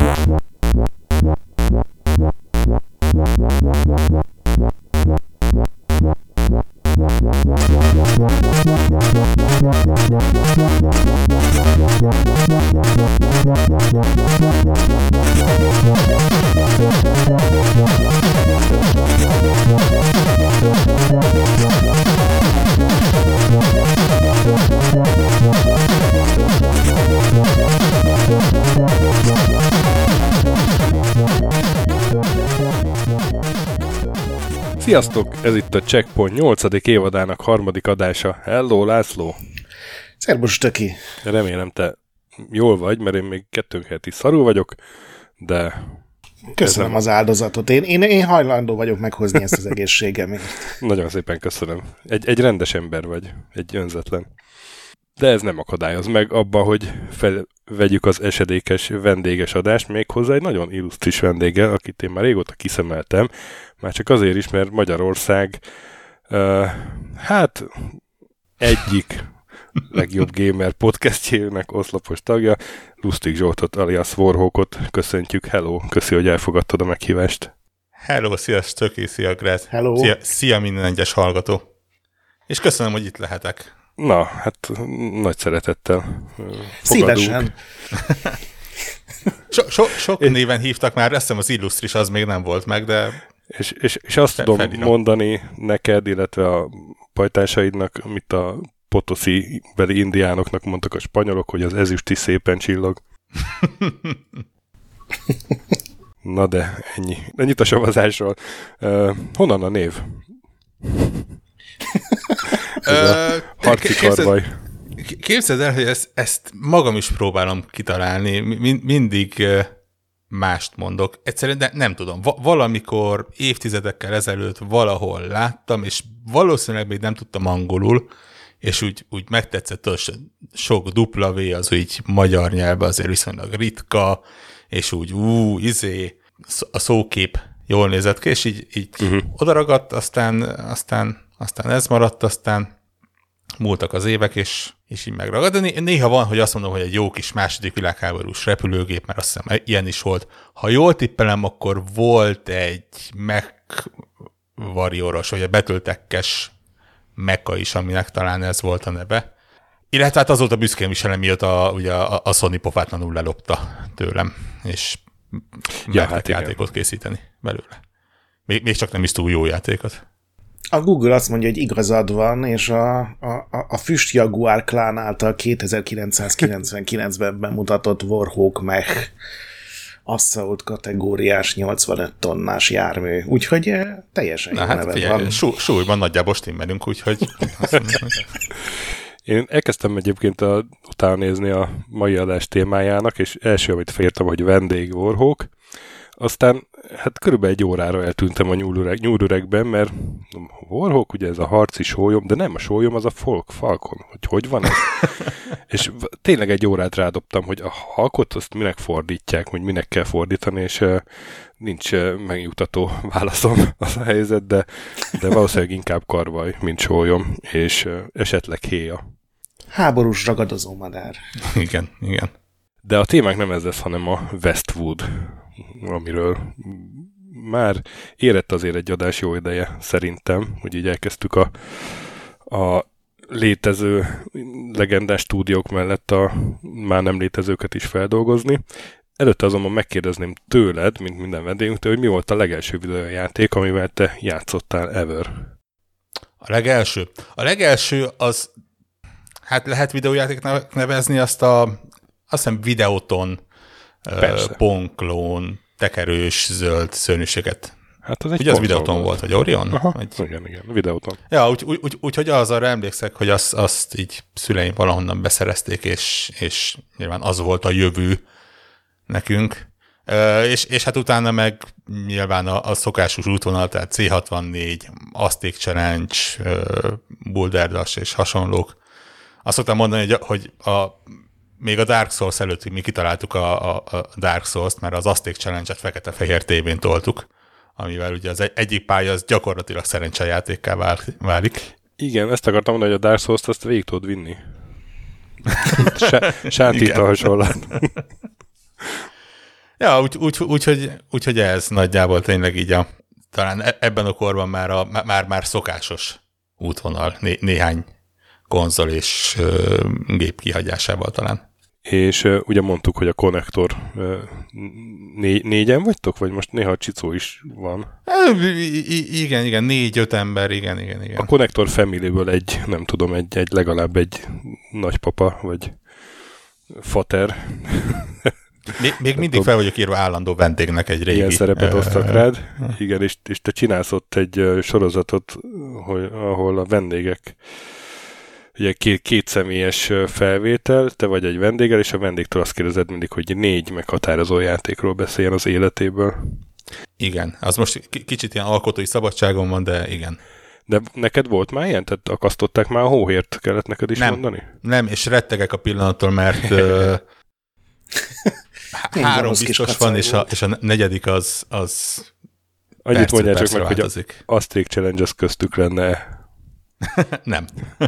Sziasztok! Ez itt a Checkpoint 8. évadának 3. adása. Hello, László! Szerbus, Töki! Remélem, te jól vagy, mert én még 2 heti szarul vagyok, de... Köszönöm az áldozatot. Én hajlandó vagyok meghozni ezt az egészségemért. Nagyon szépen köszönöm. Egy rendes ember vagy, egy önzetlen. De ez nem akadályoz meg abba, hogy felvegyük az esedékes vendéges adást, méghozzá egy nagyon illusztris vendéggel, akit én már régóta kiszemeltem, már csak azért is, mert Magyarország egyik legjobb gamer podcastjének oszlopos tagja, Lustig Zsoltot alias Warhawkot köszöntjük. Hello, köszi, hogy elfogadtad a meghívást. Hello, szia Stöki, szia Gret. Hello. Szia minden egyes hallgató. És köszönöm, hogy itt lehetek. Na, hát nagy szeretettel szívesen. Sok néven hívtak már, azt hiszem az Illustris az még nem volt meg, de... És azt tudom mondani neked, illetve a pajtásaidnak, amit a potoszi beli indiánoknak mondtak a spanyolok, hogy az ezüst is szépen csillog. Na de, ennyi. Ennyit a savazásról. Honnan a név? Harci karbaj. Képzeld el, hogy ezt magam is próbálom kitalálni. Mindig mást mondok. Egyszerűen nem tudom. Valamikor évtizedekkel ezelőtt valahol láttam, és valószínűleg még nem tudtam angolul, és úgy megtetszett, hogy sok W, az úgy magyar nyelvben azért viszonylag ritka, és úgy a szókép jól nézett ki, és így odaragadt, aztán ez maradt, aztán múltak az évek, és így megragad. De néha van, hogy azt mondom, hogy egy jó kis második világháborús repülőgép, mert azt hiszem ilyen is volt. Ha jól tippelem, akkor volt egy Warrioros, vagy a betöltekkes Mecha is, aminek talán ez volt a neve. Illetve hát azóta büszkén viselem, mióta ugye a Sony pofátlanul lelopta tőlem, és mertek játékot készíteni belőle. Még csak nem is túl jó játékot. A Google azt mondja, hogy igazad van, és a Füst Jaguar klán által 2999-ben bemutatott Warhawk Mech Assault kategóriás 85 tonnás jármű. Úgyhogy teljesen jó neve van. Súlyban nagyjából stimmelünk, úgyhogy... Én elkezdtem egyébként utána nézni a mai adás témájának, és első, amit féltem, hogy vendég Warhawk. Aztán hát körülbelül 1 órára eltűntem a nyúlüregben, mert Warhawk ugye ez a harci sólyom, de nem a sólyom, az a Falcon. Hogy van ez? És tényleg 1 órát rádobtam, hogy a halkot azt minek fordítják, hogy minek kell fordítani, és nincs megnyugtató válaszom az a helyzet, de valószínűleg inkább karvaj, mint sólyom, és esetleg héja. Háborús ragadozó madár. Igen. De a témák nem ez lesz, hanem a Westwood, amiről már érett azért egy adás jó ideje szerintem, hogy így elkezdtük a létező legendás stúdiók mellett a már nem létezőket is feldolgozni. Előtte azonban megkérdezném tőled, mint minden vendégünktől, hogy mi volt a legelső videójáték, amivel te játszottál ever? A legelső az, hát lehet videójátéknak nevezni azt hiszem Videoton Ponklón tekerős zöld szörnyűséget. Hát az egy ugye az Videoton volt, vagy Orion? Aha, igen, Videoton. Ja, úgyhogy az arra emlékszek, hogy azt így szüleim valahonnan beszerezték, és nyilván az volt a jövő nekünk. És hát utána meg nyilván a szokásos útvonal, tehát C64, Azték Challenge, Boulder Dash és hasonlók. Azt szoktam mondani, hogy még a Dark Souls előtt mi kitaláltuk a Dark Souls-t, mert az Azték Challenge-et fekete-fehér tévén toltuk, amivel ugye az egyik pálya az gyakorlatilag szerencsejátékká válik. Igen, ezt akartam mondani, hogy a Dark Souls-t azt végig tudod vinni. Sántít a hasonlát. Ja, úgyhogy ez nagyjából tényleg így talán ebben a korban már szokásos útvonal néhány konzol és gép kihagyásával talán. És ugye mondtuk, hogy a konnektor négyen vagytok? Vagy most néha a Csicó is van? Igen, 4-5 ember, igen. A konnektor family-ből legalább egy nagypapa, vagy fater. Még mindig fel vagyok írva állandó vendégnek egy régi. Ilyen szerepet osztak rád. Igen, és te csinálsz ott egy sorozatot, ahol a vendégek ugye két személyes felvétel, te vagy egy vendéggel, és a vendégtől azt kérdezed mindig, hogy 4 meghatározó játékról beszéljen az életéből. Igen, az most kicsit ilyen alkotói szabadságon van, de igen. De neked volt már ilyen? Tehát akasztották már a hóhért, kellett neked is mondani? Nem, és rettegek a pillanattól, mert 3 biztos van, és a 4. az annyit mondjátok meg, hogy az Asterix Challenge az köztük lenne. Nem.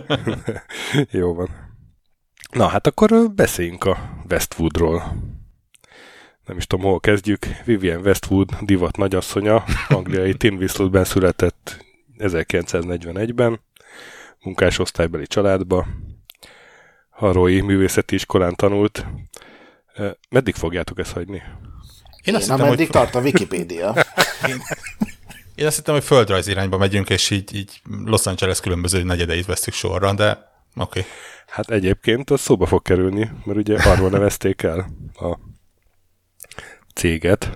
Jó van. Na, hát akkor beszéljünk a Westwoodról. Nem is tudom, hol kezdjük. Vivienne Westwood, divat nagyasszonya, angliai Tin Whistletben született 1941-ben, munkásosztálybeli családba, Harrowi művészeti iskolán tanult. Meddig fogjátok ezt hagyni? Én ameddig tart a Wikipédia. Én azt hittem, hogy földrajzi irányba megyünk, és így Los Angeles különböző negyedeit vesztük sorra, de oké. Hát egyébként az szóba fog kerülni, mert ugye arról nevezték el a céget,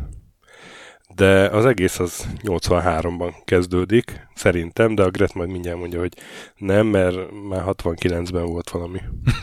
de az egész az 83-ban kezdődik, szerintem, de a Gret majd mindjárt mondja, hogy nem, mert már 69-ben volt valami.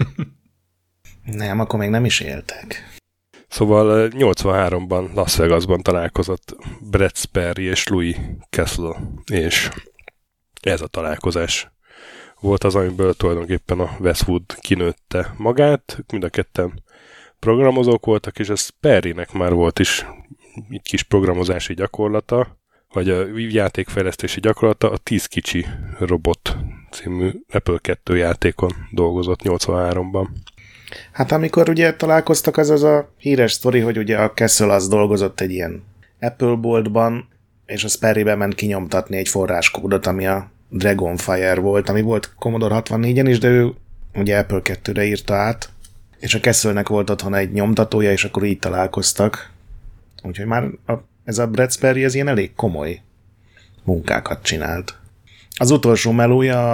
Nem, akkor még nem is éltek. Szóval 83-ban Las Vegasban találkozott Brett Sperry és Louis Castle, és ez a találkozás volt az, amiből tulajdonképpen a Westwood kinőtte magát. Mind a ketten programozók voltak, és a Sperrynek már volt is egy kis programozási gyakorlata, vagy a játékfejlesztési gyakorlata, a 10 kicsi robot című Apple 2 játékon dolgozott 83-ban. Hát amikor ugye találkoztak, az a híres sztori, hogy ugye a Castle az dolgozott egy ilyen Apple boltban, és a Sperrybe ment kinyomtatni egy forráskódot, ami a Dragonfire volt, ami volt Commodore 64-en is, de ő ugye Apple 2-re írta át, és a Castle-nek volt otthon egy nyomtatója, és akkor így találkoztak. Úgyhogy már ez a Brett Sperry ez ilyen elég komoly munkákat csinált. Az utolsó melója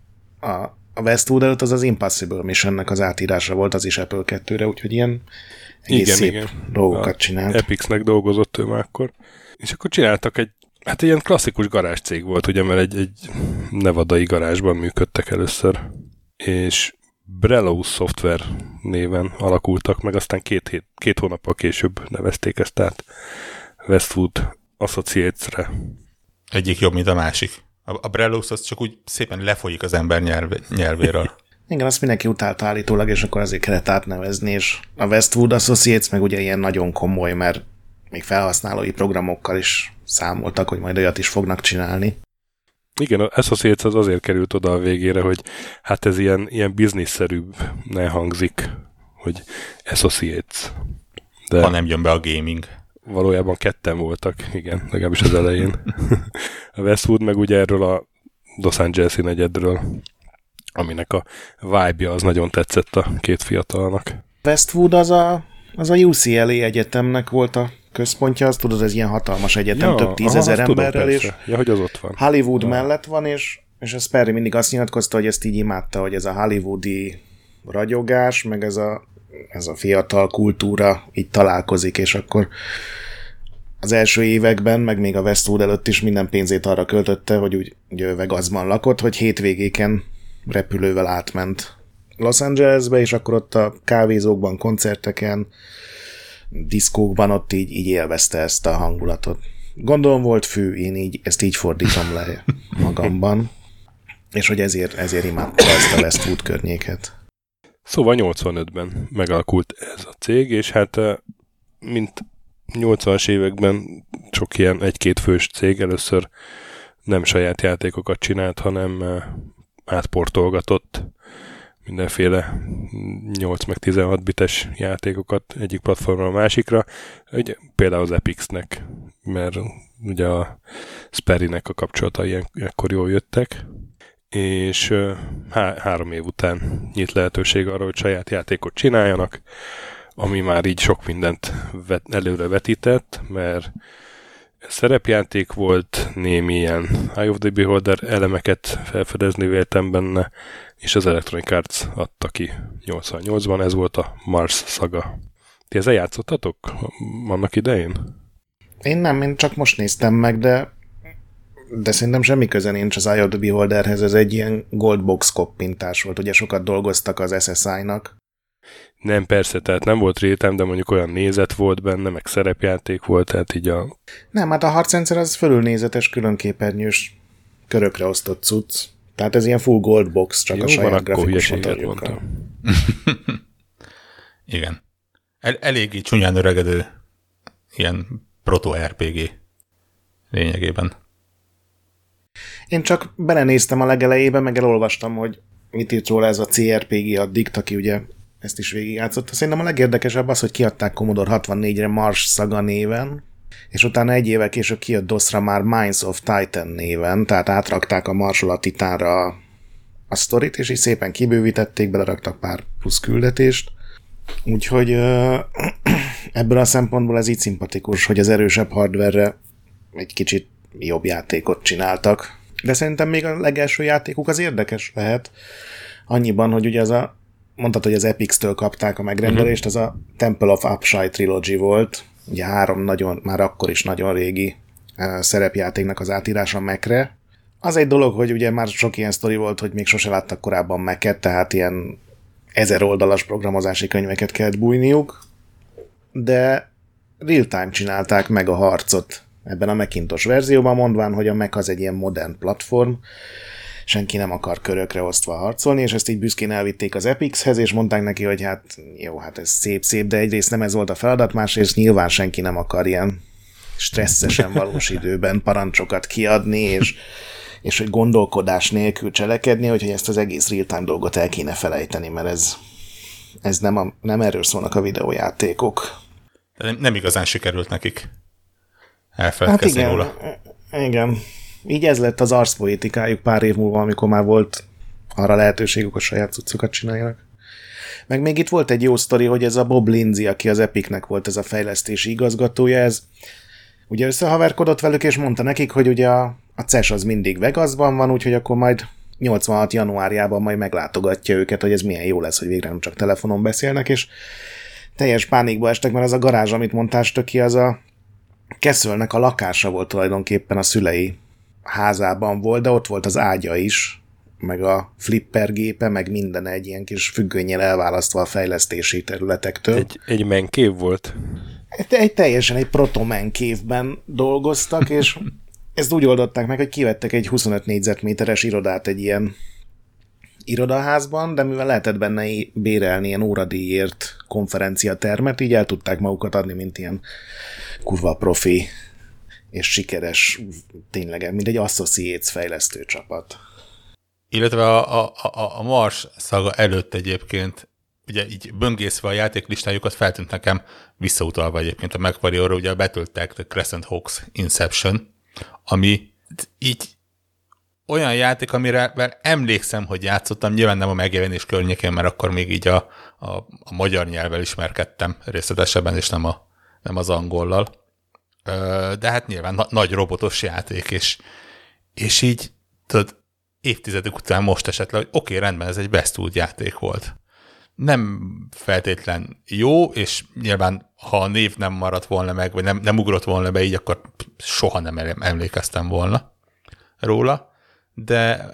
a Westwood előtt az Impossible Missionnek az átírása volt, az is Apple 2-re, úgyhogy ilyen egész szép dolgokat csinált. Epixnek dolgozott ő már akkor. És akkor csináltak egy ilyen klasszikus garázscég volt, ugye, mert egy nevadai garázsban működtek először. És Brelow Software néven alakultak meg, aztán két hónappal később nevezték ezt át Westwood Associates-re. Egyik jobb, mint a másik. A Brelows az csak úgy szépen lefolyik az ember nyelvéről. Igen, azt mindenki utálta állítólag, és akkor azért kellett átnevezni, és a Westwood Associates meg ugye ilyen nagyon komoly, mert még felhasználói programokkal is számoltak, hogy majd olyat is fognak csinálni. Igen, az Associates az azért került oda a végére, hogy hát ez ilyen bizniszszerűbb ne hangzik, hogy Associates. De ha nem jön be a gaming. Valójában ketten voltak, igen, legalábbis az elején. A Westwood meg ugye erről a Los Angeles-i negyedről, aminek a vibe-ja az nagyon tetszett a két fiatalnak. Westwood az a UCLA egyetemnek volt a központja, azt tudod, ez ilyen hatalmas egyetem, több 10 000 emberrel, és hogy az ott van. Hollywood mellett van, és a Sperry mindig azt nyilatkozta, hogy ezt így imádta, hogy ez a hollywoodi ragyogás, meg ez a fiatal kultúra így találkozik, és akkor az első években, meg még a Westwood előtt is minden pénzét arra költötte, hogy úgy Vegasban lakott, hogy hétvégéken repülővel átment Los Angelesbe, és akkor ott a kávézókban, koncerteken, diszkókban ott így élvezte ezt a hangulatot. Gondolom volt fű, én ezt így fordítom le magamban, és hogy ezért imádta ezt a Westwood környéket. Szóval 85-ben megalakult ez a cég, és hát mint 80-as években sok ilyen egy-két fős cég először nem saját játékokat csinált, hanem átportolgatott mindenféle 8 meg 16 bites játékokat egyik platformra a másikra, ugye, például az Epixnek, mert ugye a Sperrynek a kapcsolatai ilyenkor jól jöttek, és 3 év után nyílt lehetőség arra, hogy saját játékot csináljanak, ami már így sok mindent előre vetített, mert szerepjáték volt, némi ilyen Eye of the Beholder elemeket felfedezni véltem benne, és az Electronic Arts adta ki 88-ban, ez volt a Mars Saga. Ti ezzel játszottatok annak idején? Én csak most néztem meg, de szerintem semmi köze nincs az Eye of the Beholderhez, ez egy ilyen Goldbox koppintás volt, ugye sokat dolgoztak az SSI-nak. Nem, persze, tehát nem volt rétem, de mondjuk olyan nézet volt benne, meg szerepjáték volt, tehát így a... Nem, hát a harcrendszer az fölülnézetes, különképernyős, körökre osztott cucc. Tehát ez ilyen full Goldbox, csak jó, a saját grafikus motorjukkal. Igen. Eléggé csúnyán öregedő ilyen proto-RPG lényegében. Én csak belenéztem a legelejébe, meg elolvastam, hogy mit írt róla ez a CRPG addict, aki ugye ezt is végigjátszott. Szerintem a legérdekesebb az, hogy kiadták Commodore 64-re Mars Saga néven, és utána egy évvel később kijött DOS-ra már Mines of Titan néven, tehát átrakták a Marsról a Titánra a sztorit, és így szépen kibővítették, beleraktak pár plusz küldetést. Úgyhogy ebből a szempontból ez így szimpatikus, hogy az erősebb hardware-re egy kicsit jobb játékot csináltak. De szerintem még a legelső játékuk az érdekes lehet, annyiban, hogy ugye mondtad, hogy az Epix-től kapták a megrendelést, az a Temple of Upshai Trilogy volt, ugye 3 már akkor is nagyon régi szerepjátéknak az átírása Mac-re. Az egy dolog, hogy ugye már sok ilyen sztori volt, hogy még sose láttak korábban Mac-et, tehát ilyen 1000 oldalas programozási könyveket kellett bújniuk, de real-time csinálták meg a harcot ebben a Macintosh verzióban, mondván, hogy a Mac az egy ilyen modern platform, senki nem akar körökre osztva harcolni, és ezt így büszkén elvitték az Epixhez, és mondták neki, hogy hát jó, hát ez szép, de egyrészt nem ez volt a feladat, másrészt nyilván senki nem akar ilyen stresszesen valós időben parancsokat kiadni, és hogy gondolkodás nélkül cselekedni, hogy ezt az egész real-time dolgot el kéne felejteni, mert ez nem erről szólnak a videójátékok. De nem igazán sikerült nekik elfeledkezni róla. Igen. Így ez lett az arszpoétikájuk pár év múlva, amikor már volt arra lehetőségük, a saját cuccokat csináljanak. Meg még itt volt egy jó sztori, hogy ez a Bob Lindsay, aki az Epicnek volt ez a fejlesztési igazgatója, ez ugye összehaverkodott velük, és mondta nekik, hogy ugye a CES az mindig Vegasban van, úgyhogy akkor majd 86 januárjában majd meglátogatja őket, hogy ez milyen jó lesz, hogy végre nem csak telefonon beszélnek, és teljes pánikba estek, mert az a garázs, amit mondtál ki, az a Kesselnek a lakása volt tulajdonképpen, a szülei házában volt, de ott volt az ágya is, meg a flipper gépe, meg minden egy ilyen kis függönnyel elválasztva a fejlesztési területektől. Egy menkév volt? Teljesen egy proto-menkévben dolgoztak, és ezt úgy oldották meg, hogy kivettek egy 25 négyzetméteres irodát egy ilyen irodaházban, de mivel lehetett benne bérelni ilyen óradíjért konferenciatermet, így el tudták magukat adni, mint ilyen kurva profi és sikeres, tényleg, mint egy Associates fejlesztő csapat. Illetve a Mars Saga előtt egyébként, ugye így böngészve a játéklistájukat feltűnt nekem, visszautalva egyébként a MacWarrior-ra, ugye a Battletech The Crescent Hawks Inception, ami így olyan játék, amire emlékszem, hogy játszottam, nyilván nem a megjelenés környékén, mert akkor még így a magyar nyelvvel ismerkedtem részletesebben, és nem az angollal. De hát nyilván nagy robotos játék, és így tudod, évtizedek után most esett le, hogy oké, rendben, ez egy Westwood játék volt. Nem feltétlen jó, és nyilván ha a név nem maradt volna meg, vagy nem ugrott volna be így, akkor soha nem emlékeztem volna róla, de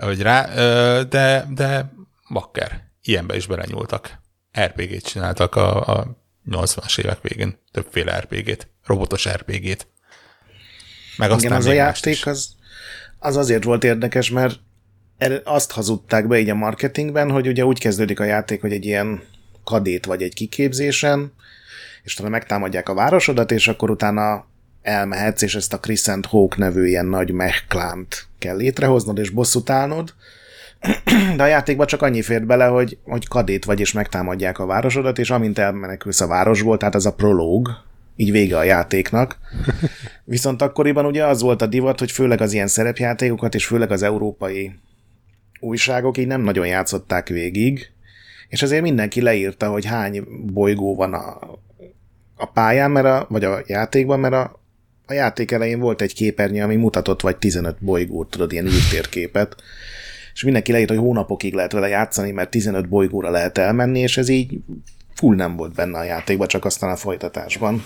bakker, ilyenbe is belenyúltak. RPG-t csináltak a 80-as évek végén, többféle RPG-t, robotos RPG-t. Meg aztán igen, az a játék az azért volt érdekes, mert azt hazudták be így a marketingben, hogy ugye úgy kezdődik a játék, hogy egy ilyen kadét vagy egy kiképzésen, és talán megtámadják a városodat, és akkor utána elmehetsz, és ezt a Crescent Hawk nevű ilyen nagy mech klánt kell létrehoznod, és bosszút állnod, de a játékban csak annyi fért bele, hogy kadét vagy, és megtámadják a városodat, és amint elmenekülsz a városból, tehát ez a prológ, így vége a játéknak. Viszont akkoriban ugye az volt a divat, hogy főleg az ilyen szerepjátékokat, és főleg az európai újságok így nem nagyon játszották végig, és ezért mindenki leírta, hogy hány bolygó van a pályán, vagy a játékban, mert a játék elején volt egy képernyő, ami mutatott vagy 15 bolygót, tudod, ilyen űrtérképet, és mindenki leírta, hogy hónapokig lehet vele játszani, mert 15 bolygóra lehet elmenni, és ez így full nem volt benne a játékban, csak aztán a folytatásban.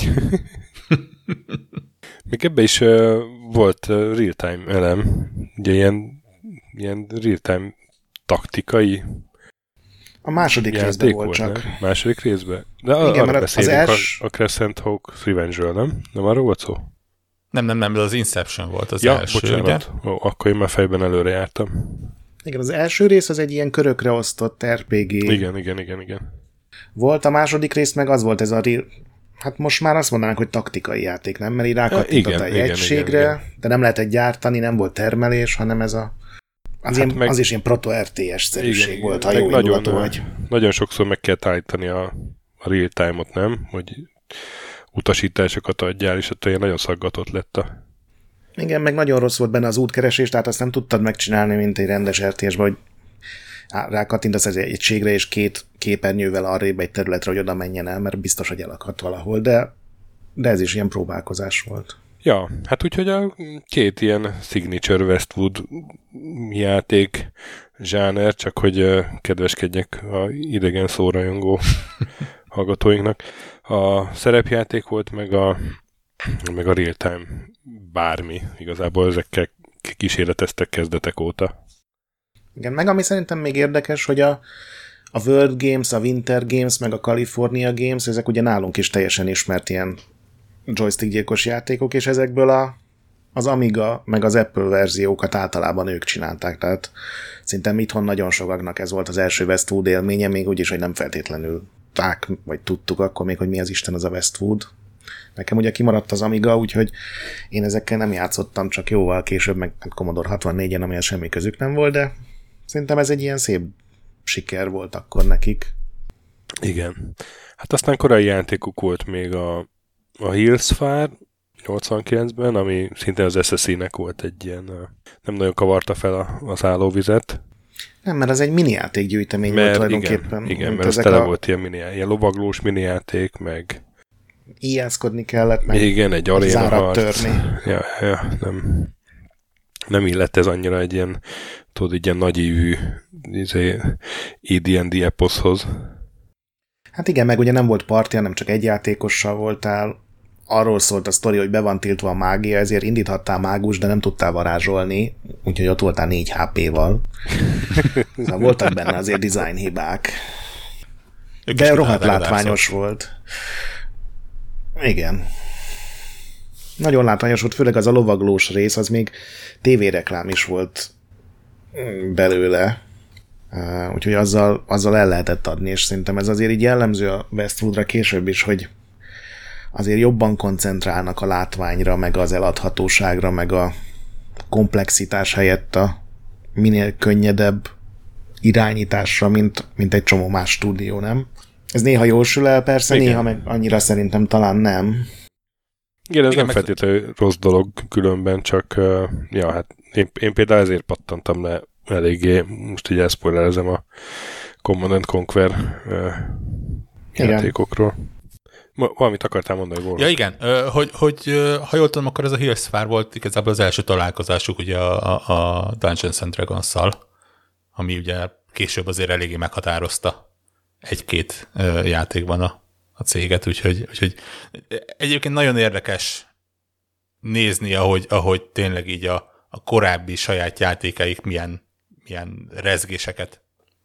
Még ebbe is volt real-time elem, ugye ilyen real-time taktikai a második részben volt csak. Nem? Második részben? De igen, arra beszélünk a Crescent Hawk Revenge-ről, nem? Nem arról volt szó? Nem, az Inception volt az első. Bocsánat. Ó, akkor én már fejben előre jártam. Igen, az első rész az egy ilyen körökre osztott RPG. Igen. Volt, a második rész meg az volt ez a hát most már azt mondanánk, hogy taktikai játék, nem? Mert így rákattintott egy egységre, igen. De nem lehetett gyártani, nem volt termelés, hanem ez az is ilyen proto-RTS-szerűség volt, ha jó indulatú vagy. Nagyon sokszor meg kell állítani a real-time-ot, nem? Hogy utasításokat adjál, és attól nagyon szaggatott lett Igen, meg nagyon rossz volt benne az útkeresés, tehát azt nem tudtad megcsinálni, mint egy rendes RTS-ben, hogy rákattintasz egy egységre, és 2 képernyővel arrébb egy területre, hogy oda menjen el, mert biztos, hogy elakad valahol, de ez is ilyen próbálkozás volt. Ja, hát úgyhogy a 2 ilyen signature Westwood játék zsáner, csak hogy kedveskedjek a idegen szórajongó hallgatóinknak. A szerepjáték volt, meg a real-time bármi. Igazából ezekkel kísérleteztek kezdetek óta. Igen, meg ami szerintem még érdekes, hogy a World Games, a Winter Games, meg a California Games, ezek ugye nálunk is teljesen ismert ilyen joystick-gyilkos játékok, és ezekből az Amiga, meg az Apple verziókat általában ők csinálták, tehát szerintem itthon nagyon sokaknak ez volt az első Westwood élménye, még úgyis, hogy nem feltétlenül vagy tudtuk akkor még, hogy mi az Isten az a Westwood. Nekem ugye kimaradt az Amiga, úgyhogy én ezekkel nem játszottam, csak jóval később, meg Commodore 64-en, amihez semmi közük nem volt, de szerintem ez egy ilyen szép siker volt akkor nekik. Igen. Hát aztán korai játékuk volt még a Hillsfire 89-ben, ami szintén az SSI-nek volt egy ilyen, nem nagyon kavarta fel az állóvizet. Nem, mert az egy minijátékgyűjtemény volt tulajdonképpen. Igen, mert ez tele volt ilyen lovaglós minijáték, meg ijjászkodni kellett, meg igen, egy arénaharc. Törni. Ja, nem illett ez annyira egy ilyen, tudod, egy ilyen nagyívű AD&D eposzhoz. Hát igen, meg ugye nem volt parti, hanem csak egy játékossal voltál. Arról szólt a sztori, hogy be van tiltva a mágia, ezért indíthattál mágus, de nem tudtál varázsolni, úgyhogy ott voltál 4 HP-val. Szóval voltak benne azért design hibák. De rohadt látványos volt. Igen. Nagyon látványos volt, főleg az a lovaglós rész, az még tévéreklám is volt belőle. Úgyhogy azzal el lehetett adni, és szerintem ez azért így jellemző a Westwoodra később is, hogy azért jobban koncentrálnak a látványra, meg az eladhatóságra, meg a komplexitás helyett a minél könnyedebb irányításra, mint egy csomó más stúdió, nem? Ez néha jól sül el, persze, igen. Néha meg annyira szerintem talán nem. Igen, ez nem feltétlenül rossz dolog különben, csak ja, hát én például ezért pattantam le eléggé, most így elszpoilerezem a Command & Conquer játékokról. Valamit akartál mondani volna? Ja igen, hogy ha jól tudom, akkor ez a Hillsfire volt igazából az első találkozásuk ugye a Dungeons & Dragons-szal, ami ugye később azért eléggé meghatározta egy-két játékban a céget, úgyhogy egyébként nagyon érdekes nézni, ahogy tényleg így a korábbi saját játékaik milyen rezgéseket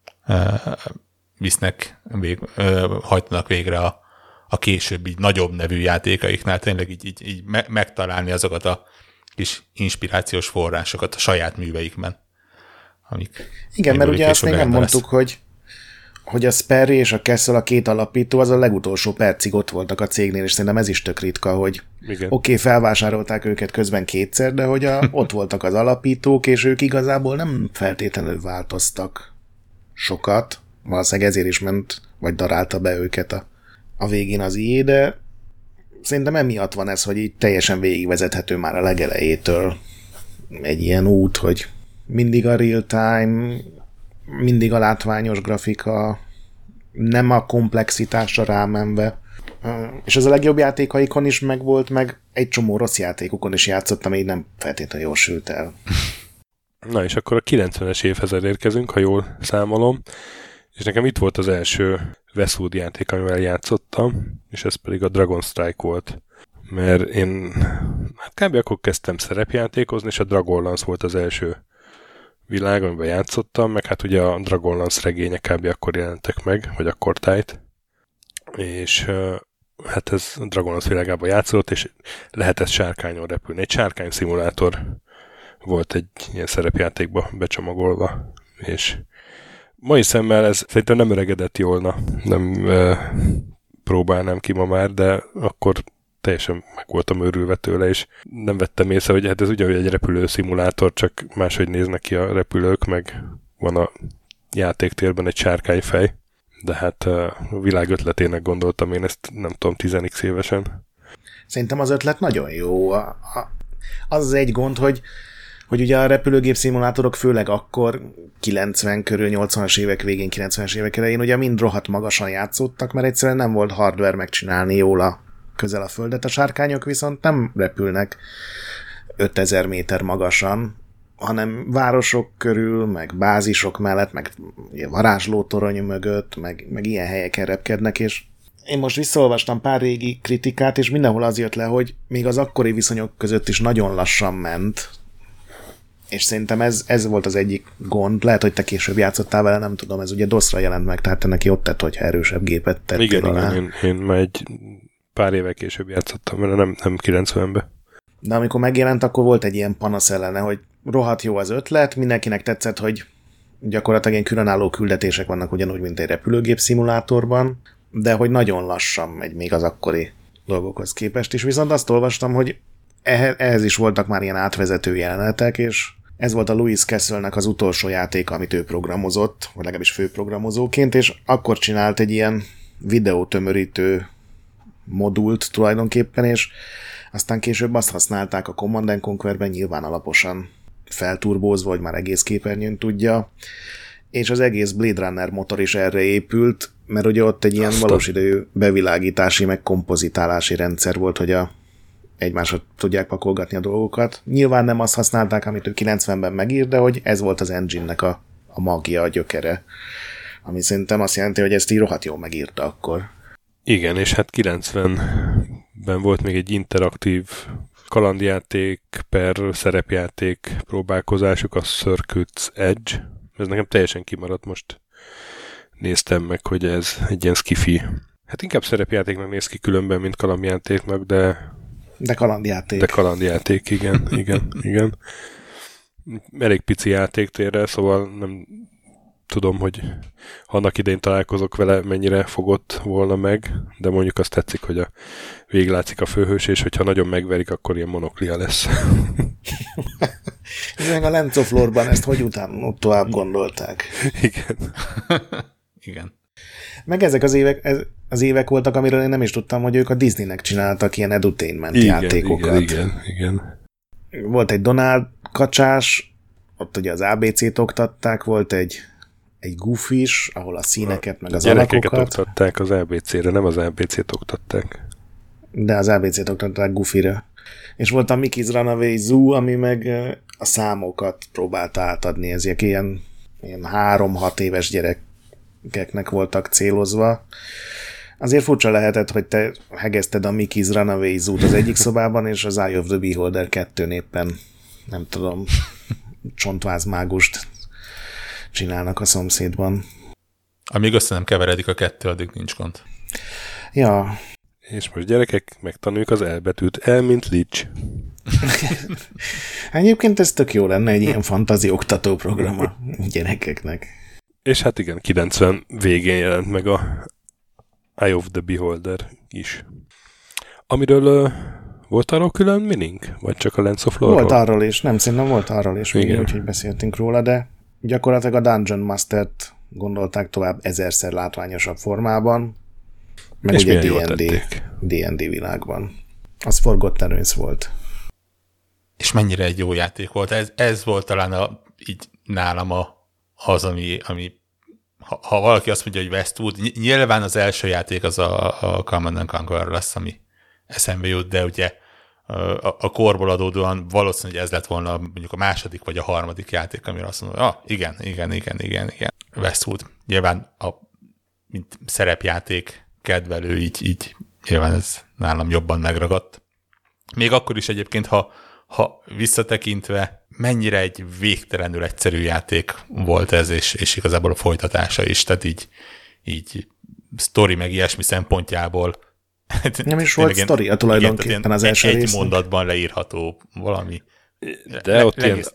hajtanak végre a később így nagyobb nevű játékaiknál, tényleg így megtalálni azokat a kis inspirációs forrásokat a saját műveikben. Amik igen, mert ugye azt még nem mondtuk, hogy hogy a Sperry és a Castle, a két alapító, az a legutolsó percig ott voltak a cégnél, és szerintem ez is tök ritka, hogy oké, felvásárolták őket közben kétszer, de hogy ott voltak az alapítók, és ők igazából nem feltétlenül változtak sokat. Valószínűleg ezért is ment, vagy darálta be őket a végén az IE, de szerintem emiatt van ez, hogy így teljesen végigvezethető már a legelejétől egy ilyen út, hogy mindig a real time, mindig a látványos grafika, nem a komplexitásra rámenve. És ez a legjobb játékaikon is megvolt, meg egy csomó rossz játékokon is játszottam, így nem feltétlenül jól sült el. Na és akkor a 90-es évhez érkezünk, ha jól számolom, és nekem itt volt az első Westwood játék, amivel játszottam, és ez pedig a Dragon Strike volt. Mert én kb. Akkor kezdtem szerepjátékozni, és a Dragonlance volt az első világ, amiben játszottam, meg hát ugye a Dragonlance regények kb. Akkor jelentek meg, vagy akkor tájt. És hát ez a Dragonlance világában játszott, és lehetett sárkányon repülni. Egy sárkány szimulátor volt egy ilyen szerepjátékba becsomagolva, és mai szemmel ez szerintem nem öregedett jól, nem próbálnám ki ma már, de akkor teljesen meg voltam őrülve tőle, és nem vettem észre, hogy hát ez ugyanúgy egy repülő szimulátor, csak máshogy néznek ki a repülők, meg van a játéktérben egy sárkányfej, de hát a világ ötletének gondoltam én ezt, nem tudom, 10x évesen. Szerintem az ötlet nagyon jó. Az egy gond, hogy ugye a repülőgép szimulátorok főleg akkor 90 körül, 80-as évek végén, 90-es évek elején ugye mind rohadt magasan játszottak, mert egyszerűen nem volt hardware megcsinálni jól közel a földet. A sárkányok viszont nem repülnek 5000 méter magasan, hanem városok körül, meg bázisok mellett, meg varázslótorony mögött, meg ilyen helyeken repkednek, és én most visszaolvastam pár régi kritikát, és mindenhol az jött le, hogy még az akkori viszonyok között is nagyon lassan ment, és szerintem ez volt az egyik gond. Lehet, hogy te később játszottál vele, nem tudom, ez ugye DOS-ra jelent meg, tehát te neki ott tett, hogyha erősebb gépet tettél. Igen, én már egy pár évvel később játszottam vele, nem 90-ben. De amikor megjelent, akkor volt egy ilyen panasz ellene, hogy rohadt jó az ötlet, mindenkinek tetszett, hogy gyakorlatilag ilyen különálló küldetések vannak ugyanúgy, mint egy repülőgép szimulátorban, de hogy nagyon lassan megy még az akkori dolgokhoz képest is. Viszont azt olvastam, hogy ehhez is voltak már ilyen átvezető jelenetek, és ez volt a Lewis Castle-nek az utolsó játék, amit ő programozott, vagy legalábbis főprogramozóként, és akkor csinált egy ilyen videótömörítő modult tulajdonképpen, és aztán később azt használták a Command & Conquerben nyilván alaposan felturbózva, vagy már egész képernyőn tudja, és az egész Blade Runner motor is erre épült, mert ugye ott egy ilyen valós idejű bevilágítási, meg kompozitálási rendszer volt, hogy egymásra tudják pakolgatni a dolgokat. Nyilván nem azt használták, amit ő 90-ben megírt, de hogy ez volt az engine-nek a magja, a gyökere. Ami szerintem azt jelenti, hogy ezt így rohadt jól megírta akkor. Igen, és hát 90-ben volt még egy interaktív kalandjáték per szerepjáték próbálkozásuk, a Circuit's Edge. Ez nekem teljesen kimaradt, most néztem meg, hogy ez egy ilyen skifi. Hát inkább szerepjátéknak néz ki különben, mint kalandjátéknak, de kalandjáték. De kalandjáték, igen. Elég pici játéktérrel, szóval nem tudom, hogy ha annak idején találkozok vele, mennyire fogott volna meg, de mondjuk azt tetszik, hogy a végig látszik a főhős, és hogyha nagyon megverik, akkor ilyen monoklia lesz. Meg a Lens of Lore-ban ezt hogy utána tovább gondolták. Igen. Meg ezek az évek voltak, amiről én nem is tudtam, hogy ők a Disneynek csináltak ilyen edutainment játékokat. Igen. Volt egy Donald kacsás, ott ugye az ABC-t oktatták, volt egy Goofy is, ahol a színeket, meg az alakokat. Gyerekeket oktatták az ABC-re, nem az ABC-t oktatták. De az ABC-t oktatták Goofy-re. És volt a Mickey's Runaway Zoo, ami meg a számokat próbálta átadni, ezek ilyen 3-6 éves gyerekeknek voltak célozva. Azért furcsa lehetett, hogy te hegezted a Mickey's Runaway Zoo-t az egyik szobában, és az Eye of the Beholder 2 éppen, nem tudom, csontvázmágust csinálnak a szomszédban. Amíg össze nem keveredik a kettő, addig nincs gond. Ja. És most gyerekek, megtanuljuk az elbetűt. El, mint Lich. Egyébként ez tök jó lenne, egy ilyen fantazi oktató program a gyerekeknek. És hát igen, 90 végén jelent meg a Eye of the Beholder is. Amiről volt arról külön mining? Vagy csak a Lens of Lore-ról? Volt arról is, nem, szerintem volt arról is, úgyhogy beszéltünk róla, de gyakorlatilag a Dungeon Master-t gondolták tovább 1000-szer látványosabb formában, meg és ugye D&D világban. Az Forgotten Realms volt. És mennyire egy jó játék volt. Ez volt talán így nálam az, ami ha valaki azt mondja, hogy Westwood, nyilván az első játék az a Command & Conquer lesz, ami eszembe jut, de ugye a korból adódóan valószínűleg ez lett volna mondjuk a második vagy a harmadik játék, amire azt mondom, igen. Westwood. Nyilván mint szerepjáték kedvelő, így nyilván ez nálam jobban megragadt. Még akkor is egyébként, ha visszatekintve mennyire egy végtelenül egyszerű játék volt ez, és igazából a folytatása is, tehát így sztori meg ilyesmi szempontjából. Nem is volt sztoria tulajdonképpen az első egy résznek. mondatban leírható valami. De ott ilyen,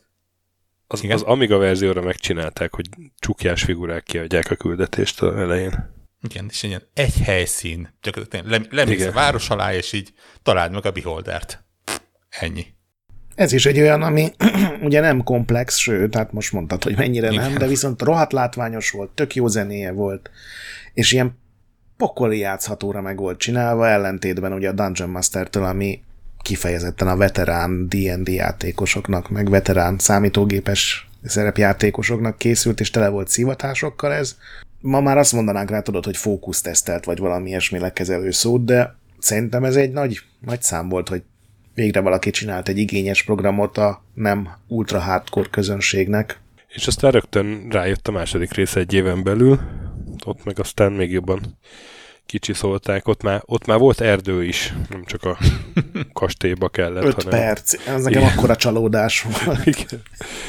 az Amiga verzióra megcsinálták, hogy csukjás figurák kiadják a küldetést az elején. Igen, és ilyen egy helyszín, gyakorlatilag lemész a város alá, és így találd meg a Beholdert. Ennyi. Ez is egy olyan, ami ugye nem komplex, sőt, hát most mondtad, hogy mennyire nem, de viszont rohadt látványos volt, tök jó zenéje volt, és ilyen pokoli játszhatóra meg volt csinálva, ellentétben ugye a Dungeon Master-től, ami kifejezetten a veterán D&D játékosoknak, meg veterán számítógépes szerepjátékosoknak készült, és tele volt szivatásokkal ez. Ma már azt mondanánk rá, tudod, hogy fókusztesztelt, vagy valami ilyesmi lekezelő szót, de szerintem ez egy nagy szám volt, hogy végre valaki csinált egy igényes programot a nem ultra hardcore közönségnek. És aztán rögtön rájött a második része egy éven belül, ott meg aztán még jobban kicsiszolták, ott már volt erdő is, nem csak a kastélyba kellett. 5 perc, ez nekem akkora csalódás volt. Igen.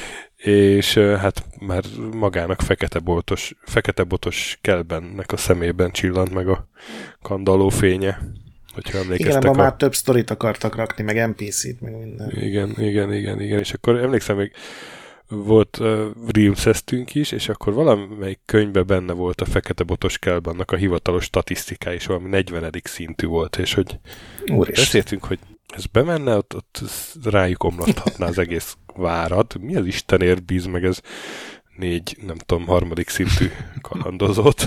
És hát már magának fekete botos Kelbennek a szemében csillant meg a kandalló fénye, hogyha emlékeztek. Igen, már több sztorit akartak rakni, meg NPC-t, meg minden. Igen, és akkor emlékszem, még volt Realms-eztünk is, és akkor valamelyik könyvben benne volt a fekete botos Kelbennek a hivatalos statisztikája, és valami 40. szintű volt, és hogy beszéltünk, hogy ez bemenne, ott rájuk omlathatná az egész várat. Mi az Istenért bíz meg ez 4, nem tudom, 3. szintű kalandozót.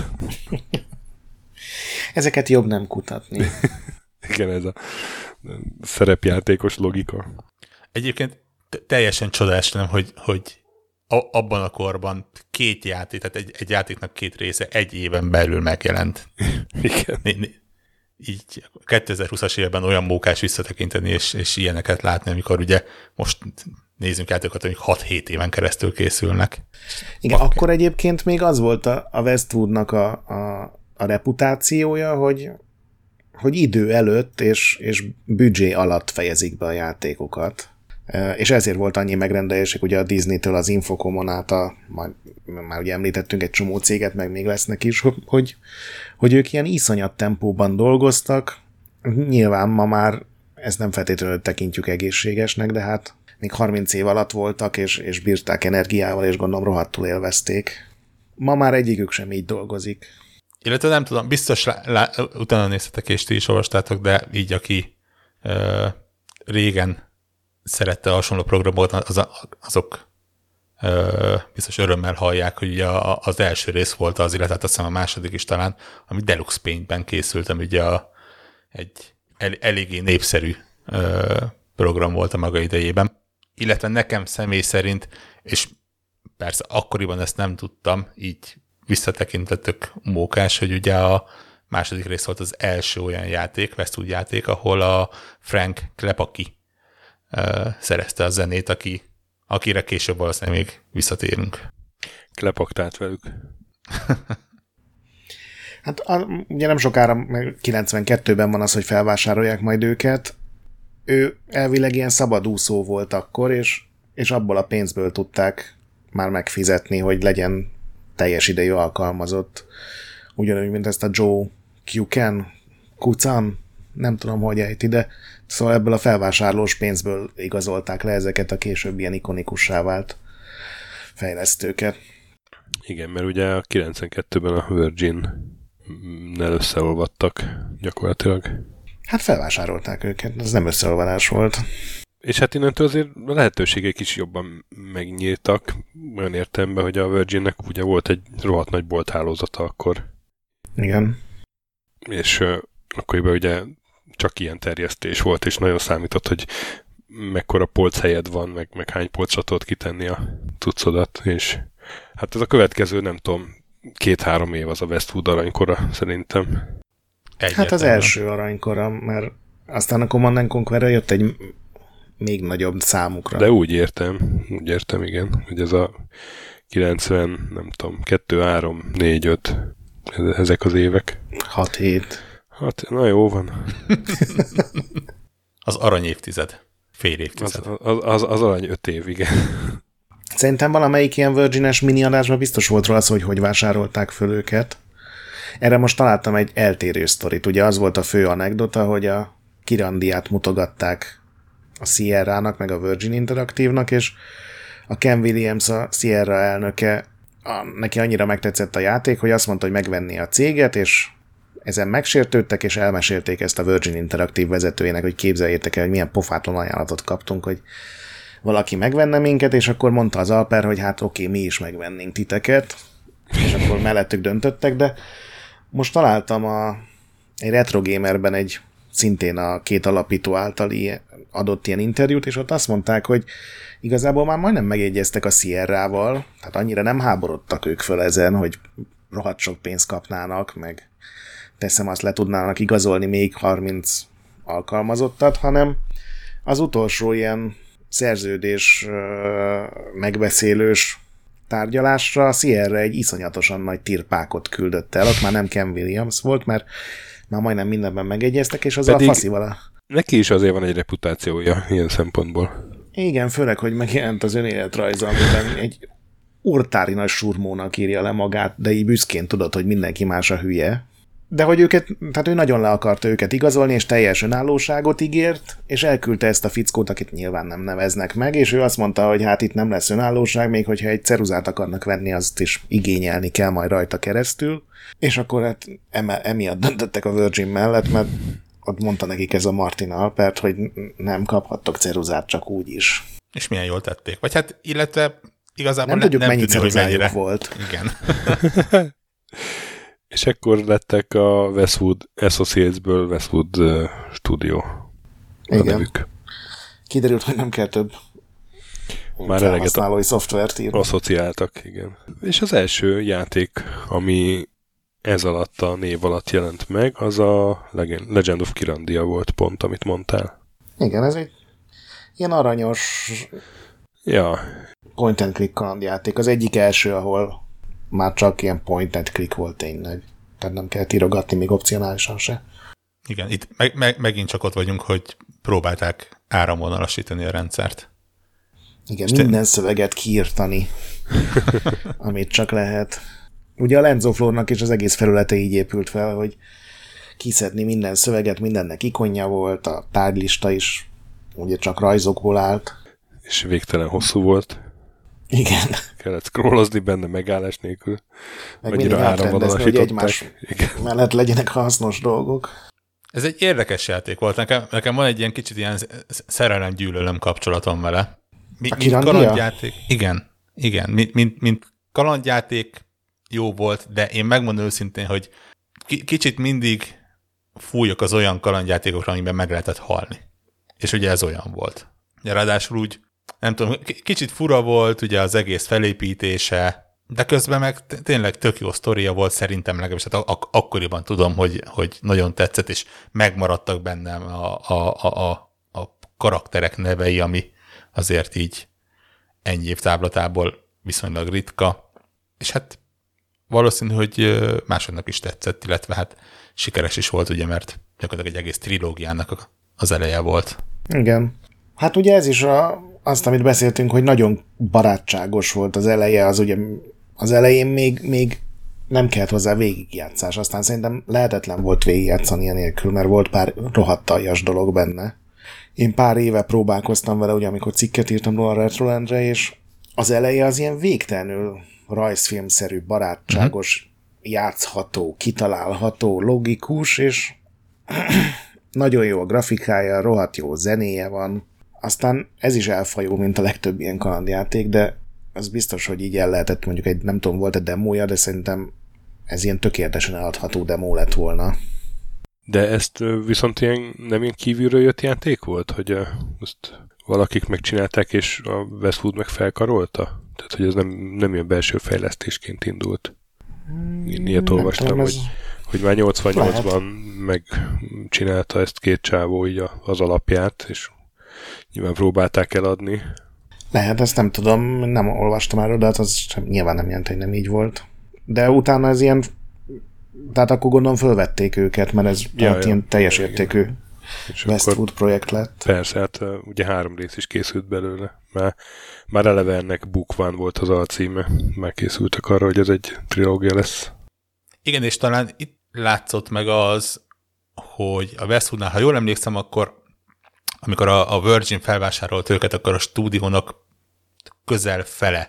Ezeket jobb nem kutatni. Igen, ez a szerepjátékos logika. Egyébként teljesen csodás, nem, hogy abban a korban 2 játék, tehát egy játéknak 2 része egy éven belül megjelent. Igen. Így 2020-as évben olyan mókás visszatekinteni, és ilyeneket látni, amikor ugye most nézzünk játékokat, amik 6-7 éven keresztül készülnek. Igen, akkor egyébként még az volt a Westwoodnak a reputációja, hogy idő előtt és büdzsé alatt fejezik be a játékokat. És ezért volt annyi megrendelésük ugye a Disney-től az Infocomon át már ugye említettünk egy csomó céget, meg még lesznek is, hogy ők ilyen iszonyat tempóban dolgoztak. Nyilván ma már ezt nem feltétlenül tekintjük egészségesnek, de hát még 30 év alatt voltak, és bírták energiával, és gondolom rohadtul élvezték. Ma már egyikük sem így dolgozik. Illetve nem tudom, biztos utána néztetek, és ti is olvastátok, de így aki régen szerette a hasonló programokat, azok biztos örömmel hallják, hogy ugye az első rész volt az, illetve azt hiszem a második is talán, ami Deluxe Paint-ben készültem, ugye egy eléggé népszerű program volt a maga idejében. Illetve nekem személy szerint, és persze akkoriban ezt nem tudtam, így visszatekintettük mókás, hogy ugye a második rész volt az első olyan játék, Westwood játék, ahol a Frank Klepaki szerezte a zenét, akire később valószínűleg még visszatérünk. Klepaktált velük. Hát ugye nem sokára, 92-ben van az, hogy felvásárolják majd őket. Ő elvileg ilyen szabadúszó volt akkor, és abból a pénzből tudták már megfizetni, hogy legyen teljes idejű alkalmazott. Ugyanúgy, mint ezt a Joe Kucan, nem tudom, hogy ejti, de szóval ebből a felvásárlós pénzből igazolták le ezeket a később ilyen ikonikussá vált fejlesztőket. Igen, mert ugye a 92-ben a Virgin-nel összeolvadtak gyakorlatilag. Hát felvásárolták őket, ez nem összeolvadás volt. És hát innentől azért a lehetőségek is jobban megnyíltak, olyan értelemben, hogy a Virginnek ugye volt egy rohadt nagy bolthálózata akkor. Igen. És akkoriban ugye csak ilyen terjesztés volt, és nagyon számított, hogy mekkora polchelyed van, meg hány polcra tudod kitenni a cuccodat, és hát ez a következő, nem tudom, 2-3 év az a Westwood aranykora, szerintem. Hát az első aranykora, mert aztán a Command & Conquerre jött egy még nagyobb számukra. De úgy értem, igen, hogy ez a 90, nem tudom, 2, 3, 4, 5, ezek az évek. 6-7. Hát, na jó van. Az arany évtized. Fél évtized. Az arany 5 év, igen. Szerintem valamelyik ilyen Virgin-es mini adásban biztos volt róla szó, hogy vásárolták föl őket. Erre most találtam egy eltérő sztorit. Ugye az volt a fő anekdota, hogy a Kirandiát mutogatták a Sierra-nak, meg a Virgin Interactive-nak, és a Ken Williams, a Sierra elnöke, neki annyira megtetszett a játék, hogy azt mondta, hogy megvenné a céget, és ezen megsértődtek, és elmesélték ezt a Virgin Interactive vezetőjének, hogy képzeljétek el, hogy milyen pofátlan ajánlatot kaptunk, hogy valaki megvenne minket, és akkor mondta az Alper, hogy hát oké, mi is megvennénk titeket, és akkor mellettük döntöttek, de most találtam egy Retro Gamerben szintén a két alapító által adott ilyen interjút, és ott azt mondták, hogy igazából már majdnem megjegyeztek a Sierra-val, tehát annyira nem háborodtak ők föl ezen, hogy rohadt sok pénzt kapnának, meg teszem azt le tudnának igazolni még 30 alkalmazottat, hanem az utolsó ilyen szerződés megbeszélős tárgyalásra a Sierra egy iszonyatosan nagy tirpákot küldött el, ott már nem Ken Williams volt, mert már majdnem mindenben megegyeztek, és az a faszival. Neki is azért van egy reputációja ilyen szempontból. Igen, főleg, hogy megjelent az önéletrajza, amiben egy urtári nagy surmónak írja le magát, de így büszkén tudod, hogy mindenki más a hülye. De hogy őket, tehát ő nagyon le akarta őket igazolni, és teljes önállóságot ígért, és elküldte ezt a fickót, akit nyilván nem neveznek meg, és ő azt mondta, hogy hát itt nem lesz önállóság, még hogyha egy ceruzát akarnak venni, azt is igényelni kell majd rajta keresztül. És akkor hát emiatt döntöttek a Virgin mellett, mert ott mondta nekik ez a Martin Alpert, hogy nem kaphattok ceruzát csak úgy is. És milyen jól tették. Vagy hát, illetve igazából nem tudjuk, mennyi tudni, ceruzájuk volt. Igen. És ekkor lettek a Westwood Associates-ből Westwood Studio. Igen. Nevük. Kiderült, hogy nem kell több már felhasználói szoftvert írni. Asszociáltak, igen. És az első játék, ami ez alatt a név alatt jelent meg, az a Legend of Kirandia volt pont, amit mondtál. Igen, ez egy ilyen aranyos point and click kalandjáték. Az egyik első, ahol már csak ilyen point and click volt tényleg. Tehát nem kell írogatni még opcionálisan se. Igen, itt megint csak ott vagyunk, hogy próbálták áramvonalasítani a rendszert. Igen, minden szöveget kiírtani, amit csak lehet. Ugye a Lens of Lore-nak is az egész felülete így épült fel, hogy kiszedni minden szöveget, mindennek ikonja volt, a tárgylista is ugye csak rajzokból állt. És végtelen hosszú volt. Igen. Kellett scrollozni benne megállás nélkül. Meg mindig átrendezni, hogy egymás mellett legyenek hasznos dolgok. Ez egy érdekes játék volt. Nekem van egy ilyen kicsit ilyen szerelem-gyűlölöm kapcsolatom vele. A kalandjáték? Igen. Mint kalandjáték jó volt, de én megmondom őszintén, hogy kicsit mindig fújok az olyan kalandjátékokra, amiben meg lehetett halni. És ugye ez olyan volt. Ráadásul úgy, nem tudom, kicsit fura volt ugye az egész felépítése, de közben meg tényleg tök jó sztoria volt szerintem legalábbis. Hát akkoriban tudom, hogy nagyon tetszett, és megmaradtak bennem a karakterek nevei, ami azért így ennyi év távlatából viszonylag ritka. És hát valószínű, hogy másodnak is tetszett, illetve hát sikeres is volt, ugye, mert gyakorlatilag egy egész trilógiának az eleje volt. Igen. Hát ugye ez is azt, amit beszéltünk, hogy nagyon barátságos volt az eleje, az ugye az elején még nem kellett hozzá végigjátszás, aztán szerintem lehetetlen volt végigjátszani enélkül, mert volt pár rohadt aljas dolog benne. Én pár éve próbálkoztam vele, ugye amikor cikket írtam róla a Retrolandre, és az eleje az ilyen végtelenül rajzfilmszerű, barátságos, játszható, kitalálható, logikus, és nagyon jó a grafikája, rohadt jó zenéje van. Aztán ez is elfajul, mint a legtöbb ilyen kalandjáték, de az biztos, hogy így el lehetett, mondjuk nem tudom, volt egy demója, de szerintem ez ilyen tökéletesen eladható demó lett volna. De ezt viszont nem ilyen kívülről jött játék volt, hogy azt valakik megcsinálták, és a Westwood meg felkarolta? Tehát, hogy ez nem ilyen belső fejlesztésként indult. Én ilyet olvastam, tudom, hogy már 88-ban megcsinálta ezt két csávó így az alapját, és nyilván próbálták eladni. Lehet, ezt nem tudom, nem olvastam erről, de az nyilván nem jelent, hogy nem így volt. De utána ez ilyen, tehát akkor gondolom fölvették őket, mert ez ilyen teljes értékű Westwood projekt lett. Persze, hát ugye 3 rész is készült belőle. Már eleve ennek Book One volt az alcíme. Már készültek arra, hogy ez egy trilógia lesz. Igen, és talán itt látszott meg az, hogy a Westwoodnál, ha jól emlékszem, akkor amikor a Virgin felvásárolt őket, akkor a stúdiónak közel fele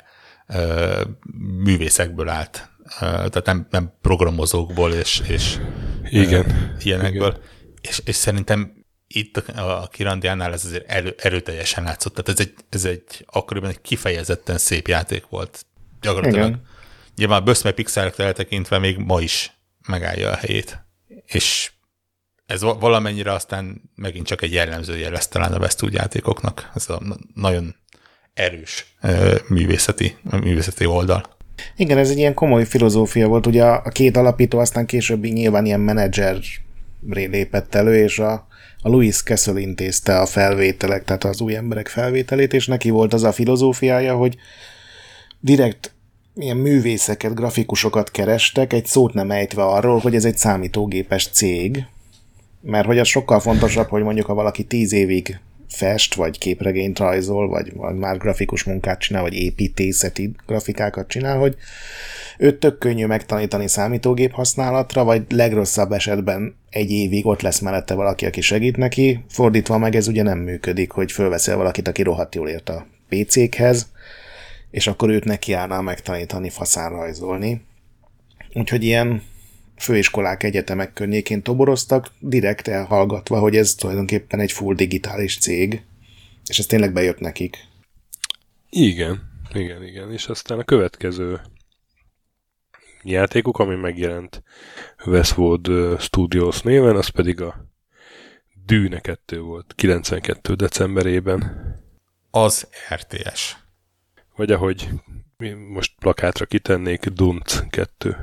művészekből állt. Tehát nem programozókból és igen, ilyenekből. Igen. És szerintem itt a Kirandiánál ez azért erőteljesen látszott. Tehát ez akkoriban egy kifejezetten szép játék volt. Gyakorlatilag. Igen. Nyilván a böszme pixelektől eltekintve még ma is megállja a helyét. És ez valamennyire aztán megint csak egy jellemzője lesz talán a Westwood játékoknak. Ez a nagyon erős művészeti oldal. Igen, ez egy ilyen komoly filozófia volt. Ugye a két alapító aztán később nyilván ilyen menedzser lépett elő, és a Louis Castle intézte a felvételek, tehát az új emberek felvételét, és neki volt az a filozófiája, hogy direkt ilyen művészeket, grafikusokat kerestek, egy szót nem ejtve arról, hogy ez egy számítógépes cég, mert hogy az sokkal fontosabb, hogy mondjuk ha valaki 10 évig fest, vagy képregényt rajzol, vagy már grafikus munkát csinál, vagy építészeti grafikákat csinál, hogy őt tök könnyű megtanítani számítógép használatra, vagy legrosszabb esetben 1 évig ott lesz mellette valaki, aki segít neki, fordítva meg ez ugye nem működik, hogy fölveszel valakit, aki rohadt jól ért a PC-khez, és akkor őt nekiállnál megtanítani faszán rajzolni. Úgyhogy ilyen főiskolák, egyetemek környékén toboroztak, direkt elhallgatva, hogy ez tulajdonképpen egy full digitális cég, és ez tényleg bejött nekik. Igen. És aztán a következő játékuk, ami megjelent Westwood Studios néven, az pedig a Dune 2 volt, 92. decemberében. Az RTS. Vagy ahogy most plakátra kitennék, Dunc 2.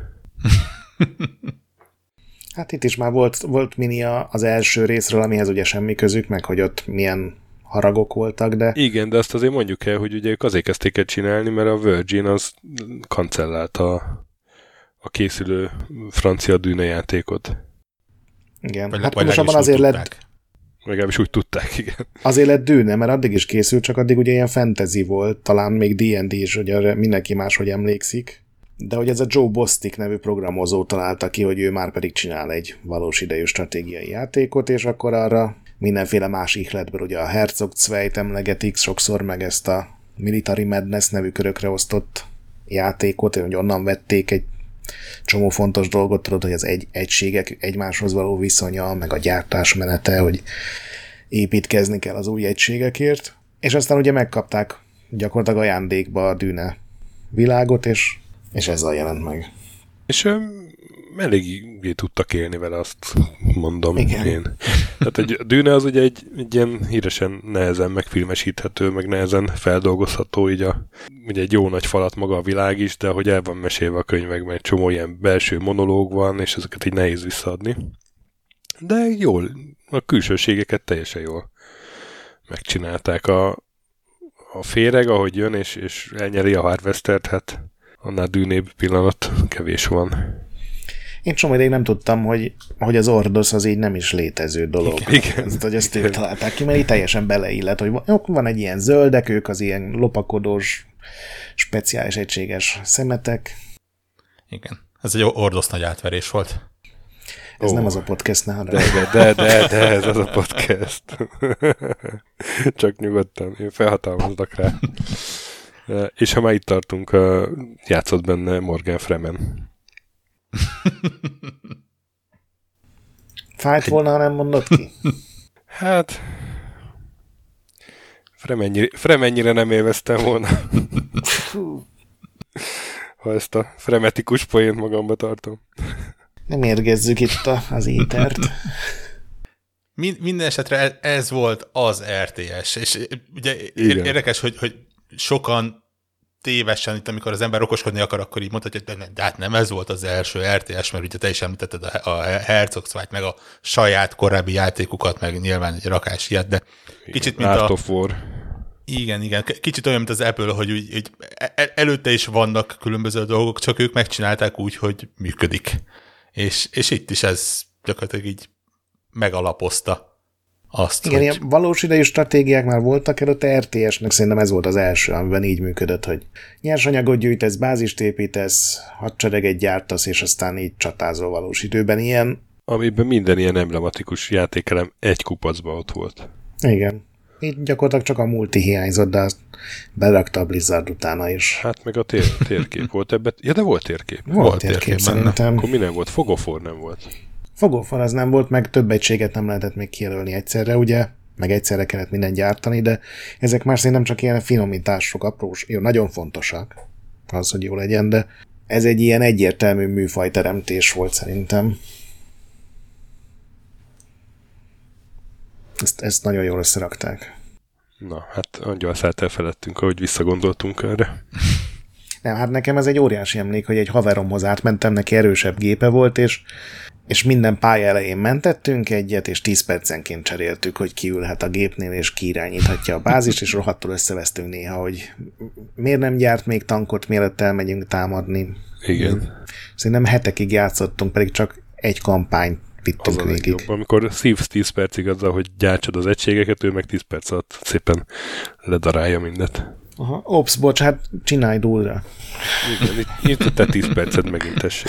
Hát itt is már volt mini az első részről, amihez ugye semmi közük, meg hogy ott milyen haragok voltak, de... Igen, de azt azért mondjuk el, hogy ugye ők azért kezdték el csinálni, mert a Virgin az kancellálta a készülő francia Dune játékot. Igen, hát pontosabban azért lett... Legalábbis úgy tudták, igen. Azért lett Dune, mert addig is készült, csak addig ugye ilyen fantasy volt, talán még D&D is, ugye mindenki máshogy emlékszik. De hogy ez a Joe Bostic nevű programozó találta ki, hogy ő már pedig csinál egy valós idejű stratégiai játékot, és akkor arra mindenféle más ihletből, ugye a Herzog Zweigt emlegetik sokszor, meg ezt a Military Madness nevű körökre osztott játékot, hogy onnan vették egy csomó fontos dolgot, tudod, hogy az egységek egymáshoz való viszonya, meg a gyártásmenete, hogy építkezni kell az új egységekért, és aztán ugye megkapták gyakorlatilag ajándékba a Dune világot, és ezzel jelent meg. És eléggé tudtak élni vele, azt mondom. Igen. Én. Tehát a Dune az ugye egy ilyen híresen nehezen megfilmesíthető, meg nehezen feldolgozható, így ugye egy jó nagy falat maga a világ is, de hogy el van mesélve a könyvekben, egy csomó ilyen belső monológ van, és ezeket így nehéz visszaadni. De jól, a külsőségeket teljesen jól megcsinálták. A féreg, ahogy jön, és elnyeri a Harvestert, hát annál dűnébb pillanat kevés van. Én csomó ideig nem tudtam, hogy az Ordos az így nem is létező dolog. Igen. Hogy ezt ők találták ki, mert így teljesen beleillet, hogy van egy ilyen zöldek, ők az ilyen lopakodós, speciális egységes szemetek. Igen. Ez egy Ordos nagy átverés volt. Ez nem az a podcast, ne de ez az a podcast. Csak nyugodtan, én felhatalmaznak rá. És ha már itt tartunk, játszott benne Morgan Freeman. Fájt volna, ha nem mondod ki? Hát... Fremennyire nem élveztem volna. Ha ezt a fremetikus poént magamba tartom. Nem érgezzük itt az étert. Minden esetre ez volt az RTS, és ugye érdekes, hogy sokan tévesen, itt amikor az ember okoskodni akar, akkor így mondhatja, hogy de hát nem ez volt az első RTS, mert ugye te is említetted a Herzogszvájt, meg a saját korábbi játékukat, meg nyilván egy rakás ilyet, de kicsit mint Art of War. Igen, kicsit olyan, mint az Apple, hogy úgy, előtte is vannak különböző dolgok, csak ők megcsinálták úgy, hogy működik. És itt is ez gyakorlatilag így megalapozta azt, igen, ilyen valós idejű stratégiák már voltak előtte, RTS-nek szerintem ez volt az első, amiben így működött, hogy nyersanyagot gyűjtesz, bázist építesz, hadsereget gyártasz, és aztán így csatázol valós időben. Ilyen... Amiben minden ilyen emblematikus játékelem egy kupacban ott volt. Igen. Így gyakorlatilag csak a multi hiányzott, de azt berakta a Blizzard utána is. Hát meg a térkép volt ebben. Ja, de volt térkép. Volt térkép szerintem. Akkor mi nem volt? Fog of War nem volt. Fog of War az nem volt, meg több egységet nem lehetett még kijelölni egyszerre, ugye? Meg egyszerre kellett mindent gyártani, de ezek már szerintem csak ilyen finomítások, aprós, jó, nagyon fontosak az, hogy jó legyen, de ez egy ilyen egyértelmű műfajteremtés volt szerintem. Ezt nagyon jól összerakták. Na, hát angyalszát elfeledtünk, ahogy visszagondoltunk erre. Nem, hát nekem ez egy óriási emlék, hogy egy haveromhoz átmentem, neki erősebb gépe volt, és minden pálya elején mentettünk egyet, és 10 percenként cseréltük, hogy kiülhet a gépnél, és kiirányíthatja a bázist, és rohadtul összevesztünk néha, hogy miért nem gyárt még tankot, mielőtt elmegyünk támadni. Igen. Szerintem hetekig játszottunk, pedig csak egy kampányt vittünk végig. Jobb, amikor szívsz 10 percig azzal, hogy gyártsad az egységeket, ő meg 10 perc alatt szépen ledarálja mindet. Aha, ops, bocs, hát csinálj újra. Igen, itt te 10 percet megint tessék.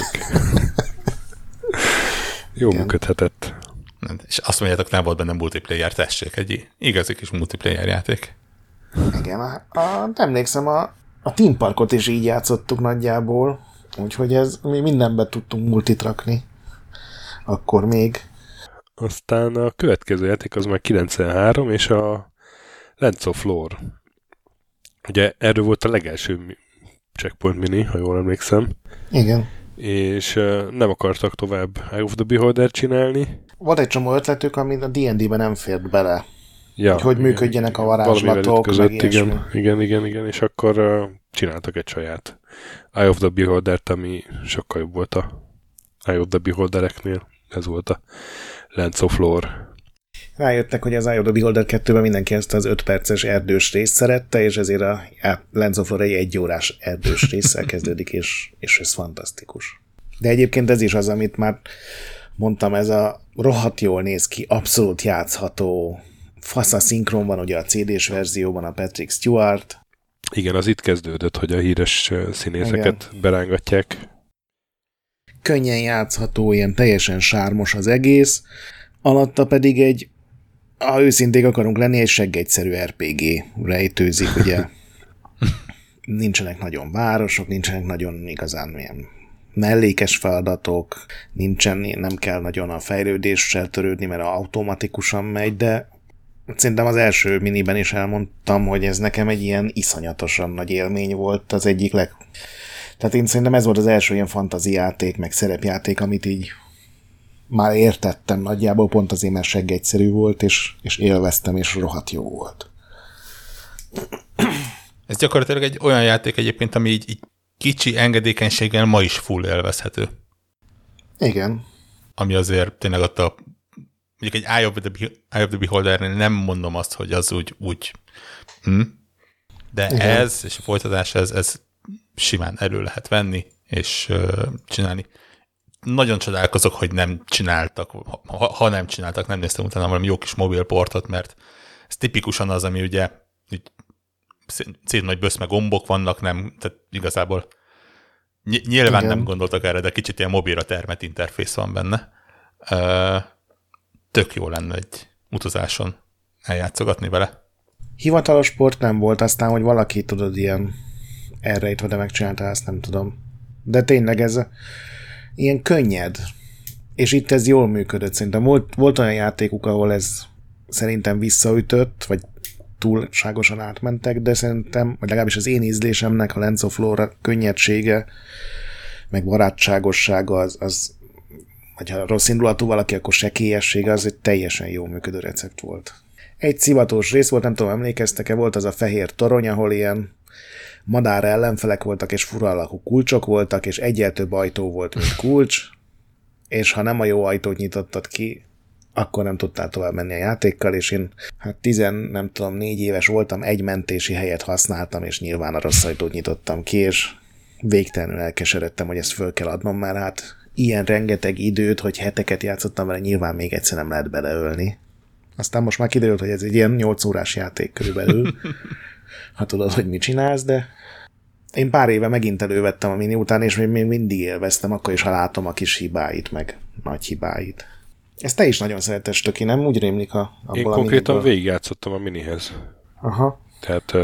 Jó működhetett. És azt mondjátok, nem volt benne multiplayer, tessék, egy igazi kis multiplayer játék. Igen, emlékszem, a Team Parkot is így játszottuk nagyjából, úgyhogy mi mindenben tudtunk multit rakni. Akkor még. Aztán a következő játék az már 93, és a Lands of Lore. Ugye erről volt a legelső Checkpoint Mini, ha jól emlékszem. Igen. És nem akartak tovább Eye of the Beholder csinálni. Volt egy csomó ötletük, amit a D&D-ben nem fért bele. Ja, hogy működjenek a varázslatok, meg igen, és akkor csináltak egy saját Eye of the Beholdert, ami sokkal jobb volt a Eye of the Beholdereknél. Ez volt a Lands of Lore. Rájöttek, hogy az Eye of the Beholder 2-ben mindenki ezt az 5 perces erdős részt szerette, és ezért a Lands of Lore egy 1 órás erdős résszel kezdődik, és ez fantasztikus. De egyébként ez is az, amit már mondtam, ez a rohadt jól néz ki, abszolút játszható, fasz a szinkron van, ugye a CD-s verzióban a Patrick Stewart. Igen, az itt kezdődött, hogy a híres színészeket berángatják. Könnyen játszható, ilyen teljesen sármos az egész, alatta pedig ha őszinték akarunk lenni, egy seggegyszerű RPG rejtőzik, ugye. Nincsenek nagyon városok, nincsenek nagyon igazán ilyen mellékes feladatok, nem kell nagyon a fejlődéssel törődni, mert automatikusan megy, de szerintem az első miniben is elmondtam, hogy ez nekem egy ilyen iszonyatosan nagy élmény volt, az egyik Tehát én szerintem ez volt az első ilyen fantazijáték, meg szerepjáték, amit így már értettem nagyjából, pont azért, mert seggegyszerű volt, és élveztem, és rohadt jó volt. Ez gyakorlatilag egy olyan játék egyébként, ami így kicsi engedékenységgel ma is full élvezhető. Igen. Ami azért tényleg ott mondjuk egy Eye of the Beholdernél nem mondom azt, hogy az úgy de igen. Ez, és a folytatás, ez simán elő lehet venni, és csinálni. Nagyon csodálkozok, hogy nem csináltak, ha nem csináltak, nem néztem utána valami jó kis mobilportot, mert ez tipikusan az, ami ugye szép nagy böszme gombok vannak, tehát igazából nyilván igen. Nem gondoltak erre, de kicsit ilyen mobilra termett interfész van benne. Tök jó lenne egy utazáson eljátszogatni vele. Hivatalos port nem volt, aztán, hogy valaki tudod ilyen elrejtve, de megcsinálta, azt nem tudom. De tényleg ez ilyen könnyed. És itt ez jól működött. Szerintem volt olyan játékuk, ahol ez szerintem visszaütött, vagy túlságosan átmentek, de szerintem, vagy legalábbis az én ízlésemnek a Lens of Lore könnyedsége, meg barátságossága, az vagy ha rossz indulatú valaki, akkor sekélyessége, az egy teljesen jó működő recept volt. Egy szivatós rész volt, nem tudom, emlékeztek-e, volt az a fehér torony, ahol ilyen madár ellenfelek voltak, és fura alakú kulcsok voltak, és egyel több ajtó volt, mint kulcs, és ha nem a jó ajtót nyitottad ki, akkor nem tudtál tovább menni a játékkal, és én 4 éves voltam, egy mentési helyet használtam, és nyilván a rossz ajtót nyitottam ki, és végtelenül elkeseredtem, hogy ezt föl kell adnom, mert hát ilyen rengeteg időt, hogy heteket játszottam vele, nyilván még egyszer nem lehet beleölni. Aztán most már kiderült, hogy ez egy ilyen 8 órás játék körülbelül, ha tudod, hogy mit csinálsz, de én pár éve megint elővettem a mini után, és még mindig élveztem, akkor is, ha látom a kis hibáit, meg nagy hibáit. Ezt te is nagyon szereted, Stöki, nem? Úgy rémlik abból. Én konkrétan végigjátszottam a minihez. Aha. Tehát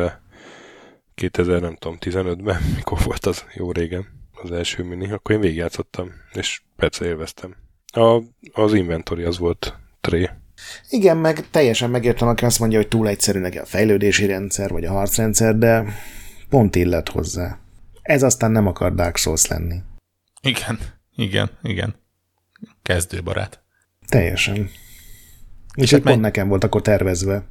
2015-ben, mikor volt az jó régen, az első mini, akkor én végigjátszottam, és persze élveztem. Az inventory az volt tré. Igen, meg teljesen megértem, aki azt mondja, hogy túl egyszerűnek a fejlődési rendszer, vagy a harcrendszer, de pont illet hozzá. Ez aztán nem akar Dark Souls lenni. Igen. Kezdőbarát. Teljesen. És hát pont nekem volt akkor tervezve.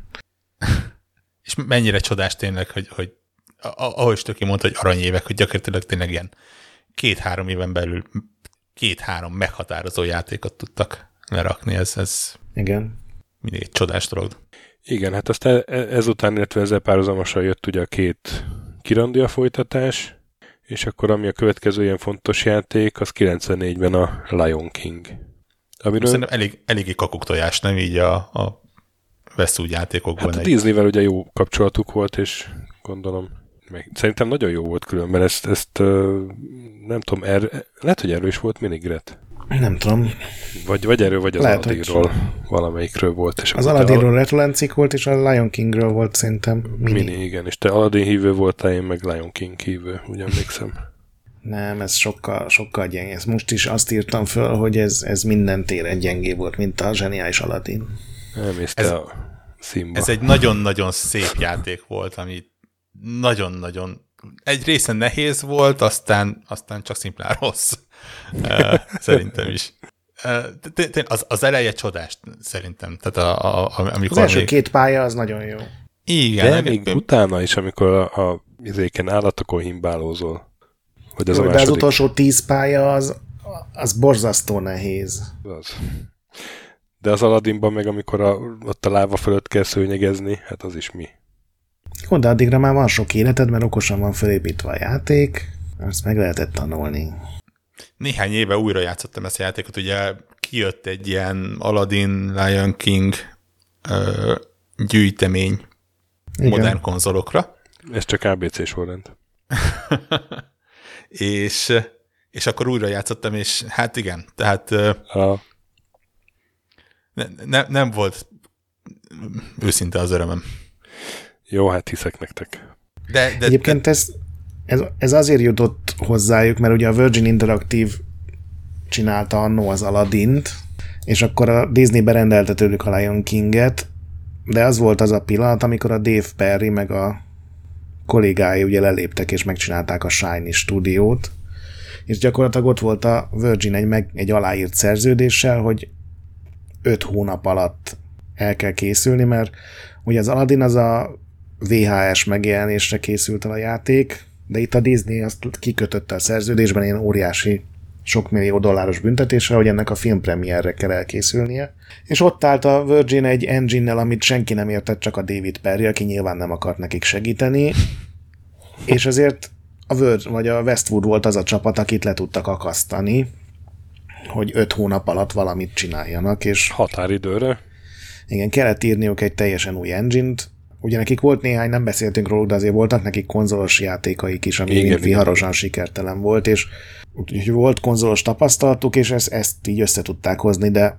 És mennyire csodás tényleg, hogy ahogy Stöki mondta, hogy aranyévek, hogy gyakorlatilag tényleg ilyen 2-3 éven belül 2-3 meghatározó játékot tudtak lerakni. Ez igen. Mindig egy csodás dolog. Igen, hát aztán ezután, illetve ezzel párhuzamosan jött ugye a 2 Kirandia folytatás, és akkor ami a következő ilyen fontos játék, az 94-ben a Lion King. Amiről... Szerintem eléggé kakuktojás, nem így a Westwood játékokban. Hát a Disneyvel ugye jó kapcsolatuk volt, és gondolom, szerintem nagyon jó volt különben, ezt nem tudom, lehet, hogy erről is volt minigret. Nem tudom. Vagy erről, vagy az Aladdinról, valamelyikről volt. És az Aladdinról Retrolencik volt, és a Lion Kingről volt szerintem mini. Igen, és te Aladdin hívő voltál, én meg Lion King hívő, úgy emlékszem. Nem, ez sokkal gyenge. Ezt most is azt írtam föl, hogy ez minden téren gyengé volt, mint a zseniális Aladdin. Elmészte a színba. Ez egy nagyon-nagyon szép játék volt, ami nagyon-nagyon egy részen nehéz volt, aztán csak szimplán rossz. Szerintem is. Az eleje csodás, szerintem. Tehát amikor az első 2 pálya az nagyon jó. Igen. De még utána is, amikor a izéken állatokon himbálózol. Vagy az jó, a második... De az utolsó 10 pálya az borzasztó nehéz. Az. De az Aladdinban meg, amikor ott a láva fölött kell szőnyegezni, hát az is mi. Jó, de addigra már van sok életed, mert okosan van felépítve a játék, azt meg lehetett tanulni. Néhány éve újra játszottam ezt a játékot, ugye kijött egy ilyen Aladdin, Lion King gyűjtemény igen. Modern konzolokra. Ez csak ABC sorrend. és akkor újra játszottam, és hát igen, tehát nem volt őszinte az örömöm. Jó, hát hiszek nektek. De egyébként ez azért jutott hozzájuk, mert ugye a Virgin Interactive csinálta annó az Aladdint, és akkor a Disney berendelte tőlük a Lion Kinget, de az volt az a pillanat, amikor a Dave Perry meg a kollégái ugye leléptek és megcsinálták a Shiny stúdiót, és gyakorlatilag ott volt a Virgin egy aláírt szerződéssel, hogy 5 hónap alatt el kell készülni, mert ugye az Aladdin az a VHS megjelenésre készült el a játék, de itt a Disney azt kikötötte a szerződésben ilyen óriási sok millió dolláros büntetéssel, hogy ennek a filmpremierre kell elkészülnie. És ott állt a Virgin egy engine-nel, amit senki nem értett, csak a David Perry, aki nyilván nem akart nekik segíteni, és azért a Westwood volt az a csapat, akit le tudtak akasztani, hogy 5 hónap alatt valamit csináljanak, és határidőre. Igen, kellett írniuk egy teljesen új engine-t. Ugye nekik volt néhány, nem beszéltünk róluk, de azért voltak nekik konzolos játékaik is, ami igen, viharosan sikertelen volt, és úgyhogy volt konzolos tapasztalatuk, és ezt így össze tudták hozni, de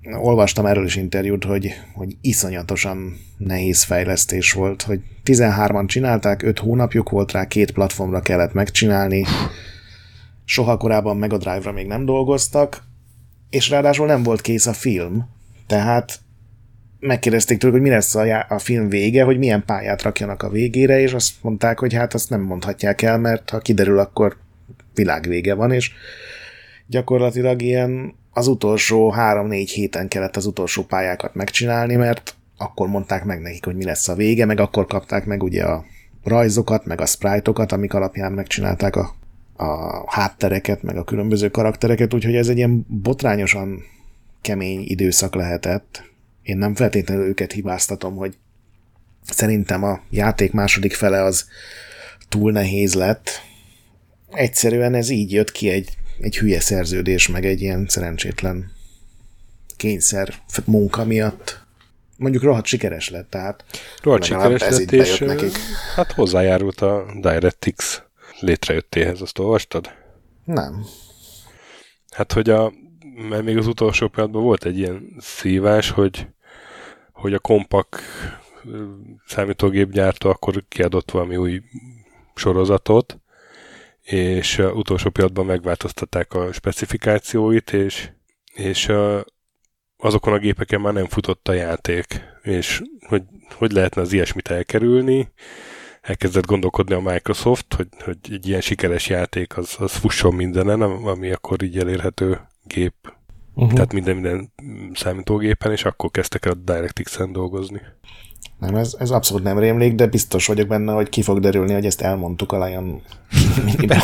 olvastam erről is interjút, hogy iszonyatosan nehéz fejlesztés volt, hogy 13-an csinálták, 5 hónapjuk volt rá, 2 platformra kellett megcsinálni, soha korábban Mega Drive-ra még nem dolgoztak, és ráadásul nem volt kész a film, tehát megkérdezték tőlük, hogy mi lesz a film vége, hogy milyen pályát rakjanak a végére, és azt mondták, hogy hát azt nem mondhatják el, mert ha kiderül, akkor világvége van, és gyakorlatilag ilyen az utolsó 3-4 héten kellett az utolsó pályákat megcsinálni, mert akkor mondták meg nekik, hogy mi lesz a vége, meg akkor kapták meg ugye a rajzokat, meg a sprite-okat, amik alapján megcsinálták a háttereket, meg a különböző karaktereket, úgyhogy ez egy ilyen botrányosan kemény időszak lehetett. Én nem feltétlenül őket hibáztatom, hogy szerintem a játék második fele az túl nehéz lett. Egyszerűen ez így jött ki egy hülye szerződés, meg egy ilyen szerencsétlen kényszer munka miatt. Mondjuk rohadt sikeres lett, tehát rohadt sikeres lett, és nekik. Hát hozzájárult a DirectX létrejöttéhez, azt olvastad? Nem. Hát, mert még az utolsó pillanatban volt egy ilyen szívás, hogy a Compaq számítógépgyártó akkor kiadott valami új sorozatot, és utolsó pillanatban megváltoztatták a specifikációit, és azokon a gépeken már nem futott a játék, és hogy lehetne az ilyesmit elkerülni. Elkezdett gondolkodni a Microsoft, hogy egy ilyen sikeres játék az fusson mindenen, ami akkor így elérhető gép. Tehát minden számítógépen, és akkor kezdtek el a DirectX-en dolgozni. Nem, ez abszolút nem rémlik, de biztos vagyok benne, hogy ki fog derülni, hogy ezt elmondtuk a Lion Miniban.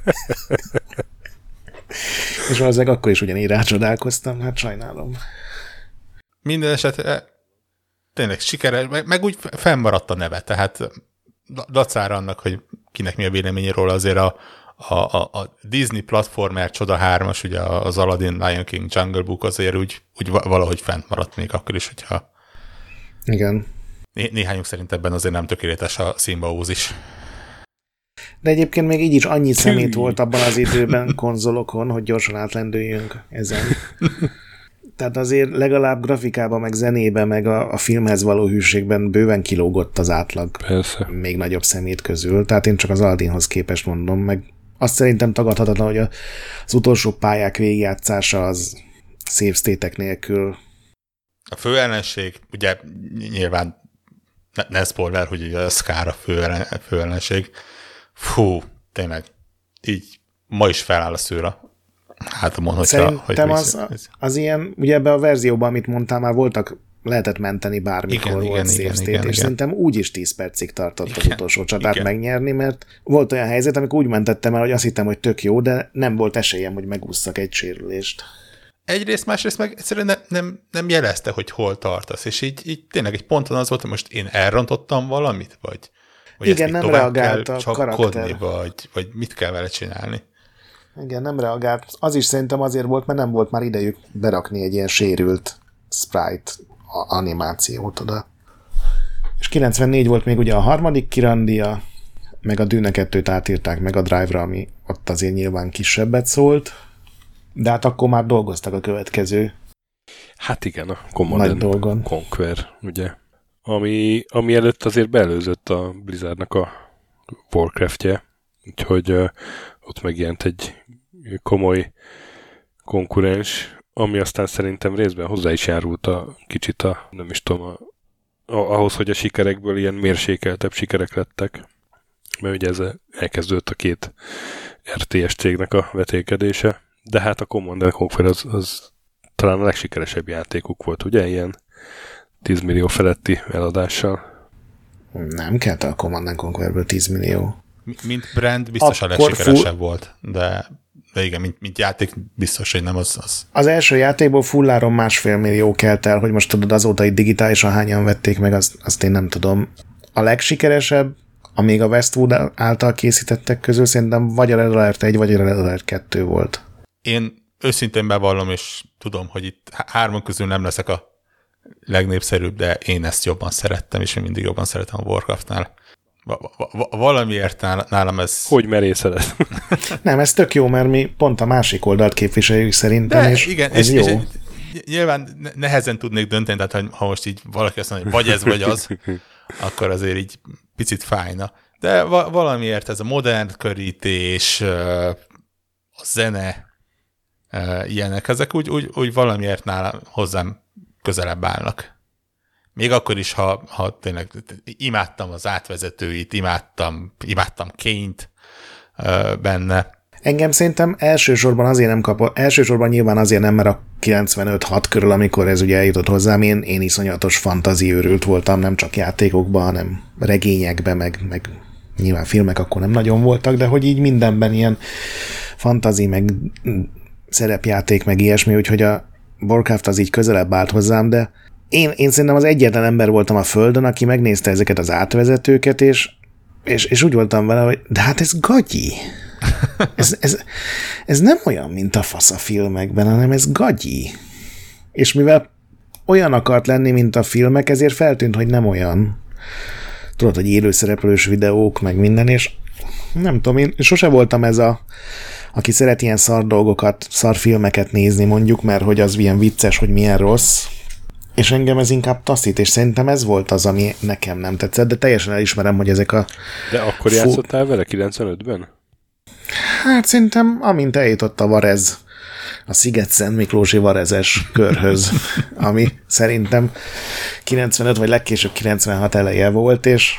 És valószínűleg akkor is ugyanígy rácsodálkoztam, hát sajnálom. Minden esetre tényleg sikeres, meg úgy fennmaradt a neve, tehát dacára annak, hogy kinek mi a véleményéről azért a Disney platformer Csoda 3-as, ugye az Aladdin, Lion King, Jungle Book azért úgy valahogy fennmaradt még akkor is, hogyha igen. Néhányunk szerint ebben azért nem tökéletes a szimbaózis. De egyébként még így is annyi szemét volt abban az időben konzolokon, hogy gyorsan átlendüljünk ezen. Tehát azért legalább grafikában, meg zenében, meg a filmhez való hűségben bőven kilógott az átlag. Persze. Még nagyobb szemét közül. Tehát én csak az Aladdinhoz képest mondom, meg azt szerintem tagadhatatlan, hogy az utolsó pályák végigjátszása az save state-ek nélkül. A fő ellenség, ugye nyilván ne spoiler, hogy ugye a Scar a fő ellenség. Fú, tényleg, így ma is feláll a szőre. Hát mondom, szerintem az ilyen, ugye ebben a verzióban, amit mondtál, már lehetett menteni bármikor volt save state, és szerintem úgy is 10 percig tartott az utolsó csatát megnyerni, mert volt olyan helyzet, amikor úgy mentettem el, hogy azt hittem, hogy tök jó, de nem volt esélyem, hogy megússzak egy sérülést. Egyrészt, másrészt meg egyszerűen nem jelezte, hogy hol tartasz, és így tényleg egy ponton az volt, hogy most én elrontottam valamit, vagy igen, nem reagált a karakter. Vagy mit kell vele csinálni. Igen, nem reagált. Az is szerintem azért volt, mert nem volt már idejük berakni egy ilyen sérült sprite animációt oda. És 94 volt még ugye a harmadik kirandia, meg a Dune 2-t átírták meg a Drive-ra, ami ott azért nyilván kisebbet szólt, de hát akkor már dolgoztak a következő. Hát igen, a Command & Conquer, ugye. Ami előtt azért beelőzött a Blizzardnak a Warcraft-je, úgyhogy ott megjelent egy komoly konkurens, ami aztán szerintem részben hozzá is járult kicsit nem is tudom, ahhoz, hogy a sikerekből ilyen mérsékeltebb sikerek lettek, mert ugye ez elkezdődött a két RTS cégnek a vetélkedése, de hát a Command & Conquer az talán a legsikeresebb játékuk volt, ugye, ilyen 10 millió feletti eladással. Nem kellett a Command & Conquerből 10 millió. Mint brand biztos akkor a legsikeresebb volt, de igen, mint játék biztos, hogy nem az. Az első játékból fulláron 1,5 millió kelt el, hogy most tudod, azóta itt digitálisan hányan vették meg, azt én nem tudom. A legsikeresebb, amíg a Westwood által készítettek közül, szerintem vagy a Red Alert 1, vagy a Red Alert 2 volt. Én őszintén bevallom, és tudom, hogy itt 3 közül nem leszek a legnépszerűbb, de én ezt jobban szerettem, és én mindig jobban szeretem a Warcraftnál. Valamiért nálam ez... Hogy merészeled? Nem, ez tök jó, mert mi pont a másik oldalt képviseljük szerintem, de, és igen, ez jó. nyilván nehezen tudnék dönteni, tehát ha most így valaki azt mondja, hogy vagy ez, vagy az, akkor azért így picit fájna. De valamiért ez a modern körítés, a zene, ilyenek, ezek úgy valamiért nálam hozzám közelebb állnak. Még akkor is, ha tényleg imádtam az átvezetőit, imádtam Kane-t benne. Engem szerintem elsősorban azért nem kapott, elsősorban nyilván azért nem, mert a 95-6 körül, amikor ez ugye eljutott hozzám, én iszonyatos fantaziőrült voltam, nem csak játékokban, hanem regényekben, meg nyilván filmek akkor nem nagyon voltak, de hogy így mindenben ilyen fantazi, meg szerepjáték, meg ilyesmi, úgyhogy a Warcraft az így közelebb állt hozzám, de én szerintem az egyetlen ember voltam a Földön, aki megnézte ezeket az átvezetőket, és úgy voltam vele, hogy de hát ez gagyi. Ez nem olyan, mint a fasz a filmekben, hanem ez gagyi. És mivel olyan akart lenni, mint a filmek, ezért feltűnt, hogy nem olyan. Tudod, hogy élőszereplős videók, meg minden, és nem tudom, én sose voltam ez aki szeret ilyen szar dolgokat, szar filmeket nézni mondjuk, mert hogy az ilyen vicces, hogy milyen rossz, és engem ez inkább taszít, és szerintem ez volt az, ami nekem nem tetszett, de teljesen elismerem, hogy ezek a... De akkor játszottál vele 95-ben? Hát szerintem, amint eljutott a Varez, a Sziget-Szent Miklósi Varezes körhöz, ami szerintem 95 vagy legkésőbb 96 eleje volt, és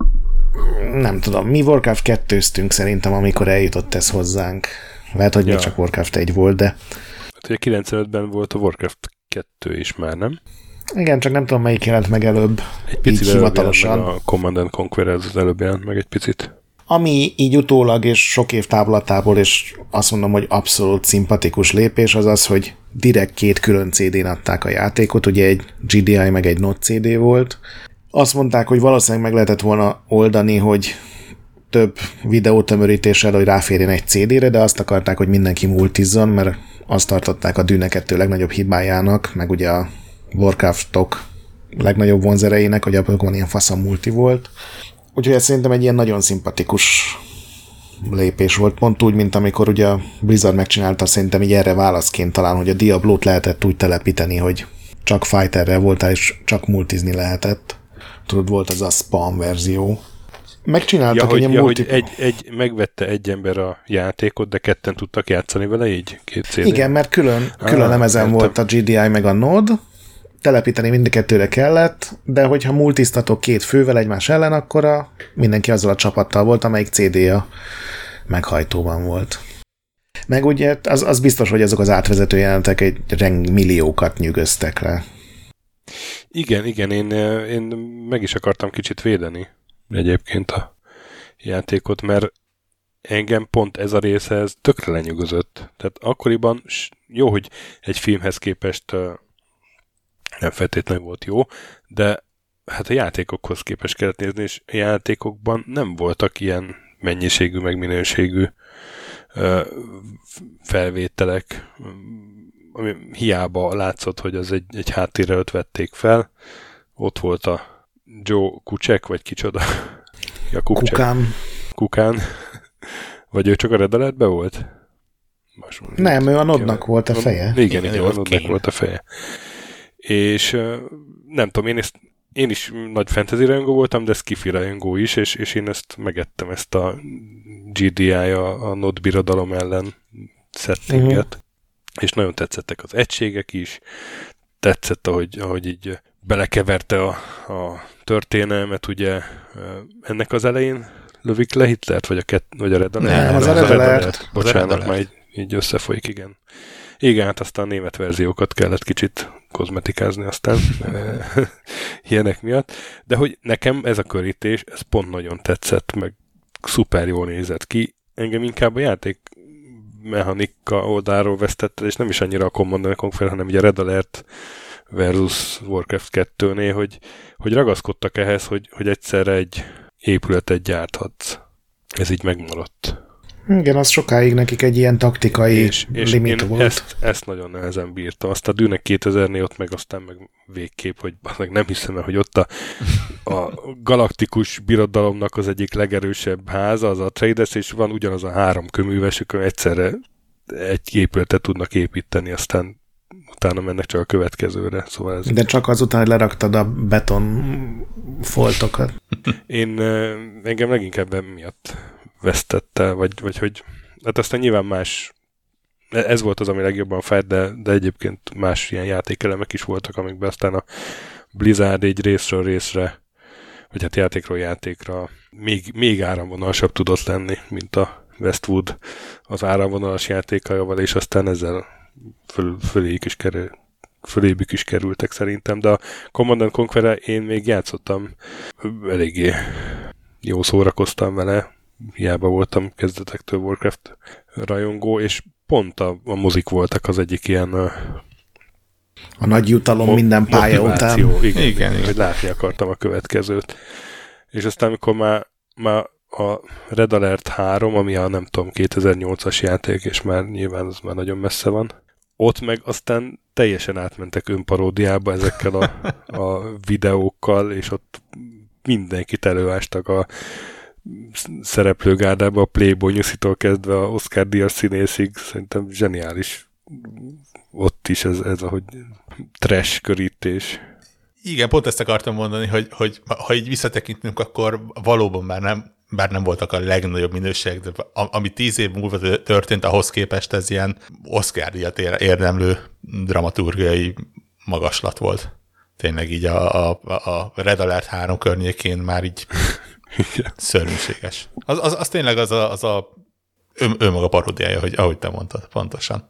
nem tudom, mi Warcraft 2-ztünk szerintem, amikor eljutott ez hozzánk. Lehet, hogy még csak Warcraft 1 volt, de... Hát ugye 95-ben volt a Warcraft 2 is már, nem? Igen, csak nem tudom, melyik jelent meg előbb. Egy picit hivatalosan. A Command & Conquer az előbb jelent meg egy picit. Ami így utólag és sok év távlatából, és azt mondom, hogy abszolút szimpatikus lépés, az az, hogy direkt 2 külön CD-n adták a játékot, ugye egy GDI meg egy NOT CD volt. Azt mondták, hogy valószínűleg meg lehetett volna oldani, hogy több videótömörítéssel, hogy ráférjen egy CD-re, de azt akarták, hogy mindenki multizzon, mert azt tartották a Dune 2 legnagyobb hibájának, meg ugye a Warcraftok legnagyobb vonzerejének, hogy abban ilyen faszom multi volt. Úgyhogy ez szerintem egy ilyen nagyon szimpatikus lépés volt, pont úgy, mint amikor ugye a Blizzard megcsinálta, szerintem így erre válaszként talán, hogy a Diablót lehetett úgy telepíteni, hogy csak fighterrel voltál, és csak multizni lehetett. Tudod, volt az a spam verzió. Megcsináltak egy hogy megvette egy ember a játékot, de ketten tudtak játszani vele így? 2 CD? Igen, mert külön lemezen volt a GDI meg a NOD, telepíteni mindkettőre kellett, de hogyha multiztatok 2 fővel egymás ellen, akkor mindenki azzal a csapattal volt, amelyik CD-ja meghajtóban volt. Meg ugye az biztos, hogy azok az átvezető jelenetek egy milliókat nyűgöztek le. Igen, én meg is akartam kicsit védeni egyébként a játékot, mert engem pont ez a része ez tökre lenyűgözött. Tehát akkoriban jó, hogy egy filmhez képest nem feltétlenül volt jó, de hát a játékokhoz képest kellett nézni, és a játékokban nem voltak ilyen mennyiségű, meg minőségű felvételek, ami hiába látszott, hogy az egy háttérre vették fel. Ott volt a Joe Kuczek, vagy kicsoda? Ja, Kukán. Vagy ő csak a Red Alertben volt? Nem, ő a Nodnak volt a feje. Igen, a Nodnak volt a feje. És nem tudom, én is nagy fantasy rajongó voltam, de skifi rajongó is, és én ezt megettem, ezt a GDI, a Nod birodalom ellen settinget. És nagyon tetszettek az egységek is, tetszett, ahogy így belekeverte a történelmet, ugye ennek az elején lövik le Hitlert, vagy a Red Alert? Nem, az a Red Alert. Bocsánat, már így összefolyik, igen. Igen, hát aztán a német verziókat kellett kicsit kozmetikázni aztán ilyenek miatt, de hogy nekem ez a körítés, ez pont nagyon tetszett, meg szuper jól nézett ki. Engem inkább a játék mechanika oldalról vesztett, és nem is annyira a Command & Conquer, hanem ugye a Red Alert versus Warcraft 2-nél, hogy ragaszkodtak ehhez, hogy egyszerre egy épületet gyárthatsz. Ez így megmaradt. Igen, az sokáig nekik egy ilyen taktikai limit volt. Ezt nagyon nehezen bírtam. Azt a Dune 2000-nél ott meg aztán meg végképp, hogy nem hiszem el, hogy ott a galaktikus birodalomnak az egyik legerősebb háza, az a Atreides, és van ugyanaz a 3 köművesük, egyszerre egy épületet tudnak építeni, aztán utána mennek csak a következőre. Szóval ez... De csak azután, hogy leraktad a beton foltokat. Engem leginkább emiatt vesztette, vagy hogy hát aztán nyilván más, ez volt az, ami legjobban fájt, de egyébként más ilyen játékelemek is voltak, amikben aztán a Blizzard egy részről részre, vagy hát játékról játékra még áramvonalasabb tudott lenni, mint a Westwood az áramvonalas játékaival, és aztán ezzel fölébük is kerültek szerintem, de a Command & Conquer-re én még játszottam, eléggé jó szórakoztam vele, hiába voltam kezdetektől Warcraft rajongó, és pont a mozik voltak az egyik ilyen a nagy jutalom minden pálya után. Igen, hogy látni akartam a következőt. És aztán, amikor már a Red Alert 3, ami a nem tudom, 2008-as játék, és már nyilván az már nagyon messze van, ott meg aztán teljesen átmentek önparódiába ezekkel a videókkal, és ott mindenkit előástak a szereplőgárdába, a Playboy Nyuszitól kezdve a Oscar Díjas színészig, szerintem zseniális ott is ez ahogy trash körítés. Igen, pont ezt akartam mondani, hogy ha így visszatekintünk, akkor valóban bár nem voltak a legnagyobb minőség, de ami 10 év múlva történt, ahhoz képest ez ilyen Oscar-díjat érdemlő dramaturgiai magaslat volt. Tényleg így a Red Alert 3 környékén már így szörnyűséges. Az tényleg az a önmaga paródiája, ahogy te mondtad, pontosan.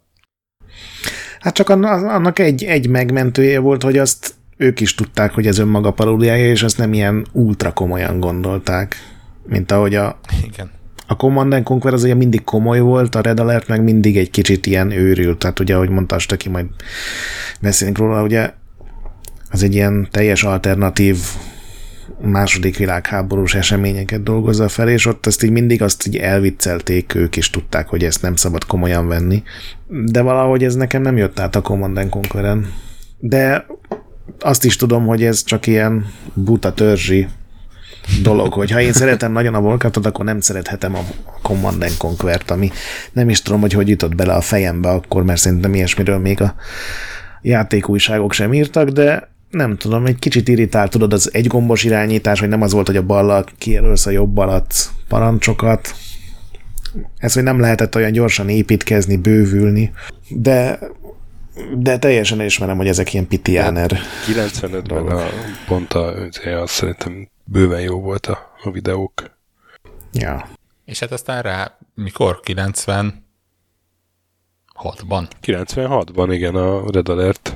Hát csak annak egy megmentője volt, hogy azt ők is tudták, hogy ez önmaga paródiája, és azt nem ilyen ultra komolyan gondolták, mint ahogy igen. A Command & Conquer az ugye mindig komoly volt, a Red Alert meg mindig egy kicsit ilyen őrült, tehát ugye, ahogy mondta Staki, majd beszélünk róla, ugye az egy ilyen teljes alternatív második világháborús eseményeket dolgozza fel, és ott ezt így mindig azt így elviccelték, ők is tudták, hogy ezt nem szabad komolyan venni. De valahogy ez nekem nem jött át a Command & Conqueren. De azt is tudom, hogy ez csak ilyen buta törzsi dolog, hogy ha én szeretem nagyon a Warcraftot, akkor nem szerethetem a Command & Conquert, ami nem is tudom, hogy jutott bele a fejembe akkor, mert szerintem ilyesmiről még a játékújságok sem írtak, de nem tudom, egy kicsit irritál, tudod, az egygombos irányítás, hogy nem az volt, hogy a ballal kijelölsz, a jobbal adsz parancsokat. Ez, hogy nem lehetett olyan gyorsan építkezni, bővülni, de teljesen ismerem, hogy ezek ilyen pitiáner. 95-ben pont az szerintem bőven jó volt a videók. Ja. És hát aztán rá, mikor? 96-ban? 96-ban, igen, a Red Alert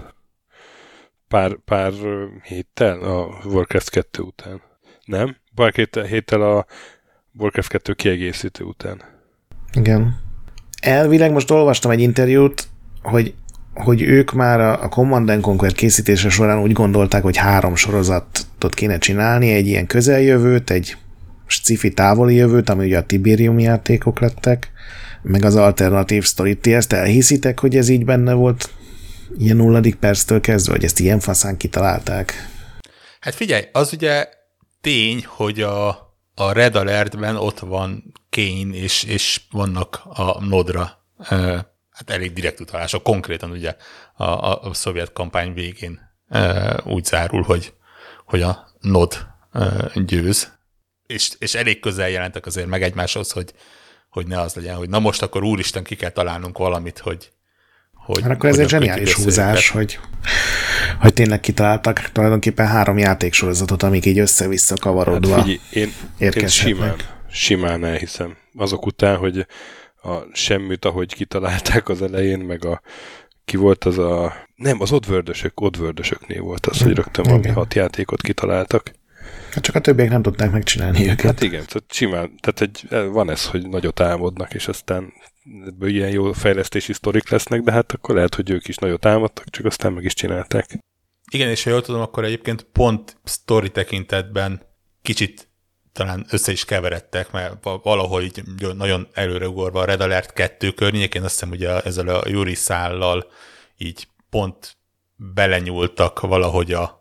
pár héttel a Warcraft 2 után. Nem? Pár héttel a Warcraft 2 kiegészítő után. Igen. Elvileg most olvastam egy interjút, hogy ők már a Command & Conquer készítése során úgy gondolták, hogy 3 sorozatot kéne csinálni, egy ilyen közeljövőt, egy sci-fi távoli jövőt, ami ugye a Tiberium játékok lettek, meg az alternatív sztorit. Ti ezt elhiszitek, hogy ez így benne volt ilyen 0. perctől kezdve, hogy ezt ilyen faszán kitalálták? Hát figyelj, az ugye tény, hogy a Red Alertben ott van Kane, és vannak a Nodra hát elég direkt utalások. Konkrétan ugye a szovjet kampány végén úgy zárul, hogy a Nod győz, és elég közel jelentek azért meg egymáshoz, hogy ne az legyen, hogy na most akkor úristen ki kell találnunk valamit, hogy hát akkor ez egy zseniális húzás, hogy tényleg kitaláltak tulajdonképpen 3 játéksorozatot, amik így össze-vissza kavarodva hát én simán elhiszem. Azok után, hogy a semmit, ahogy kitalálták az elején, meg ki volt az nem, az Oddworld-ösöknél volt az, hogy rögtön valami 6 játékot kitaláltak. Hát csak a többiek nem tudták megcsinálni őket. Hát igen, simán, tehát van ez, hogy nagyot álmodnak, és aztán ebből ilyen jó fejlesztési sztorik lesznek, de hát akkor lehet, hogy ők is nagyot álmodtak, csak aztán meg is csinálták. Igen, és ha jól tudom, akkor egyébként pont sztori tekintetben kicsit talán össze is keveredtek, mert valahol így nagyon előreugorva a Red Alert 2 környékén, azt hiszem ugye ezzel a Yuri szállal így pont belenyúltak valahogy a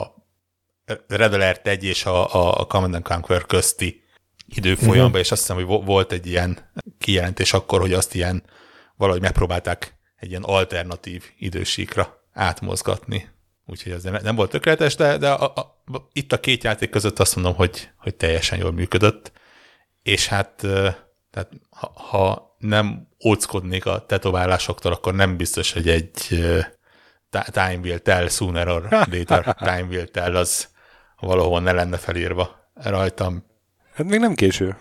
Red Alert 1 és a Command & Conquer közti időfolyamba, és azt hiszem, hogy volt egy ilyen kijelentés akkor, hogy azt ilyen valahogy megpróbálták ilyen alternatív idősíkra átmozgatni. Úgyhogy ez nem volt tökéletes, de itt a két játék között azt mondom, hogy teljesen jól működött, és hát tehát, ha nem óckodnék a tetoválásoktól, akkor nem biztos, hogy egy time will tell sooner or later, time will tell az valahol ne lenne felírva rajtam. Hát még nem késő.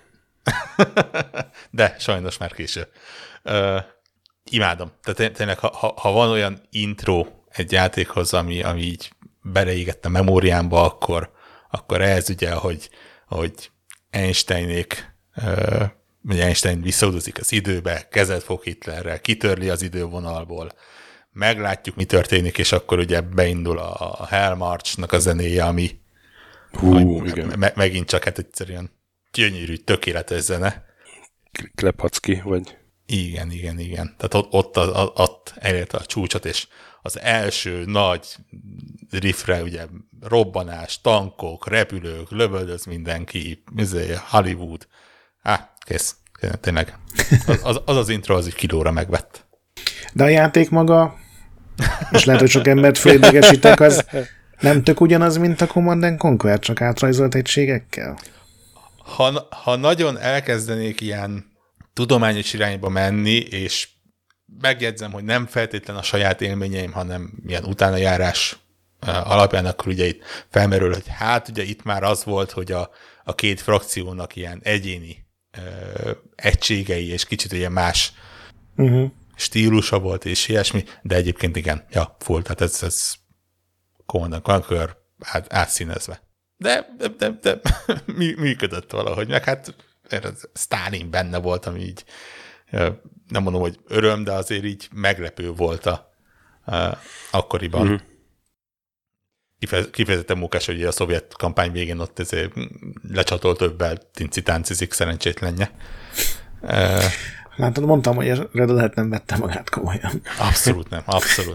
De sajnos már késő. Imádom. Tehát tényleg, ha van olyan intro egy játékhoz, ami így beleégett a memóriámba, akkor ez ugye, hogy Einsteinék, vagy Einstein visszautazik az időbe, kezet fog Hitlerrel, kitörli az idővonalból, meglátjuk, mi történik, és akkor ugye beindul a Hell March-nak a zenéje, ami megint csak hát egyszerűen gyönyörű, tökéletes zene. Klepacki, vagy... Igen. Tehát ott elérte a csúcsot, és az első nagy riffre ugye robbanás, tankok, repülők, lövöldöz mindenki, Hollywood. Kész. Tényleg. Az intro az egy kilóra megvett. De a játék maga, és lehet, hogy sok embert fölidegesítek, az nem tök ugyanaz, mint a Command & Conquer, csak átrajzolt egységekkel? Ha nagyon elkezdenék ilyen tudományos irányba menni, és megjegyzem, hogy nem feltétlen a saját élményeim, hanem ilyen utánajárás alapján, akkor ugye itt felmerül, hogy hát ugye itt már az volt, hogy a két frakciónak ilyen egyéni egységei, és kicsit ilyen más stílusa volt, és ilyesmi, de egyébként igen, full, tehát ez Command & Conquer átszínezve. De működött valahogy, meg hát Stalin benne volt, ami így nem mondom, hogy öröm, de azért így meglepő volt akkoriban. Kifejezetten munkás, hogy a szovjet kampány végén ott lecsatolt többel tinci-táncizik szerencsétlenje. Látod, mondtam, hogy a Red Alert nem vette magát komolyan. Abszolút nem.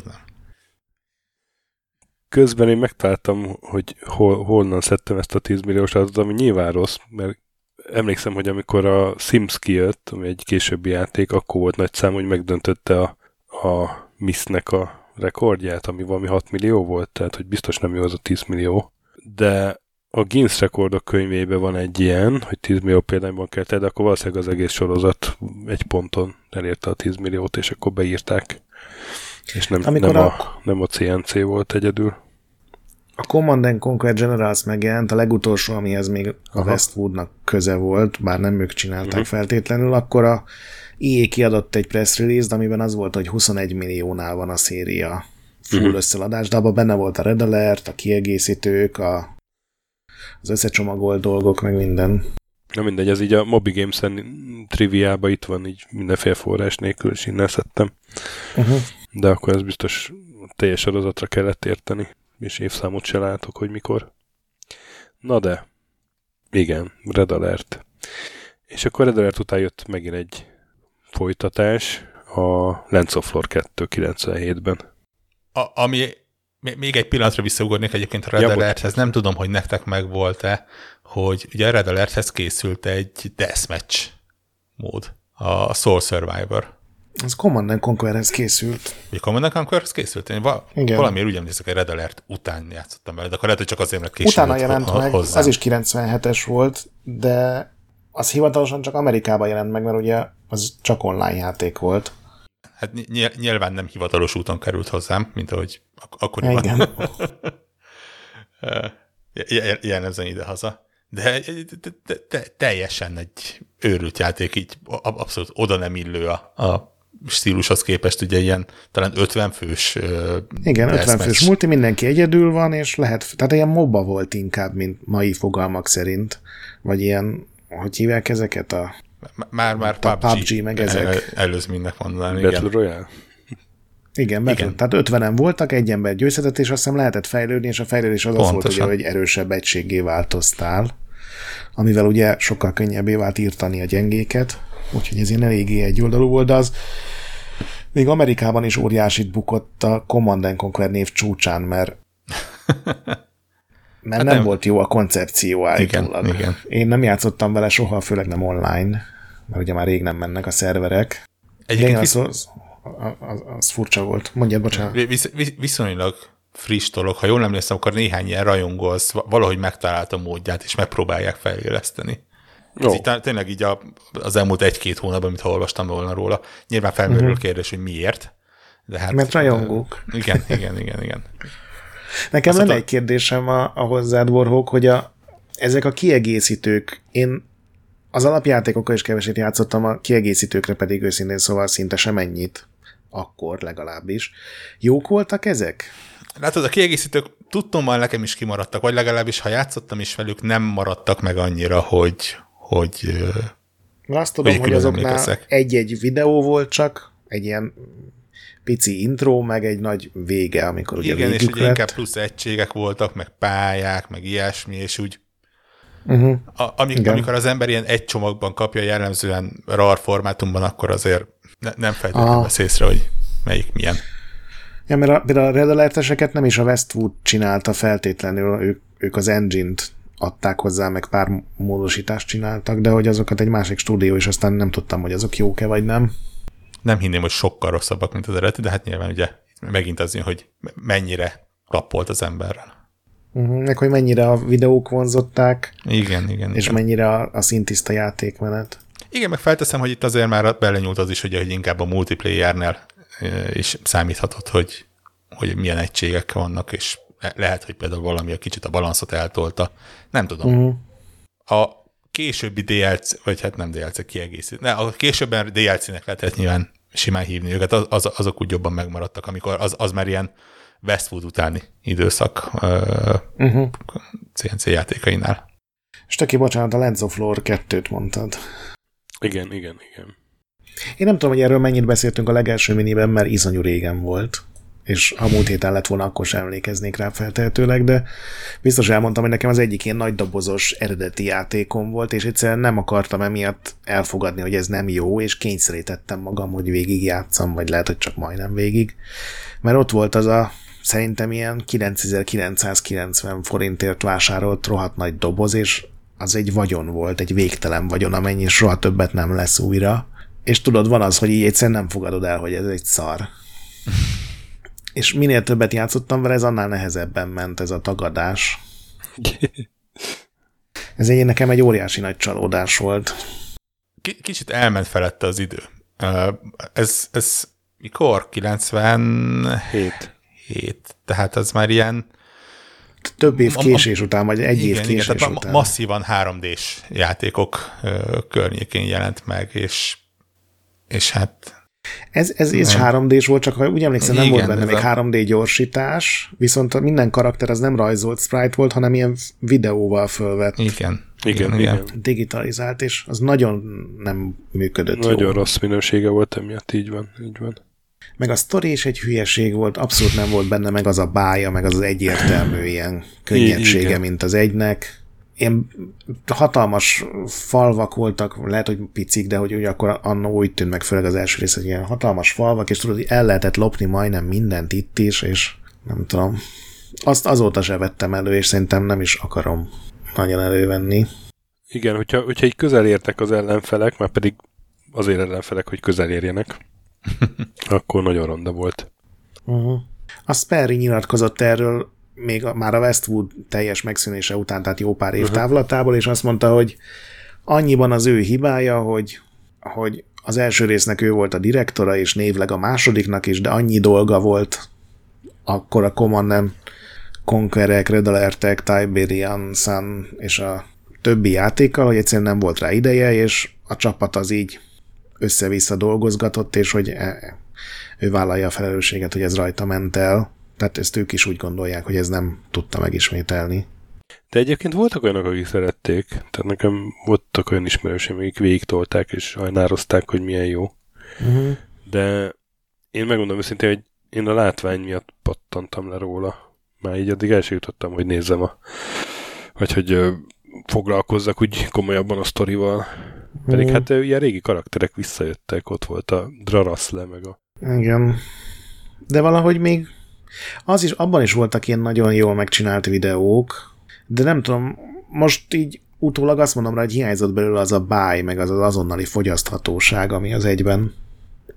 Közben én megtaláltam, hogy honnan szedtem ezt a 10 milliós adatot, ami nyilván rossz, mert emlékszem, hogy amikor a Sims kijött, ami egy későbbi játék, akkor volt nagy szám, hogy megdöntötte a Mistnek a rekordját, ami valami 6 millió volt, tehát hogy biztos nem jó az a 10 millió. De a Guinness rekordok könyvében van egy ilyen, hogy 10 millió példányban kell tenni, de akkor valószínűleg az egész sorozat egy ponton elérte a 10 milliót, és akkor beírták. És nem a CNC volt egyedül. A Command & Conquer Generals megjelent, a legutolsó, amihez még a Westwoodnak köze volt, bár nem ők csinálták feltétlenül, akkor a EA kiadott egy press release-t, amiben az volt, hogy 21 milliónál van a széria full összeladás, de abban benne volt a Red Alert, a kiegészítők, az összecsomagolt dolgok, meg minden. Na mindegy, ez így a Moby Games-en triviában itt van, így mindenféle forrás nélkül, és innen szedtem. De akkor ez biztos teljes sorozatra kellett érteni, és évszámot se látok, hogy mikor. Na de, igen, Red Alert. És akkor Red Alert után jött megint egy folytatás, a Lens of Lore 2 97-ben. Ami még egy pillanatra visszaugornék egyébként a Red Alerthez, nem tudom, hogy nektek megvolt-e, hogy ugye a Red Alerthez készült egy deathmatch mód, a Soul Survivor. Az Command & Conquerhez készült. Ugye Command & Conquerhez készült? Én valamiért úgy emlékszem, hogy Red Alert után játszottam vele, de akkor lehet, hogy csak azért, mert később utána jelent meg, hozzám. Az is 97-es volt, de az hivatalosan csak Amerikában jelent meg, mert ugye az csak online játék volt. Hát nyilván nem hivatalos úton került hozzám, mint ahogy akkoriban. Igen. Jellemzően idehaza. De teljesen egy őrült játék, így abszolút oda nem illő a stílushoz képest, ugye ilyen talán 50 fős. Igen, 50 fős multi, mindenki egyedül van, és lehet, tehát ilyen MOBA volt inkább, mint mai fogalmak szerint. Vagy ilyen, hogy hívják ezeket Már PUBG meg ezek. Előzménynek mondanám, igen. Battle Royale? Igen. Tehát 50-en voltak, egy ember győzhetett, és aztán lehetett fejlődni, és a fejlődés az volt, ugye, hogy erősebb egységgé változtál, amivel ugye sokkal könnyebbé vált írtani a gyengéket, úgyhogy ez ilyen eléggé egyoldalú volt, de az még Amerikában is óriásit bukott a Command & Conquer név csúcsán, mert nem volt jó a koncepció állítólag. Igen. Én nem játszottam vele soha, főleg nem online, mert ugye már rég nem mennek a szerverek. az furcsa volt. Mondjad, bocsánat. Viszonylag friss dolog. Ha jól emlékszem, akkor néhány ilyen rajongó az valahogy megtalálta módját, és megpróbálják feléleszteni. Ez így, tényleg így az elmúlt 1-2 hónapban, amit olvastam volna róla. Nyilván felmerül a kérdés, hogy miért. De hát, mert rajongók. Igen. Nekem lenne egy kérdésem a hozzád, Warhawk, hogy ezek a kiegészítők, én az alapjátékokkal is keveset játszottam, a kiegészítőkre pedig őszintén szóval szinte semennyit. Akkor legalábbis. Jók voltak ezek? Látod, a kiegészítők tudtommal nekem is kimaradtak, vagy legalábbis, ha játszottam is velük, nem maradtak meg annyira, hogy azt tudom, hogy azoknál egy-egy videó volt csak, egy ilyen pici intro, meg egy nagy vége, amikor ugye igen, és ugye inkább plusz egységek voltak, meg pályák, meg ilyesmi, és úgy amikor az ember ilyen egy csomagban kapja, jellemzően RAR formátumban, akkor azért nem feltétlenül vesz észre, hogy melyik milyen. Ja, mert például a Red Alert-eseket nem is a Westwood csinálta feltétlenül, ők az engine-t adták hozzá, meg pár módosítást csináltak, de hogy azokat egy másik stúdió, és aztán nem tudtam, hogy azok jók-e, vagy nem. Nem hinném, hogy sokkal rosszabbak, mint az eredeti, de hát nyilván ugye megint az jön, hogy mennyire klappolt az emberrel. Meg hogy mennyire a videók vonzották, igen, és mennyire a szintiszta játékmenet. Igen, meg felteszem, hogy itt azért már belenyúlt az is, hogy inkább a multiplayernél is számíthatott, hogy milyen egységek vannak, és lehet, hogy például valami a kicsit a balanszot eltolta. Nem tudom. A későbbi DLC, vagy hát nem DLC kiegészít. A későbben DLC-nek lehetett nyilván simán hívni őket, azok úgy jobban megmaradtak, amikor az már ilyen Westwood utáni időszak CNC játékainál. És töké, bocsánat, a Lands of Lore 2-t mondtad. Igen. Én nem tudom, hogy erről mennyit beszéltünk a legelső miniben, mert iszonyú régen volt, és ha múlt héten lett volna, akkor sem emlékeznék rá feltehetőleg, de biztos elmondtam, hogy nekem az egyik ilyen nagy dobozos eredeti játékom volt, és egyszerűen nem akartam emiatt elfogadni, hogy ez nem jó, és kényszerítettem magam, hogy végigjátszam, vagy lehet, hogy csak majdnem végig, mert ott volt az a szerintem ilyen 9990 forintért vásárolt rohadt nagy doboz, és az egy vagyon volt, egy végtelen vagyon, amennyi soha többet nem lesz újra. És tudod, van az, hogy így egyszerűen nem fogadod el, hogy ez egy szar. És minél többet játszottam vele, ez annál nehezebben ment ez a tagadás. Ez nekem egy óriási nagy csalódás volt. Kicsit elment felette az idő. Ez mikor? 97. Tehát az már ilyen... Több év késés után, vagy egy év késés után. Masszívan 3D-s játékok környékén jelent meg, és hát... Ez is 3D-s volt, csak ha úgy emlékszem, nem volt benne még 3D gyorsítás, viszont minden karakter az nem rajzolt sprite volt, hanem ilyen videóval fölvett. Igen. Digitalizált, és az nagyon nem működött nagyon jól. Rossz minősége volt emiatt, így van. Meg a sztori is egy hülyeség volt, abszolút nem volt benne meg az a bája, meg az egyértelmű ilyen könnyedsége, mint az egynek. Ilyen hatalmas falvak voltak, lehet, hogy picik, de hogy ugye akkor annó úgy tűnt meg, főleg az első rész, hogy ilyen hatalmas falvak, és tudod, hogy el lehetett lopni majdnem mindent itt is, és nem tudom. Azt azóta se vettem elő, és szerintem nem is akarom nagyon elővenni. Igen, hogyha így közel értek az ellenfelek, már pedig azért ellenfelek, hogy közel érjenek, akkor nagyon ronda volt. A Sperry nyilatkozott erről már a Westwood teljes megszűnése után, tehát jó pár év távlatából, és azt mondta, hogy annyiban az ő hibája, hogy az első résznek ő volt a direktora, és névleg a másodiknak is, de annyi dolga volt akkor a Command & Conquerek, Red Alertek, Tiberian Sun és a többi játékkal, hogy egyszerűen nem volt rá ideje, és a csapat az így össze-vissza dolgozgatott, és hogy ő vállalja a felelősséget, hogy ez rajta ment el. Tehát ezt ők is úgy gondolják, hogy ez nem tudta megismételni. De egyébként voltak olyanok, akik szerették. Tehát nekem voltak olyan ismerőseim, akik végigtolták, és sajnálozták, hogy milyen jó. De én megmondom őszintén, hogy én a látvány miatt pattantam le róla. Már így addig el sem jutottam, hogy nézzem vagy hogy foglalkozzak úgy komolyabban a sztorival. Pedig hát ilyen régi karakterek visszajöttek, ott volt a Drarasle, meg a... Igen. De valahogy még abban is voltak ilyen nagyon jól megcsinált videók, de nem tudom, most így utólag azt mondom rá, hogy hiányzott belőle az a buy, meg az azonnali fogyaszthatóság, ami az egyben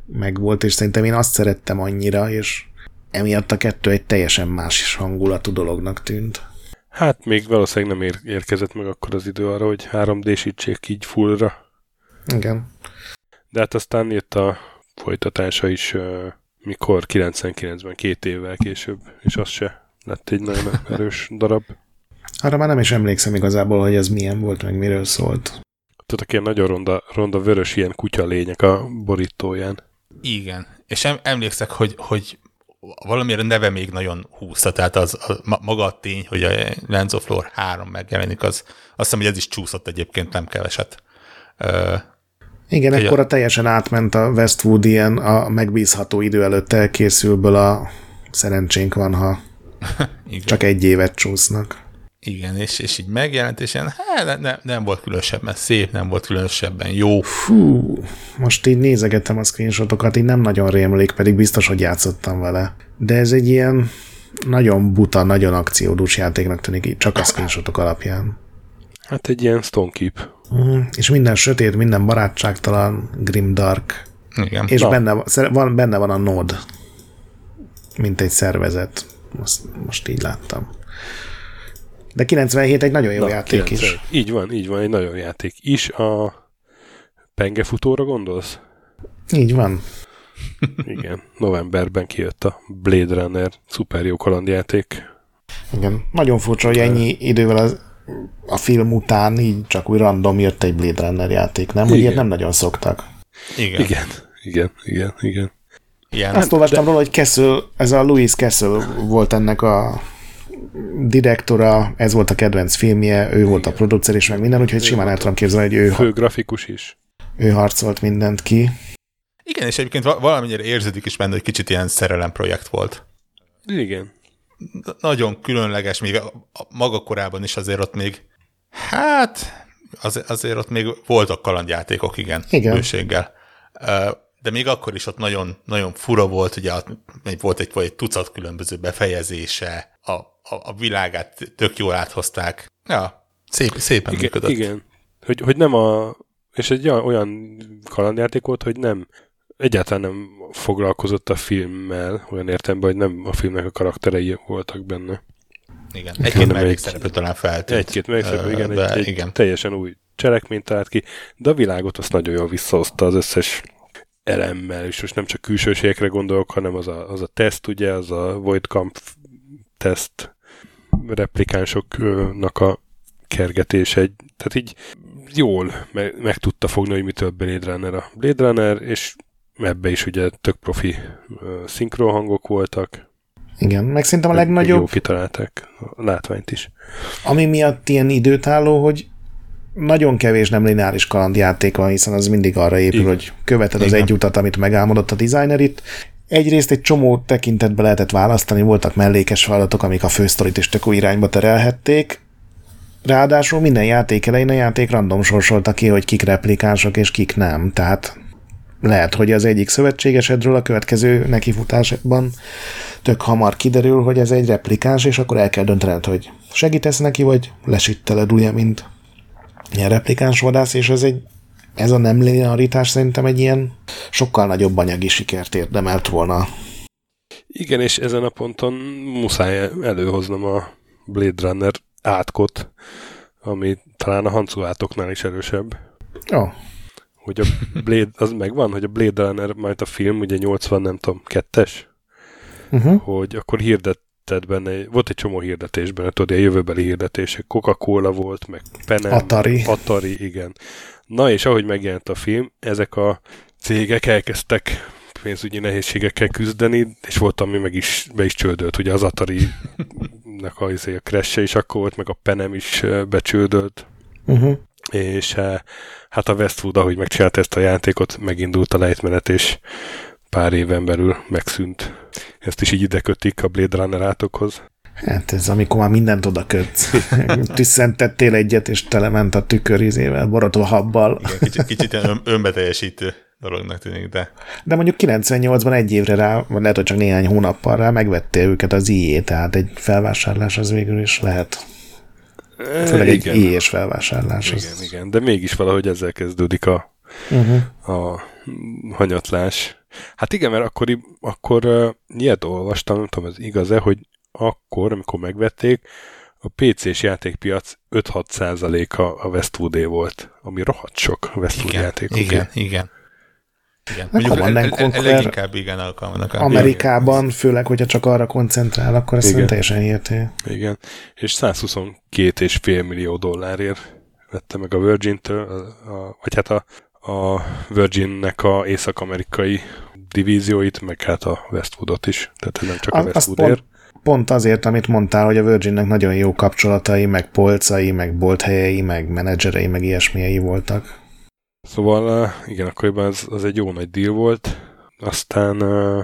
megvolt, és szerintem én azt szerettem annyira, és emiatt a kettő egy teljesen más hangulatú dolognak tűnt. Hát még valószínűleg nem érkezett meg akkor az idő arra, hogy 3D-sítsék így fullra. Igen. De hát aztán jött a folytatása is, mikor 99-ben, 2 évvel később, és az se lett egy nagyon erős darab. Arra már nem is emlékszem igazából, hogy ez milyen volt, meg miről szólt. Tudok, ilyen nagyon ronda vörös ilyen kutya lények a borítóján. Igen. És emlékszek, hogy valamire neve még nagyon húzta, tehát az maga a tény, hogy a Lands of Lore 3 megjelenik, azt hiszem, hogy ez is csúszott egyébként, nem keveset. Igen, ekkora teljesen átment a Westwood ilyen a megbízható idő előtt elkészülből a szerencsénk van, ha csak 1 évet csúsznak. Igen, és így megjelent, és ilyen, nem volt különösebben szép, nem volt különösebben jó. Fú, most így nézegettem a screenshotokat, így nem nagyon rémlik, pedig biztos, hogy játszottam vele. De ez egy ilyen nagyon buta, nagyon akciódús játéknak tűnik így, csak a screenshotok alapján. Hát egy ilyen Stone Keep. És minden sötét, minden barátságtalan, grimdark. Igen. És benne van a Node, mint egy szervezet. Most így láttam. De 97 egy nagyon jó játék 90. is. Így van, egy nagyon játék is. A pengefutóra gondolsz? Így van. Igen, novemberben kijött a Blade Runner, szuper jó kalandjáték. Igen, nagyon furcsa, hogy ennyi idővel a film után így csak úgy random jött egy Blade Runner játék, nem? Hogy ilyet nem nagyon szoktak. Igen. Ilyen, azt olvastam róla, hogy ez a Louis Kessel volt ennek a direktora, ez volt a kedvenc filmje, ő volt a producer és meg minden, úgyhogy simán el tudom képzelni, hogy ő fő grafikus is. Ő harcolt mindent ki. Igen, és egyébként valamennyire érződik is benne, hogy kicsit ilyen szerelemprojekt volt. Igen. Nagyon különleges, még a maga korában is azért ott még, hát azért ott még voltak kalandjátékok, igen. Bőséggel. De még akkor is ott nagyon, nagyon fura volt, ugye volt egy tucat különböző befejezése, a világát tök jól áthozták. Ja, szépen működött. Igen, hogy nem és egy olyan kalandjáték volt, hogy egyáltalán nem foglalkozott a filmmel, olyan értelemben, hogy nem a filmnek a karakterei voltak benne. Igen, egy-két mellékszereplő talán feltűnt. Egy-két mellékszereplő, igen, igen. Teljesen új cselekményt talált ki, de a világot azt nagyon jól visszahozta az összes elemmel, és most nem csak külsőségekre gondolok, hanem az a teszt, ugye, az a Void Camp teszt replikánsoknak a kergetése, tehát így jól meg tudta fogni, hogy mitől Blade Runner a Blade Runner, és ebbe is ugye tök profi szinkronhangok voltak. Igen, meg szerintem a legnagyobb... Jó kitalálták a látványt is. Ami miatt ilyen időtálló, hogy nagyon kevés nem lineáris kalandjáték van, hiszen az mindig arra épül, hogy követed az egy utat, amit megálmodott a designer itt. Egyrészt egy csomó tekintetbe lehetett választani, voltak mellékes feladatok, amik a fősztorit is tök új irányba terelhették. Ráadásul minden játék elején a játék random sorsolta ki, hogy kik replikánsok és kik nem. Tehát lehet, hogy az egyik szövetségesedről a következő nekifutásban tök hamar kiderül, hogy ez egy replikáns, és akkor el kell döntened, hogy segítesz neki, vagy lesitteled ugye, mint ilyen replikáns vadász, és ez a nem linearitás szerintem egy ilyen sokkal nagyobb anyagi sikert érdemelt volna. Igen, és ezen a ponton muszáj előhoznom a Blade Runner átkot, ami talán a Hancu átoknál is erősebb. Jó. Hogy a Blade, az megvan, hogy a Blade Runner, majd a film, ugye 80, nem tudom, 2-es, hogy akkor hirdetted benne, volt egy csomó hirdetés benne, tudod, a jövőbeli hirdetések, Coca-Cola volt, meg Penem, Atari, igen. Na, és ahogy megjelent a film, ezek a cégek elkezdtek pénzügyi nehézségekkel küzdeni, és volt, ami be is csődölt, ugye az Atari-nek a crash-e is akkor volt, meg a Penem is becsődölt. És hát a Westwood, ahogy megcsinálta ezt a játékot, megindult a lejtmenet, és pár éven belül megszűnt. Ezt is így ide kötik a Blade Runner átokhoz. Hát ez amikor már mindent oda kötsz. Tüsszentettél egyet, és telement a tükör borotva habbal. Igen, kicsit önbeteljesítő dolognak tűnik, de... De mondjuk 98-ban egy évre rá, vagy lehet, hogy csak néhány hónappal rá megvettél őket az EA, tehát egy felvásárlás az végül is lehet. Főleg egy EA-s felvásárlás. Igen, de mégis valahogy ezzel kezdődik a hanyatlás. Hát igen, mert akkor ilyet olvastam, nem tudom, ez igaz-e, hogy akkor, amikor megvették, a PC-s játékpiac 5-6%-a a Westwoodé volt, ami rohadt sok a Westwood játékok. Igen. Mondjuk leginkább igen alkalmanak. Amerikában, főleg, hogyha csak arra koncentrál, akkor ezt teljesen érté. Igen, és $122,5 millió vette meg a Virgin-től, vagy hát a Virginnek a észak-amerikai divízióit, meg hát a Westwoodot is. Tehát ez nem csak a Westwoodért. Pont azért, amit mondtál, hogy a Virginnek nagyon jó kapcsolatai, meg polcai, meg bolthelyei, meg menedzserei, meg ilyesmiei voltak. Szóval igen, akkoriban az egy jó nagy deal volt. Aztán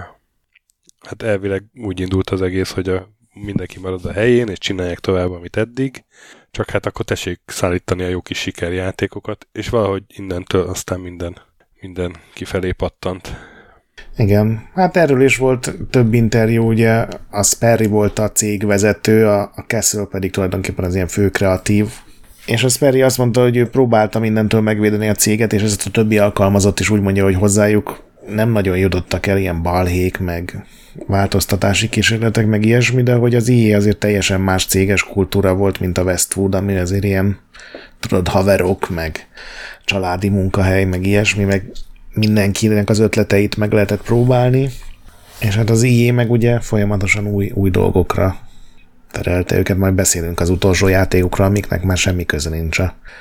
hát elvileg úgy indult az egész, hogy mindenki marad a helyén, és csinálják tovább, amit eddig. Csak hát akkor tessék szállítani a jó kis sikerjátékokat, és valahogy innentől aztán minden kifelé pattant. Igen, hát erről is volt több interjú, ugye a Sperry volt a cégvezető, a Castle pedig tulajdonképpen az ilyen fő kreatív, és a Sperry azt mondta, hogy ő próbálta mindentől megvédeni a céget, és ezt a többi alkalmazott is úgy mondja, hogy hozzájuk nem nagyon jutottak el ilyen balhék, meg változtatási kísérletek, meg ilyesmi, de hogy az EA azért teljesen más céges kultúra volt, mint a Westwood, ami azért ilyen, tudod, haverok, meg családi munkahely, meg ilyesmi, meg mindenkinek az ötleteit meg lehetett próbálni, és hát az EA meg ugye folyamatosan új dolgokra terelte őket, majd beszélünk az utolsó játékokra, amiknek már semmi köze nincs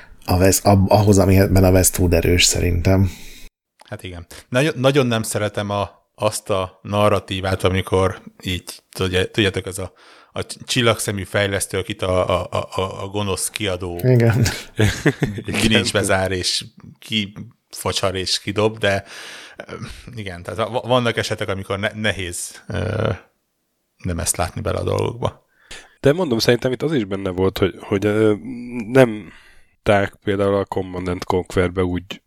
ahhoz, amiben a Westwood erős szerintem. Hát igen. Nagyon nem szeretem azt a narratívát, amikor így, tudjátok, ez a csillagszemű fejlesztő, akit a gonosz kiadó bilincsbe zár, és kifocsar és kidob, de igen, tehát vannak esetek, amikor nehéz nem ezt látni bele a dolgokba. De mondom, szerintem itt az is benne volt, hogy nem ták például a Command & Conquerbe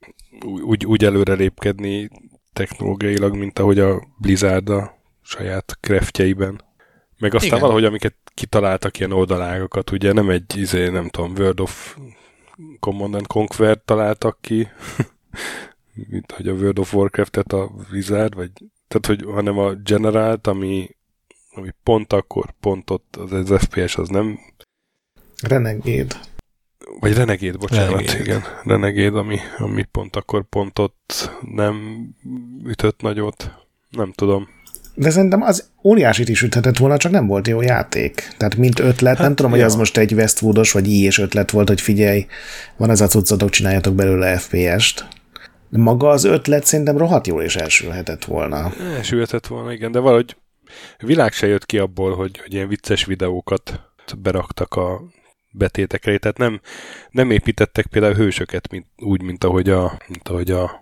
úgy előrelépkedni technológiailag, mint ahogy a Blizzard a saját craftjeiben. Meg aztán igen, valahogy, amiket kitaláltak ilyen oldalágokat, ugye nem egy, nem tudom, World of Command & Conquer találtak ki, mint hogy a World of Warcraft-et a Blizzard, vagy, tehát, hanem a Generalt, ami pont akkor, pont ott az FPS az nem... Renegade. Vagy Renegade, bocsánat, igen. Renegade, ami pont akkor, pont ott nem ütött nagyot. Nem tudom. De szerintem az óriásit is üthetett volna, csak nem volt jó játék. Tehát mint ötlet, nem tudom, hogy az most egy Westwoodos vagy IE-s ötlet volt, hogy figyelj, van ez a cuccatok, csináljatok belőle FPS-t. De maga az ötlet szerintem rohadt jól is elsülhetett volna. Elsülhetett volna, igen, de valahogy világ se jött ki abból, hogy ilyen vicces videókat beraktak a betétekre, tehát nem építettek például hősöket mint ahogy a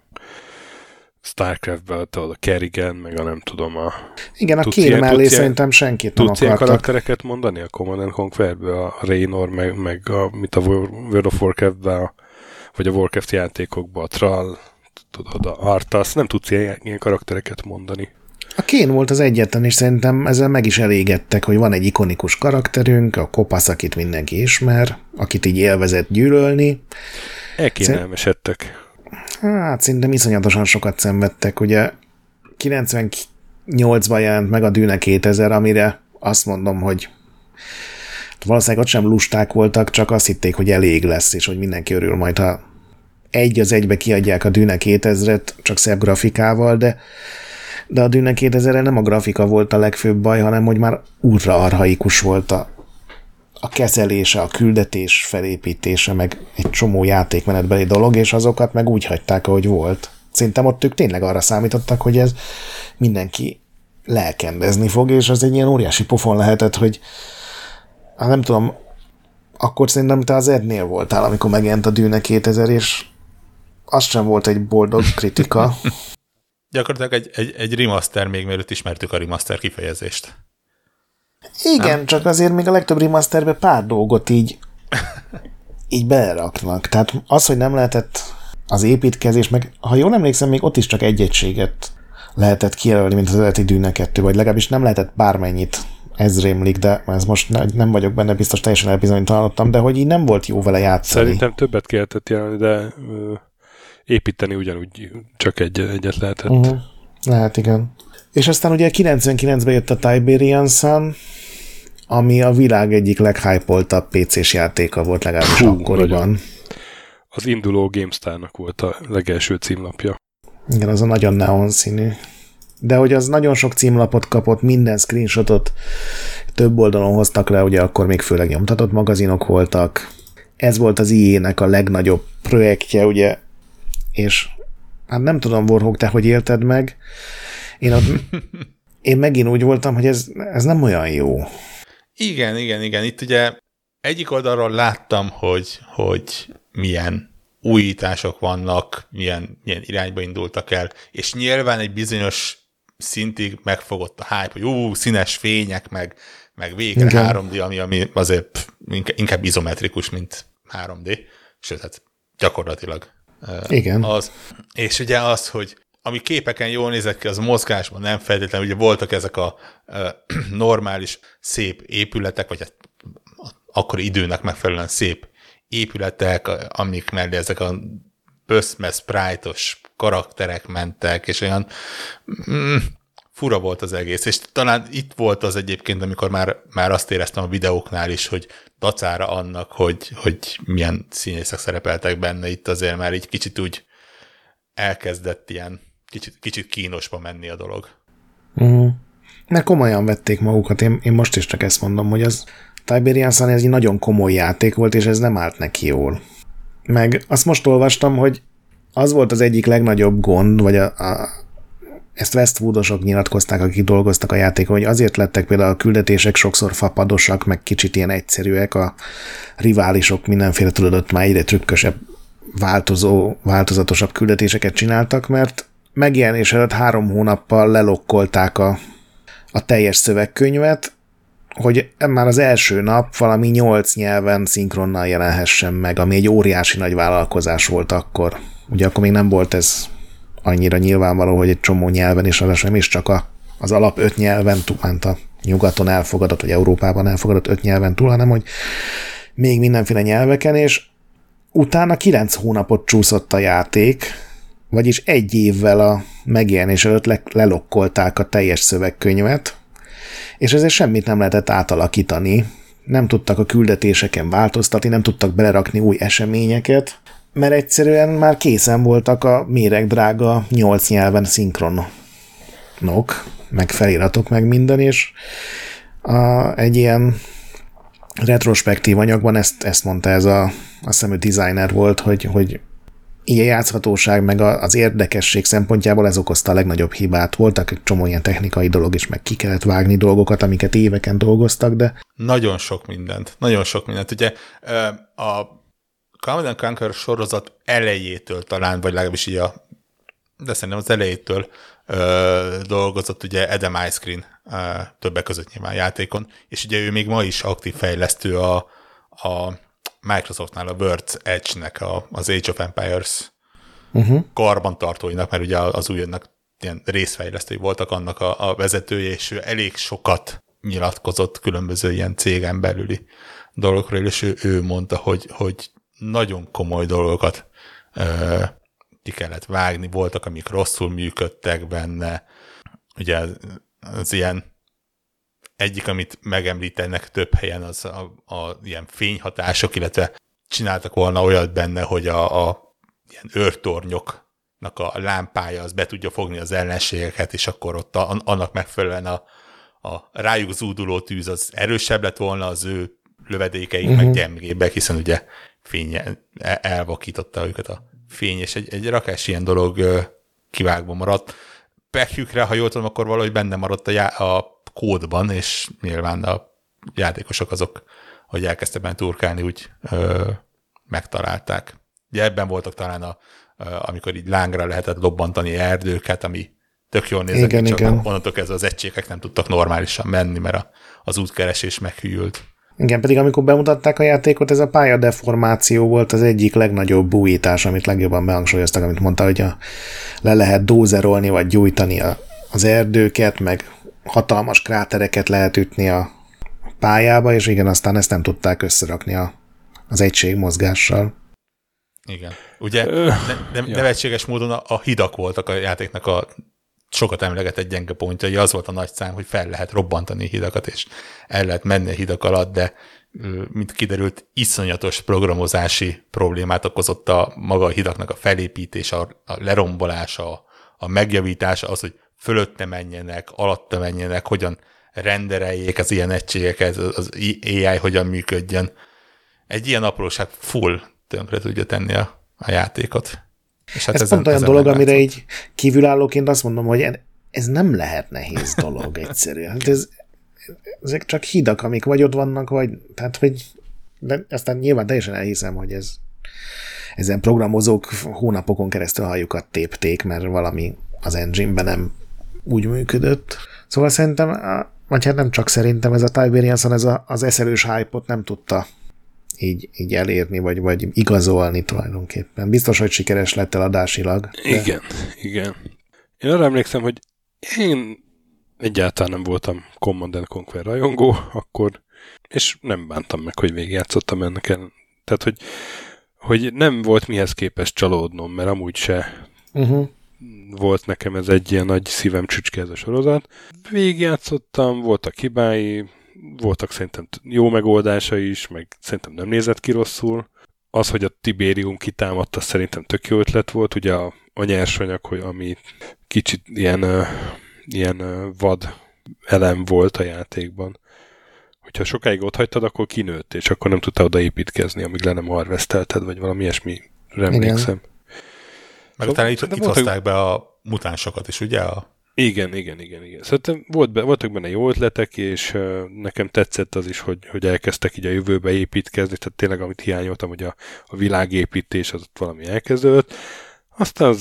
StarCraft-ben, a Kerrigan, meg a nem tudom igen, a Kane mellé szerintem senkit nem akartak. Tudsz ilyen karaktereket mondani a Command & Conquer-ben, a Raynor, meg mint a World of Warcraft-ben, vagy a Warcraft játékokban, a Thrall, tudod, a Arthas, nem tudsz ilyen karaktereket mondani. A Kane volt az egyetlen, és szerintem ezzel meg is elégedtek, hogy van egy ikonikus karakterünk, a kopasz, akit mindenki ismer, akit így élvezett gyűlölni. Elkénelmesedtek. Hát szerintem iszonyatosan sokat szenvedtek. Ugye 98-ban jelent meg a Dune 2000, amire azt mondom, hogy valószínűleg ott sem lusták voltak, csak azt hitték, hogy elég lesz, és hogy mindenki örül majd, ha egy az egybe kiadják a Dune 2000-et, csak szebb grafikával, de a Dune 2000-re nem a grafika volt a legfőbb baj, hanem hogy már ultra archaikus volt a kezelése, a küldetés felépítése, meg egy csomó játékmenetbeli dolog, és azokat meg úgy hagyták, ahogy volt. Szerintem ott ők tényleg arra számítottak, hogy ez mindenki lelkendezni fog, és az egy ilyen óriási pofon lehetett, hogy nem tudom, akkor szerintem te az Ednél voltál, amikor megjelent a Dune 2000, és az sem volt egy boldog kritika. Gyakorlatilag egy remaster, még mielőtt ismertük a remaster kifejezést. Igen, nem? Csak azért még a legtöbb remasterbe pár dolgot így beleraknak. Tehát az, hogy nem lehetett az építkezés, meg ha jól emlékszem, még ott is csak egy egységet lehetett kijelölni, mint az eredeti Dune 2, vagy legalábbis nem lehetett bármennyit, ez rémlik, de ez most nem vagyok benne, biztos teljesen elbizonytalanodtam, de hogy így nem volt jó vele játszani. Szerintem többet kellett jelölni, de építeni ugyanúgy csak egyet lehetett. Lehet, igen. És aztán ugye 99-ben jött a Tiberian Sun, ami a világ egyik leghypoltabb PC-s játéka volt, legalábbis akkoriban. Az induló GameStar-nak volt a legelső címlapja. Igen, az a nagyon neon színű. De hogy az nagyon sok címlapot kapott, minden screenshotot több oldalon hoztak le, ugye akkor még főleg nyomtatott magazinok voltak. Ez volt az EA-nek a legnagyobb projektje, ugye, és hát nem tudom, Warhawk, te hogy élted meg? Én megint úgy voltam, hogy ez nem olyan jó. Igen. Itt ugye egyik oldalról láttam, hogy milyen újítások vannak, milyen irányba indultak el, és nyilván egy bizonyos szintig megfogott a hype, hogy színes fények, meg végre igen. 3D, ami azért inkább izometrikus, mint 3D, sőt, hát gyakorlatilag igen. az. És ugye az, hogy ami képeken jól nézett ki, az mozgásban nem feltétlenül, ugye voltak ezek a normális, szép épületek, vagy hát akkori időnek megfelelően szép épületek, amik mellé ezek a böszme sprite-os karakterek mentek, és olyan fura volt az egész. És talán itt volt az egyébként, amikor már azt éreztem a videóknál is, hogy dacára annak, hogy milyen színészek szerepeltek benne, itt azért már így kicsit úgy elkezdett ilyen kicsit kínosba menni a dolog. Mert komolyan vették magukat. Én most is csak ezt mondom, hogy az Tiberian Sun ez egy nagyon komoly játék volt, és ez nem állt neki jól. Meg azt most olvastam, hogy az volt az egyik legnagyobb gond, vagy ezt Westwoodosok nyilatkozták, akik dolgoztak a játékon, hogy azért lettek például a küldetések sokszor fapadosak, meg kicsit ilyen egyszerűek, a riválisok mindenféle tudod, már egyre trükkösebb, változatosabb küldetéseket csináltak, mert megjelenés előtt 3 hónappal lelokkolták a teljes szövegkönyvet, hogy már az első nap valami 8 nyelven szinkronnal jelenhessen meg, ami egy óriási nagy vállalkozás volt akkor. Ugye akkor még nem volt ez annyira nyilvánvaló, hogy egy csomó nyelven is, az nem is csak az alap 5 nyelven, ment a nyugaton elfogadott, vagy Európában elfogadott 5 nyelven túl, hanem hogy még mindenféle nyelveken, és utána 9 hónapot csúszott a játék, vagyis 1 évvel a megjelenés előtt lelokkolták a teljes szövegkönyvet, és ezért semmit nem lehetett átalakítani, nem tudtak a küldetéseken változtatni, nem tudtak belerakni új eseményeket, mert egyszerűen már készen voltak a méregdrága 8 nyelven szinkronok, meg feliratok, meg minden, és egy ilyen retrospektív anyagban ezt mondta ez azt hiszem, hogy designer volt, hogy ilyen játszhatóság, meg az érdekesség szempontjából ez okozta a legnagyobb hibát. Voltak egy csomó ilyen technikai dolog is, meg ki kellett vágni dolgokat, amiket éveken dolgoztak, de... Nagyon sok mindent. Ugye a Command & Conquer sorozat elejétől talán, vagy legalábbis így de szerintem az elejétől dolgozott ugye Adam Ice-Green többek között nyilván játékon, és ugye ő még ma is aktív fejlesztő a Microsoftnál a World's Edge-nek, az Age of Empires karbantartóinak, mert ugye az újonnak ilyen részfejlesztői voltak annak a vezetője, és ő elég sokat nyilatkozott különböző ilyen cégen belüli dolgokról, és ő mondta, hogy nagyon komoly dolgokat ki kellett vágni, voltak, amik rosszul működtek benne. Ugye az ilyen egyik, amit megemlítenek több helyen, az a ilyen fényhatások, illetve csináltak volna olyat benne, hogy a ilyen őrtornyoknak a lámpája az be tudja fogni az ellenségeket, és akkor ott annak megfelelően a rájuk zúduló tűz az erősebb lett volna, az ő lövedékeik meg gyengébbek, hiszen ugye elvakította őket a fény, és egy rakás ilyen dolog kivágva maradt. Pekjükre, ha jól tudom, akkor valahogy benne maradt a kódban, és nyilván a játékosok azok, hogy elkezdtek benne turkálni, úgy megtalálták. Ugye ebben voltak talán amikor így lángra lehetett lobbantani erdőket, ami tök jól nézett, igen, csak onnantól kezdve az egységek nem tudtak normálisan menni, mert az útkeresés meghűlt. Igen, pedig amikor bemutatták a játékot, ez a pályadeformáció volt az egyik legnagyobb újítás, amit legjobban behangsúlyoztak, amit mondta, hogy le lehet dózerolni, vagy gyújtani az erdőket, meg hatalmas krátereket lehet ütni a pályába, és igen, aztán ezt nem tudták összerakni az egység mozgással. Igen. Ugye nevetséges módon a hidak voltak a játéknak a sokat emlegetett gyenge pontja, hogy az volt a nagy szám, hogy fel lehet robbantani hidakat, és el lehet menni a hidak alatt, de mint kiderült, iszonyatos programozási problémát okozott a maga a hidaknak a felépítése, a lerombolása, a megjavítása, az, hogy fölötte menjenek, alatta menjenek, hogyan rendereljék az ilyen egységeket, az AI hogyan működjön. Egy ilyen apróság full tönkre tudja tenni a játékot. És hát ez pont olyan dolog, amire így kívülállóként azt mondom, hogy ez nem lehet nehéz dolog egyszerűen. Hát ezek csak hidak, amik vagy ott vannak, vagy tehát, hogy de aztán nyilván teljesen elhiszem, hogy ezen programozók hónapokon keresztül halljukat tépték, mert valami az engine-ben nem úgy működött. Szóval szerintem, vagy hát nem csak szerintem, ez a Tiberianson az eszelős hype-ot nem tudta így elérni, vagy igazolni tulajdonképpen. Biztos, hogy sikeres lett eladásilag. De... Igen. Én arra emlékszem, hogy én egyáltalán nem voltam Command & Conquer rajongó akkor, és nem bántam meg, hogy végigjátszottam ennek ellen. Tehát, hogy nem volt mihez képest csalódnom, mert amúgy se volt nekem ez egy ilyen nagy szívem csücske ez a sorozat. Végigjátszottam, voltak hibái, voltak szerintem jó megoldása is, meg szerintem nem nézett ki rosszul. Az, hogy a Tiberium kitámadt, az szerintem tök jó ötlet volt. Ugye a nyersanyag, hogy ami kicsit ilyen vad elem volt a játékban. Hogyha sokáig ott hagytad, akkor kinőtt, és akkor nem tudtál oda építkezni, amíg le nem harvesztelted, vagy valami ilyesmi emlékszem. Meg utána itt hozták be a mutánsokat is, ugye? Igen. Szerintem voltak benne jó ötletek, és nekem tetszett az is, hogy elkezdtek így a jövőbe építkezni, tehát tényleg amit hiányoltam, hogy a világépítés az ott valami elkezdődött. Aztán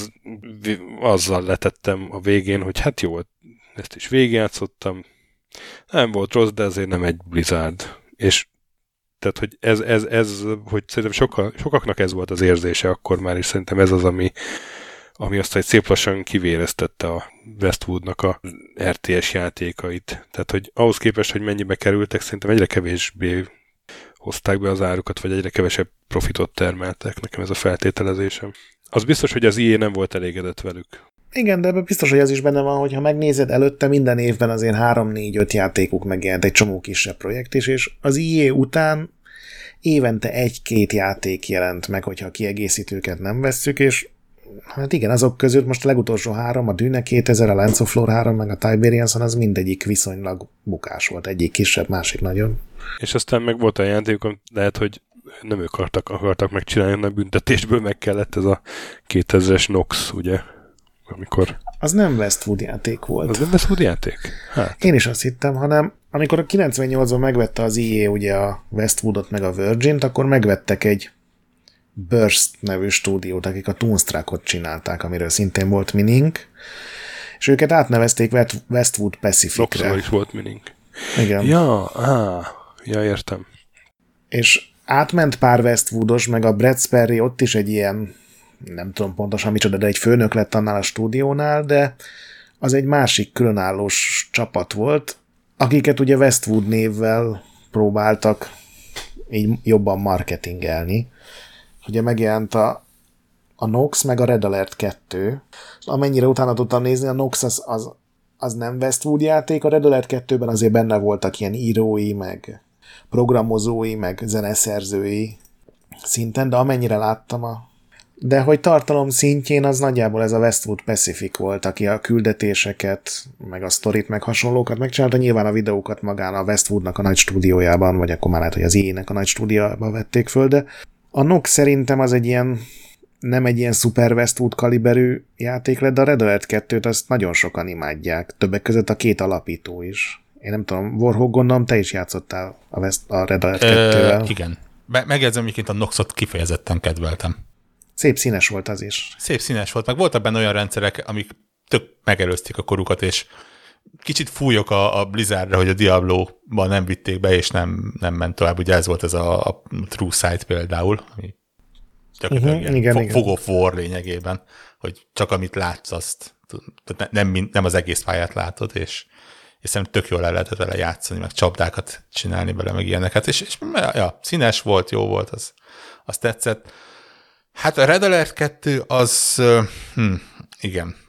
azzal letettem a végén, hogy hát jó, ezt is végigjátszottam. Nem volt rossz, de azért nem egy Blizzard. És tehát, hogy ez hogy szerintem sokaknak ez volt az érzése akkor már, és szerintem ez az, ami aztán szép lassan kivéreztette a Westwoodnak a RTS játékait. Tehát, hogy ahhoz képest, hogy mennyibe kerültek, szerintem egyre kevésbé hozták be az árukat, vagy egyre kevesebb profitot termeltek. Nekem ez a feltételezésem. Az biztos, hogy az EA nem volt elégedett velük. Igen, de biztos, hogy az is benne van, hogy ha megnézed előtte, minden évben azért 3-4-5 játékuk megjelent, egy csomó kisebb projekt is, és az EA után évente 1-2 játék jelent meg, hogyha a kiegészítőket nem vesszük, és hát igen, azok között most a legutolsó 3, a Dune 2000, a Lands of Lore 3, meg a Tiberianson, az mindegyik viszonylag bukás volt, egyik kisebb, másik nagyon. És aztán meg volt a játékon, lehet, hogy nem ők akartak megcsinálni, hanem büntetésből meg kellett ez a 2000-es Nox, ugye? Amikor... Az nem Westwood játék volt. Az nem Westwood játék? Hát. Én is azt hittem, hanem amikor a 98-ban megvette az EA ugye a Westwoodot meg a Virgin-t, akkor megvettek egy Burst nevű stúdiót, akik a Toonstruckot csinálták, amiről szintén volt minink, és őket átnevezték Westwood Pacificre. Noxról is volt minink. Igen. Ja, értem. És átment pár Westwoodos, meg a Brad Sperry ott is egy ilyen, nem tudom pontosan micsoda, de egy főnök lett annál a stúdiónál, de az egy másik különállós csapat volt, akiket ugye Westwood névvel próbáltak így jobban marketingelni. Ugye megjelent a Nox, meg a Red Alert 2. Amennyire utána tudtam nézni, a Nox az nem Westwood játék, a Red Alert 2-ben azért benne voltak ilyen írói, meg programozói, meg zeneszerzői szinten, de amennyire láttam de hogy tartalom szintjén az nagyjából ez a Westwood Pacific volt, aki a küldetéseket, meg a sztorit, meg hasonlókat megcsinálta, nyilván a videókat magán a Westwoodnak a nagy stúdiójában, vagy akkor már lehet, hogy az EA-nek a nagy stúdiójában vették föl, de a Nox szerintem az egy ilyen, nem egy ilyen szuper Westwood kaliberű játék lett, de a Red Alert 2-t azt nagyon sokan imádják, többek között a 2 alapító is. Én nem tudom, Warhawk, gondolom, te is játszottál a Red Alert 2-vel. Igen. Megjegyzem, miként a Noxot kifejezetten kedveltem. Szép színes volt az is. Szép színes volt, meg voltak benne olyan rendszerek, amik tök megelőzték a korukat, és kicsit fújok a Blizzardra, hogy a Diablo-ban nem vitték be, és nem ment tovább. Ugye ez volt ez a True Sight például, ami igen. Fog of War lényegében, hogy csak amit látsz, azt nem az egész pályát látod, és szerintem tök jól el lehetett vele játszani, meg csapdákat csinálni bele, meg ilyeneket, és ja, színes volt, jó volt, az tetszett. Hát a Red Alert 2 az, igen,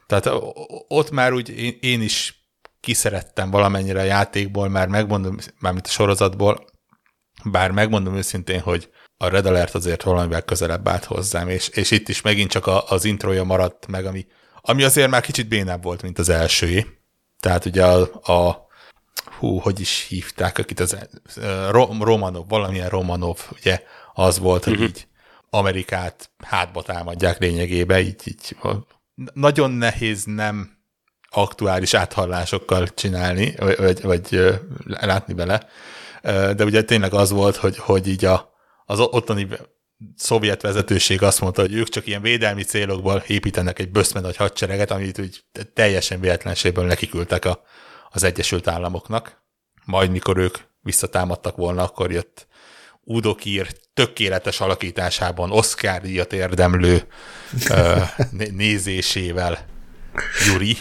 Tehát ott már úgy én is kiszerettem valamennyire a játékból, már megmondom, mármint a sorozatból, bár megmondom őszintén, hogy a Red Alert azért valamivel közelebb állt hozzám, és itt is megint csak az introja maradt meg, ami azért már kicsit bénább volt, mint az elsőé. Tehát ugye hogy is hívták, akit Romanov, valamilyen Romanov, ugye az volt, hogy így Amerikát hátba támadják lényegében, így nagyon nehéz nem aktuális áthallásokkal csinálni, vagy látni bele, de ugye tényleg az volt, hogy így az ottani szovjet vezetőség azt mondta, hogy ők csak ilyen védelmi célokból építenek egy böszme nagy hadsereget, amit úgy teljesen véletlenségből nekiküldtek az Egyesült Államoknak. Majd mikor ők visszatámadtak volna, akkor jött Udo Kier tökéletes alakításában Oscar-díjat érdemlő nézésével Yuri.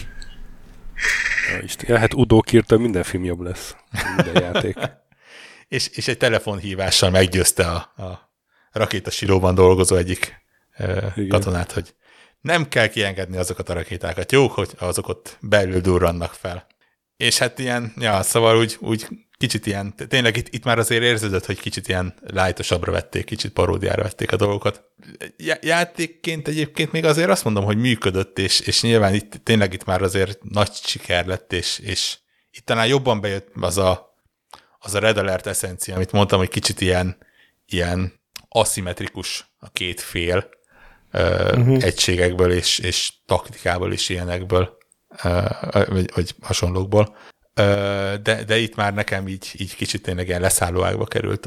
Ja, hát Udo Kiertől minden film jobb lesz. Minden játék. és egy telefonhívással meggyőzte a rakétasíróban dolgozó egyik katonát, hogy nem kell kiengedni azokat a rakétákat. Jó, hogy azok ott belül durrannak fel. És hát ilyen, szóval úgy kicsit ilyen, tényleg itt már azért érződött, hogy kicsit ilyen lightosabbra vették, kicsit paródiára vették a dolgokat. Játékként egyébként még azért azt mondom, hogy működött, és nyilván itt már azért nagy siker lett, és itt talán jobban bejött az a Red Alert eszencia, amit mondtam, hogy kicsit ilyen aszimmetrikus a két fél egységekből és taktikából és ilyenekből, vagy hasonlókból. De itt már nekem így kicsit tényleg ilyen leszállóágba került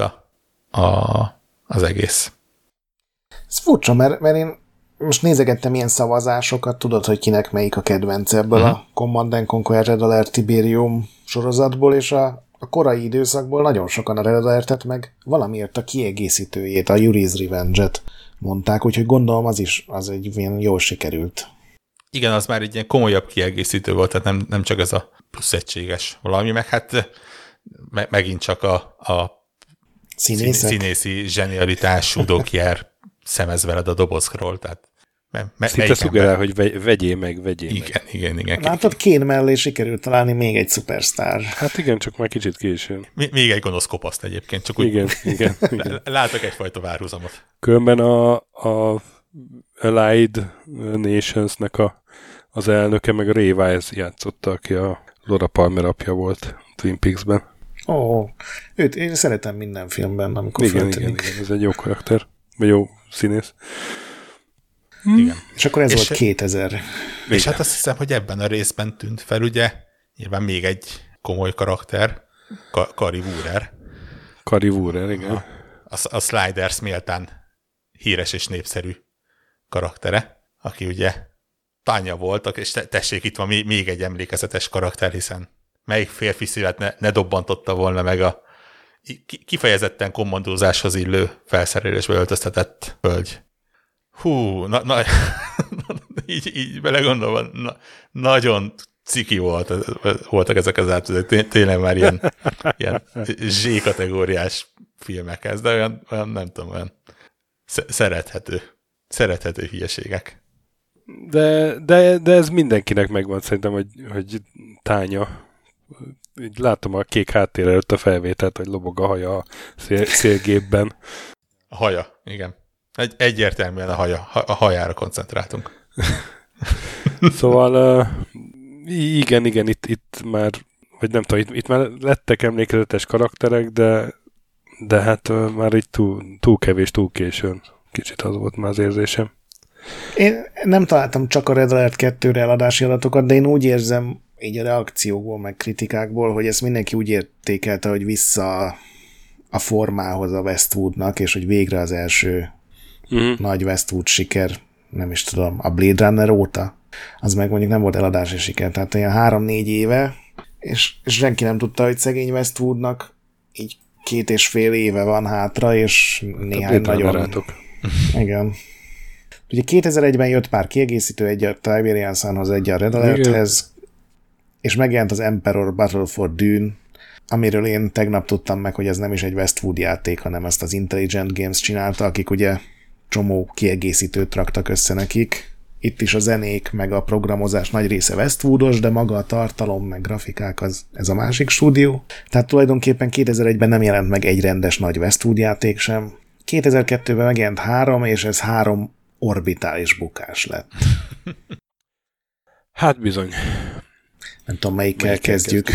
az egész. Ez furcsa, mert én most nézegettem ilyen szavazásokat, tudod, hogy kinek melyik a kedvenc ebből a Command & Conquer Red Alert Tiberium sorozatból, és a korai időszakból nagyon sokan a Red Alertet, meg valamiért a kiegészítőjét, a Yuri's Revenge-et mondták, úgyhogy gondolom az egy ilyen jól sikerült. Igen, az már egy ilyen komolyabb kiegészítő volt, tehát nem csak ez a plusz egységes valami, meg hát megint csak a színészi zsenialitás, Udo Kier szemez veled a dobozról, tehát szinte szugerál, hogy vegyél meg. Igen. Látod, Kane mellé sikerült találni még egy szupersztár. Hát igen, csak már kicsit későn. Még egy gonosz kopaszt egyébként, csak úgy igen. látok egyfajta várhuzamot. Különben a Allied Nationsnek az elnöke, meg a Ray Wise játszotta, aki a Laura Palmer apja volt Twin Peaks-ben. Őt én szeretem minden filmben, amikor feltűnik. Igen, ez egy jó karakter, vagy jó színész. Igen. És akkor ez volt 2000. És hát azt hiszem, hogy ebben a részben tűnt fel, ugye, nyilván még egy komoly karakter, Kari Wuhrer. Kari Wuhrer, igen. A Sliders méltán híres és népszerű karaktere, aki ugye Tanya voltak, és tessék, itt van még egy emlékezetes karakter, hiszen melyik férfi szívet ne dobbantotta volna meg a kifejezetten kommandózáshoz illő felszerelésbe öltöztetett hölgy. Így belegondolva, nagyon ciki voltak ezek az átvezetők, tényleg már ilyen Z-kategóriás filmekhez, de olyan nem tudom, olyan szerethető hülyeségek. De ez mindenkinek megvan szerintem, hogy Tánya. Így látom a kék háttér előtt a felvételt, hogy lobog a haja a szélgépben. A haja, igen. Egyértelműen a hajára koncentráltunk. Szóval igen, itt már, vagy nem tudom, itt már lettek emlékezetes karakterek, de hát már így túl kevés, túl későn. Kicsit az volt már az érzésem. Én nem találtam csak a Red Alert 2-re eladási adatokat, de én úgy érzem, így a reakciókból, meg kritikákból, hogy ezt mindenki úgy értékelte, hogy vissza a formához a Westwoodnak, és hogy végre az első nagy Westwood siker, nem is tudom, a Blade Runner óta, az meg mondjuk nem volt eladási siker, tehát ilyen 3-4 éve, és senki nem tudta, hogy szegény Westwoodnak így 2,5 éve van hátra, és néhány nagyon... Igen. Ugye 2001-ben jött pár kiegészítő, egy a Tiberian Sunhoz, egy a Red Alerthez, és megjelent az Emperor Battle for Dune, amiről én tegnap tudtam meg, hogy ez nem is egy Westwood játék, hanem ezt az Intelligent Games csinálta, akik ugye csomó kiegészítőt raktak össze nekik. itt is a zenék, meg a programozás nagy része Westwoodos, de maga a tartalom, meg grafikák ez a másik stúdió. Tehát tulajdonképpen 2001-ben nem jelent meg egy rendes nagy Westwood játék sem. 2002-ben megjelent 3, és ez 3 orbitális bukás lett. Hát bizony. Nem tudom, melyikkel kezdjük.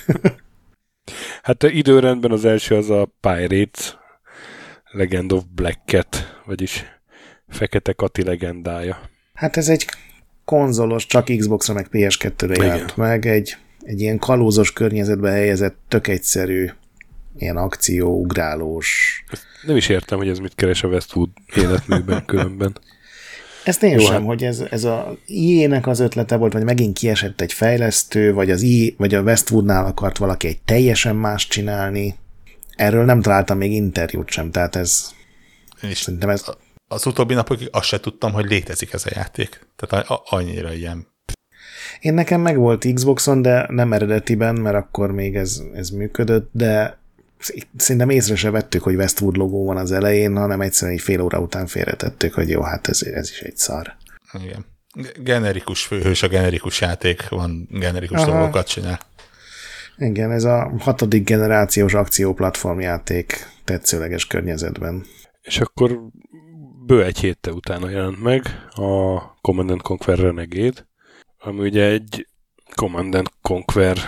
Hát időrendben az első az a Pirates, Legend of Black Cat, vagyis Fekete Kati legendája. Hát ez egy konzolos, csak Xbox-ra meg PS2-re jelent meg, egy ilyen kalózos környezetbe helyezett, tök egyszerű, ilyen akcióugrálós. Nem is értem, hogy ez mit keres a Westwood életműben különben. Ezt én sem, hogy ez a EA-nek az ötlete volt, vagy megint kiesett egy fejlesztő, vagy vagy a Westwoodnál akart valaki egy teljesen más csinálni. Erről nem találtam még interjút sem, tehát ez... Szerintem ez... Az utóbbi napokig azt se tudtam, hogy létezik ez a játék. Tehát annyira ilyen... Én nekem meg volt Xboxon, de nem eredetiben, mert akkor még ez működött, de szerintem észre se vettük, hogy Westwood logó van az elején, hanem egyszerűen egy fél óra után félretettük, hogy jó, hát ez is egy szar. Igen. Generikus főhős, a generikus játék van, generikus dolgokat csinál. Igen, ez a 6. generációs akcióplatformjáték tetszőleges környezetben. És akkor bő egy héttel utána jelent meg a Command & Conquer Renegade, ami ugye egy Command & Conquer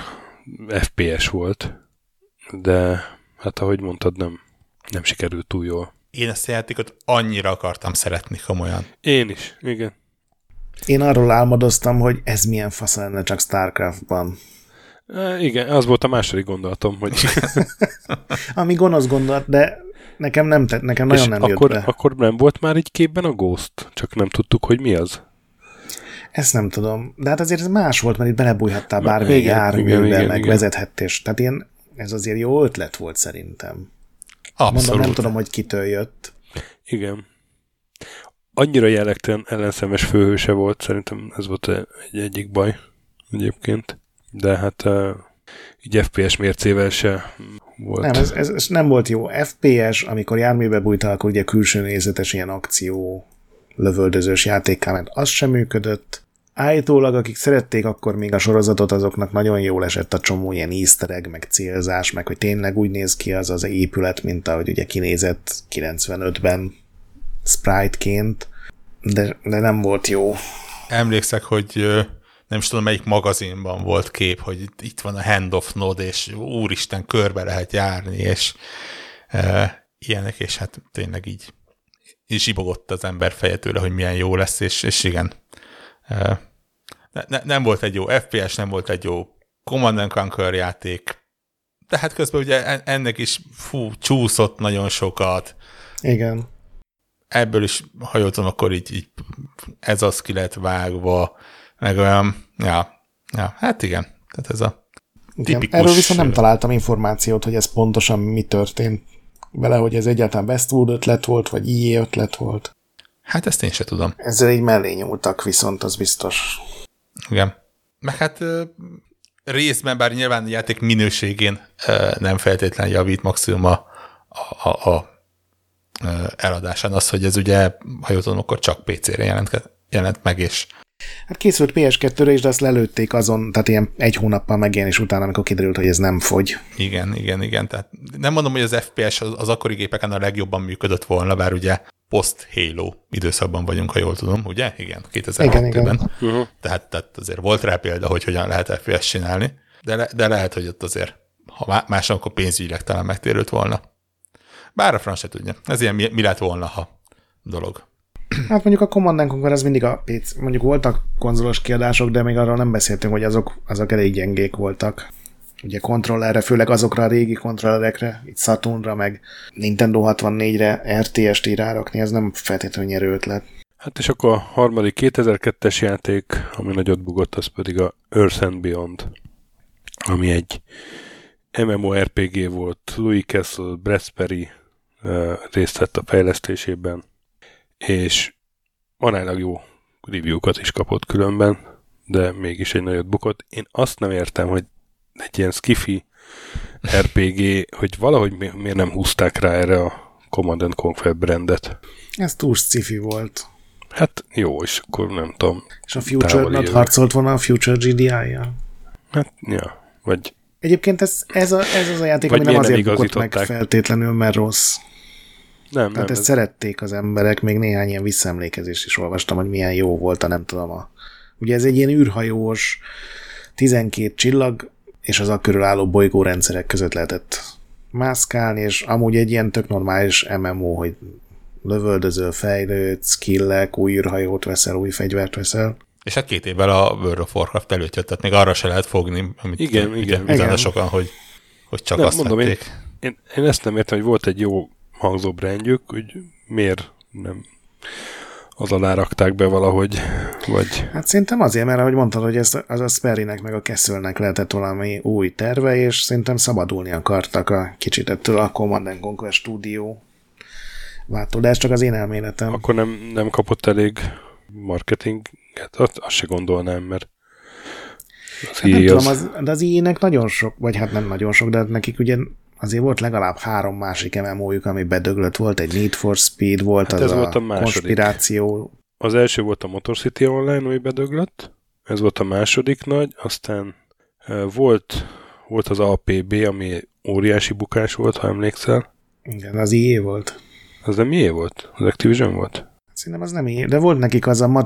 FPS volt, de hát ahogy mondtad, nem sikerült túl jól. Én ezt a játékot annyira akartam szeretni komolyan. Én is, igen. Én arról álmodoztam, hogy ez milyen fasz lenne csak StarCraftban. Igen, az volt a második gondolatom, hogy... Ami gonosz gondolat, de nekem nagyon nem jött be. Akkor nem volt már így képben a Ghost? Csak nem tudtuk, hogy mi az? Ezt nem tudom. De hát azért ez más volt, mert itt belebújhattál bármilyen járművel, meg vezethettél. Tehát ez azért jó ötlet volt szerintem. Abszolút. Mondom, nem tudom, hogy kitől jött. Igen. Annyira jellegtelen ellenszemes főhőse volt, szerintem ez volt egyik baj egyébként. De hát így FPS mércével se volt. Nem, ez nem volt jó. FPS, amikor járműbe bújtál, akkor ugye külső nézetes ilyen akció lövöldözős játékká ment, az sem működött. Állítólag, akik szerették akkor még a sorozatot, azoknak nagyon jól esett a csomó ilyen easter egg, meg célzás, meg hogy tényleg úgy néz ki az épület, mint ahogy ugye kinézett 95-ben sprite-ként, de nem volt jó. Emlékszek, hogy nem is tudom, melyik magazinban volt kép, hogy itt van a handoff node, és úristen, körbe lehet járni, és ilyenek, és hát tényleg így zsibogott az ember feje tőle, hogy milyen jó lesz, és igen. Nem volt egy jó FPS, nem volt egy jó Command & Conquer játék, de hát közben ugye ennek is csúszott nagyon sokat. Igen. Ebből is, ha jól tudom, akkor így ez az ki lett vágva, meg olyan, hát igen. Tehát ez a tipikus... Erről viszont nem találtam információt, hogy ez pontosan mi történt vele, hogy ez egyáltalán Westwood ötlet volt, vagy EA ötlet volt. Hát ezt én se tudom. Ezzel így mellé nyúltak, viszont az biztos. Igen. Meg hát részben, bár nyilván a játék minőségén nem feltétlenül javít maximum a eladásán az, hogy ez ugye, ha jól tudom, akkor csak PC-re jelent meg, és hát készült PS2-re is, de azt lelőtték azon, tehát ilyen 1 hónappal megjelenés után, amikor kiderült, hogy ez nem fogy. Igen. Tehát nem mondom, hogy az FPS az akkori gépeken a legjobban működött volna, bár ugye post-Halo időszakban vagyunk, ha jól tudom, ugye? Igen, 2002-ben. Igen. Tehát azért volt rá példa, hogy hogyan lehet FPS csinálni, de lehet, hogy ott azért, ha máson, akkor pénzügyileg talán megtérült volna. Bár a franc se tudja. Ez ilyen mi lett volna, ha dolog. Hát mondjuk a Command & Conquer az mindig mondjuk voltak konzolos kiadások, de még arról nem beszéltünk, hogy azok elég gyengék voltak. Ugye kontrollerre, főleg azokra a régi kontrollerekre, itt Saturnra, meg Nintendo 64-re RTS-t így rárakni, ez nem feltétlenül nyerő ötlet. Hát és akkor a harmadik 2002-es játék, ami nagyot bugott, az pedig a Earth and Beyond, ami egy MMORPG volt. Louis Castle, Brett Perry részt vett a fejlesztésében, és aránylag jó review-kat is kapott különben, de mégis egy nagyot bukott. Én azt nem értem, hogy egy ilyen skifi RPG, hogy valahogy miért nem húzták rá erre a Command & Conquer brandet. Ez túl sci-fi volt. Hát jó, és akkor nem tudom. És a Future harcolt volna a Future GDI-jal? Hát, ja, vagy... Egyébként ez az a játék, ami nem azért bukott meg feltétlenül, mert rossz. Tehát ezt szerették az emberek, még néhány ilyen visszaemlékezést is olvastam, hogy milyen jó volt a nem tudom. Ugye ez egy ilyen űrhajós, 12 csillag, és az körül álló bolygórendszerek között lehetett mászkálni, és amúgy egy ilyen tök normális MMO, hogy lövöldözöl, fejlődsz, skillek, új űrhajót veszel, új fegyvert veszel. És hát 2 évvel a World of Warcraft előtt jött, tehát még arra se lehet fogni, amit igen. Sokan, hogy csak azt mondom, vették. Én ezt nem értem, hogy volt egy jó hangzó brandjük, hogy miért nem az alá rakták be valahogy, vagy... Hát szerintem azért, mert ahogy mondtad, hogy az a Sperrynek meg a Castle-nek lehetett valami új terve, és szerintem szabadulni akartak a kicsit ettől a Command & Conquer stúdió váltól, de ez csak az én elméletem. Akkor nem kapott elég marketinget? Azt se gondolnám, mert hát nem tudom, de az EA-nek nagyon sok, vagy hát nem nagyon sok, de nekik ugye azért volt legalább 3 másik MMO-juk, ami bedöglött. Volt egy Need for Speed, volt hát az volt a konspiráció. Az első volt a Motor City Online, ami bedöglött. Ez volt a második nagy. Aztán volt az APB, ami óriási bukás volt, ha emlékszel. Igen, az EA volt. Az nem EA volt? Az Activision volt? Szerintem az nem EA, de volt nekik az a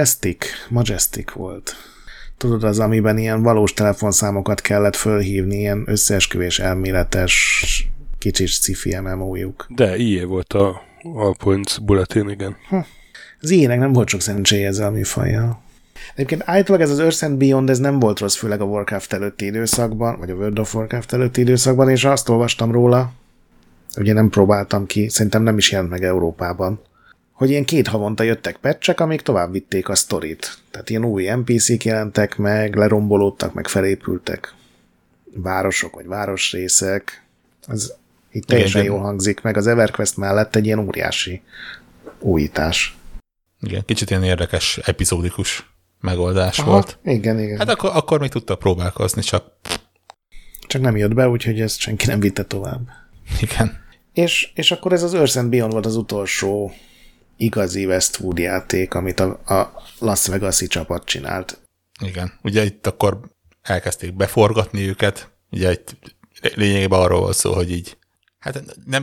Majestic volt. Tudod, az, amiben ilyen valós telefonszámokat kellett fölhívni, ilyen összeesküvés elméletes kicsit sci-fi MMO-juk. De EA volt a Points Bulletin, igen. Az EA-nek nem volt sok szerencséje ezzel a műfajjal. Egyébként állítólag ez az Earth and Beyond, ez nem volt rossz, főleg a Warcraft előtti időszakban, vagy a World of Warcraft előtti időszakban, és azt olvastam róla, ugye nem próbáltam ki, szerintem nem is jelent meg Európában, hogy ilyen 2 havonta jöttek patchek, amik tovább vitték a sztorit. Tehát ilyen új NPC-k jelentek meg, lerombolódtak, meg felépültek városok, vagy városrészek. Ez így teljesen jól hangzik, meg az EverQuest mellett egy ilyen óriási újítás. Igen, kicsit ilyen érdekes, epizódikus megoldás volt. Igen. Hát akkor még tudta próbálkozni, csak nem jött be, úgyhogy ezt senki nem vitte tovább. Igen. És akkor ez az Earth and Beyond volt az utolsó igazi Westwood játék, amit a Las Vegas-i csapat csinált. Igen. Ugye itt akkor elkezdték beforgatni őket, ugye itt lényegében arról volt szó, hogy így hát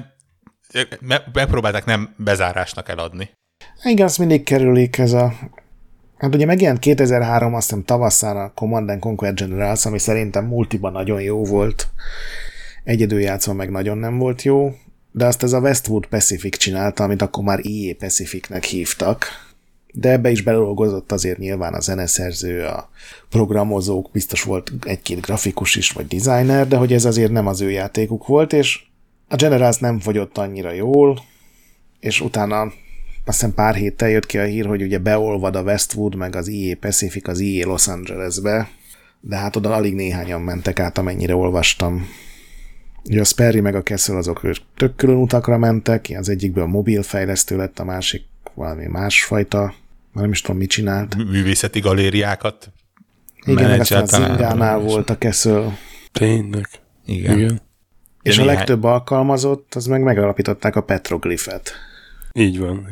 megpróbálták nem bezárásnak eladni. Igen, azt mindig kerülik ez a... Hát ugye megjelent 2003, azt hiszem tavasszán a Command & Conquer Generals, ami szerintem multiban nagyon jó volt. Egyedül játszva meg nagyon nem volt jó, de azt ez a Westwood Pacific csinálta, amit akkor már EA Pacificnek hívtak. De ebbe is belolgozott azért nyilván a zeneszerző, a programozók, biztos volt 1-2 grafikus is, vagy designer, de hogy ez azért nem az ő játékuk volt, és a Generals nem fogyott annyira jól, és utána azt hiszem pár héttel jött ki a hír, hogy ugye beolvad a Westwood, meg az EA Pacific az EA Los Angelesbe, de hát oda alig néhányan mentek át, amennyire olvastam. Ugye a Sperry meg a Castle azok tök külön utakra mentek, az egyikből mobilfejlesztő lett, a másik valami másfajta, nem is tudom, mit csinált. Művészeti galériákat. Igen, meg aztán a Zingánál volt a Castle. Tényleg. Igen. És a legtöbb alkalmazott, az meg megalapították a Petroglyphet. Így van.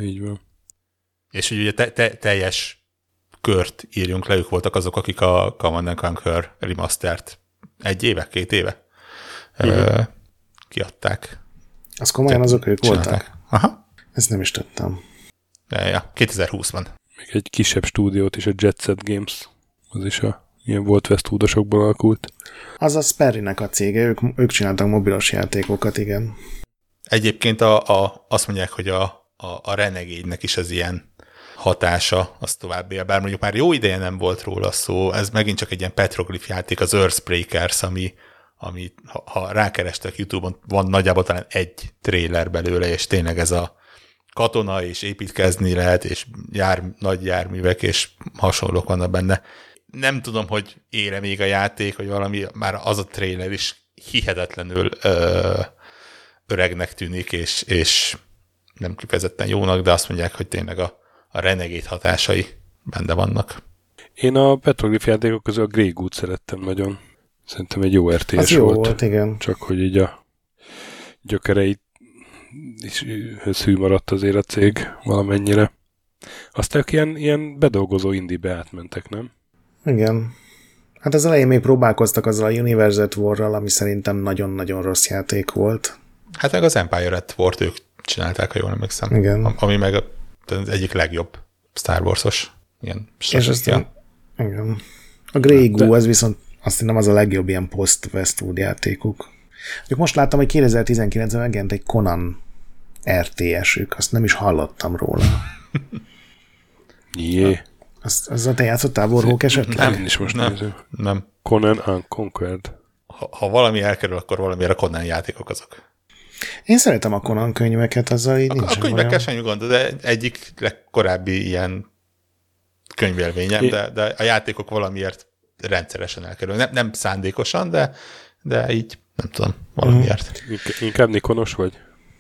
És ugye teljes kört írjunk le, ők voltak azok, akik a Command & Conquer remastert 1 éve, 2 éve kiadták. Az komolyan azok ők voltak? Aha. Ezt nem is tudtam. Ja, 2020-ban. Még egy kisebb stúdiót is, a Jet Set Games, az is ilyen Volt Westwoodosokból alakult. Az a Sperrynek a cége, ők csináltak mobilos játékokat, igen. Egyébként azt mondják, hogy a Renegade-nek is az ilyen hatása, az tovább él. Bár mondjuk már jó ideje nem volt róla szó, ez megint csak egy ilyen petroglyph játék, az Earthbreakers, ami ha rákerestek YouTube-on, van nagyjából talán 1 trailer belőle, és tényleg ez a katona, és építkezni lehet, és nagy járművek, és hasonlók vannak benne. Nem tudom, hogy éle még a játék, vagy valami, már az a trailer is hihetetlenül öregnek tűnik, és nem kifejezetten jónak, de azt mondják, hogy tényleg a Renegade hatásai benne vannak. Én a Petroglyph játékok közül a Grey Goose szerettem nagyon. Szerintem egy jó RTS az jó volt, igen. Csak hogy így a gyökereit is hű maradt azért a cég valamennyire. Aztán ők ilyen bedolgozó indibe átmentek, nem? Igen. Hát az elején még próbálkoztak azzal a Universe at War-ral, ami szerintem nagyon-nagyon rossz játék volt. Hát meg az Empire at War-t ők csinálták, ha jól emlékszem. Igen. Ami meg az egyik legjobb Star Wars-os ilyen stratégia. Igen. A Grey Goo, az viszont azt hiszem az a legjobb ilyen post-Westwood játékuk. Most láttam, hogy 2019-ben megjelent egy Conan RTS-ük, azt nem is hallottam róla. Jé. Azzal te játszottál Warhawk esetleg? Én is most nézem. Nem. Conan Unconquered. Ha valami elkerül, akkor valamiért a Conan játékok azok. Én szeretem a Conan könyveket, azzal így nincsen A könyvekkel semmi gond, de egyik legkorábbi ilyen könyvélményem, de a játékok valamiért rendszeresen elkerül. Nem szándékosan, de így nem tudom, valamiért. Inkább Nikonos vagy?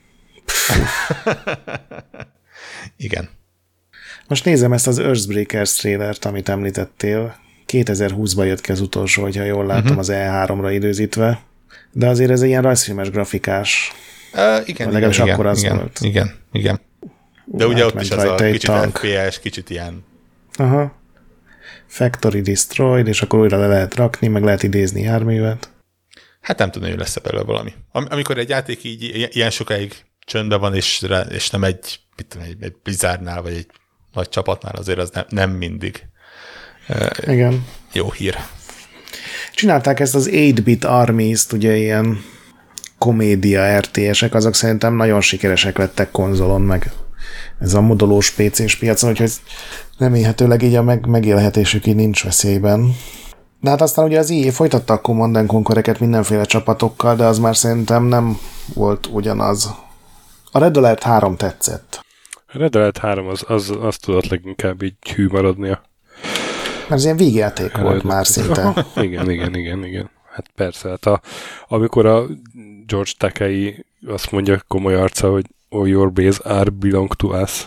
Igen. Most nézem ezt az Earthbreakers trailert, amit említettél. 2020-ban jött ki az utolsó, hogyha jól látom, az E3-ra időzítve. De azért ez egy ilyen rajzfilmes grafikás. Igen, legalábbis akkor az volt. Igen. De ugye ott is az a kicsit tank. FPS, kicsit ilyen... Aha. Factory destroyed, és akkor újra le lehet rakni, meg lehet idézni járművet. Hát nem tudom, hogy lesz belőle valami. Amikor egy játék így ilyen sokáig csöndben van, és nem egy Blizzardnál, vagy egy nagy csapatnál, azért az nem mindig igen. Jó hír. Csinálták ezt az 8-bit Armies-t, ugye ilyen komédia RTS-ek, azok szerintem nagyon sikeresek lettek konzolon, meg ez a modolós PC-s piacon, úgyhogy remélhetőleg így a megélhetésük így nincs veszélyben. De hát aztán ugye az EA folytatta a Command & Conquer-eket mindenféle csapatokkal, de az már szerintem nem volt ugyanaz. A Red Alert 3 tetszett. A Red Alert 3 az tudott leginkább így hű maradnia. Mert ez ilyen vígjáték volt már szinte. Igen. Hát persze, hát amikor a George Takei azt mondja komoly arca, hogy all your base are belong to us.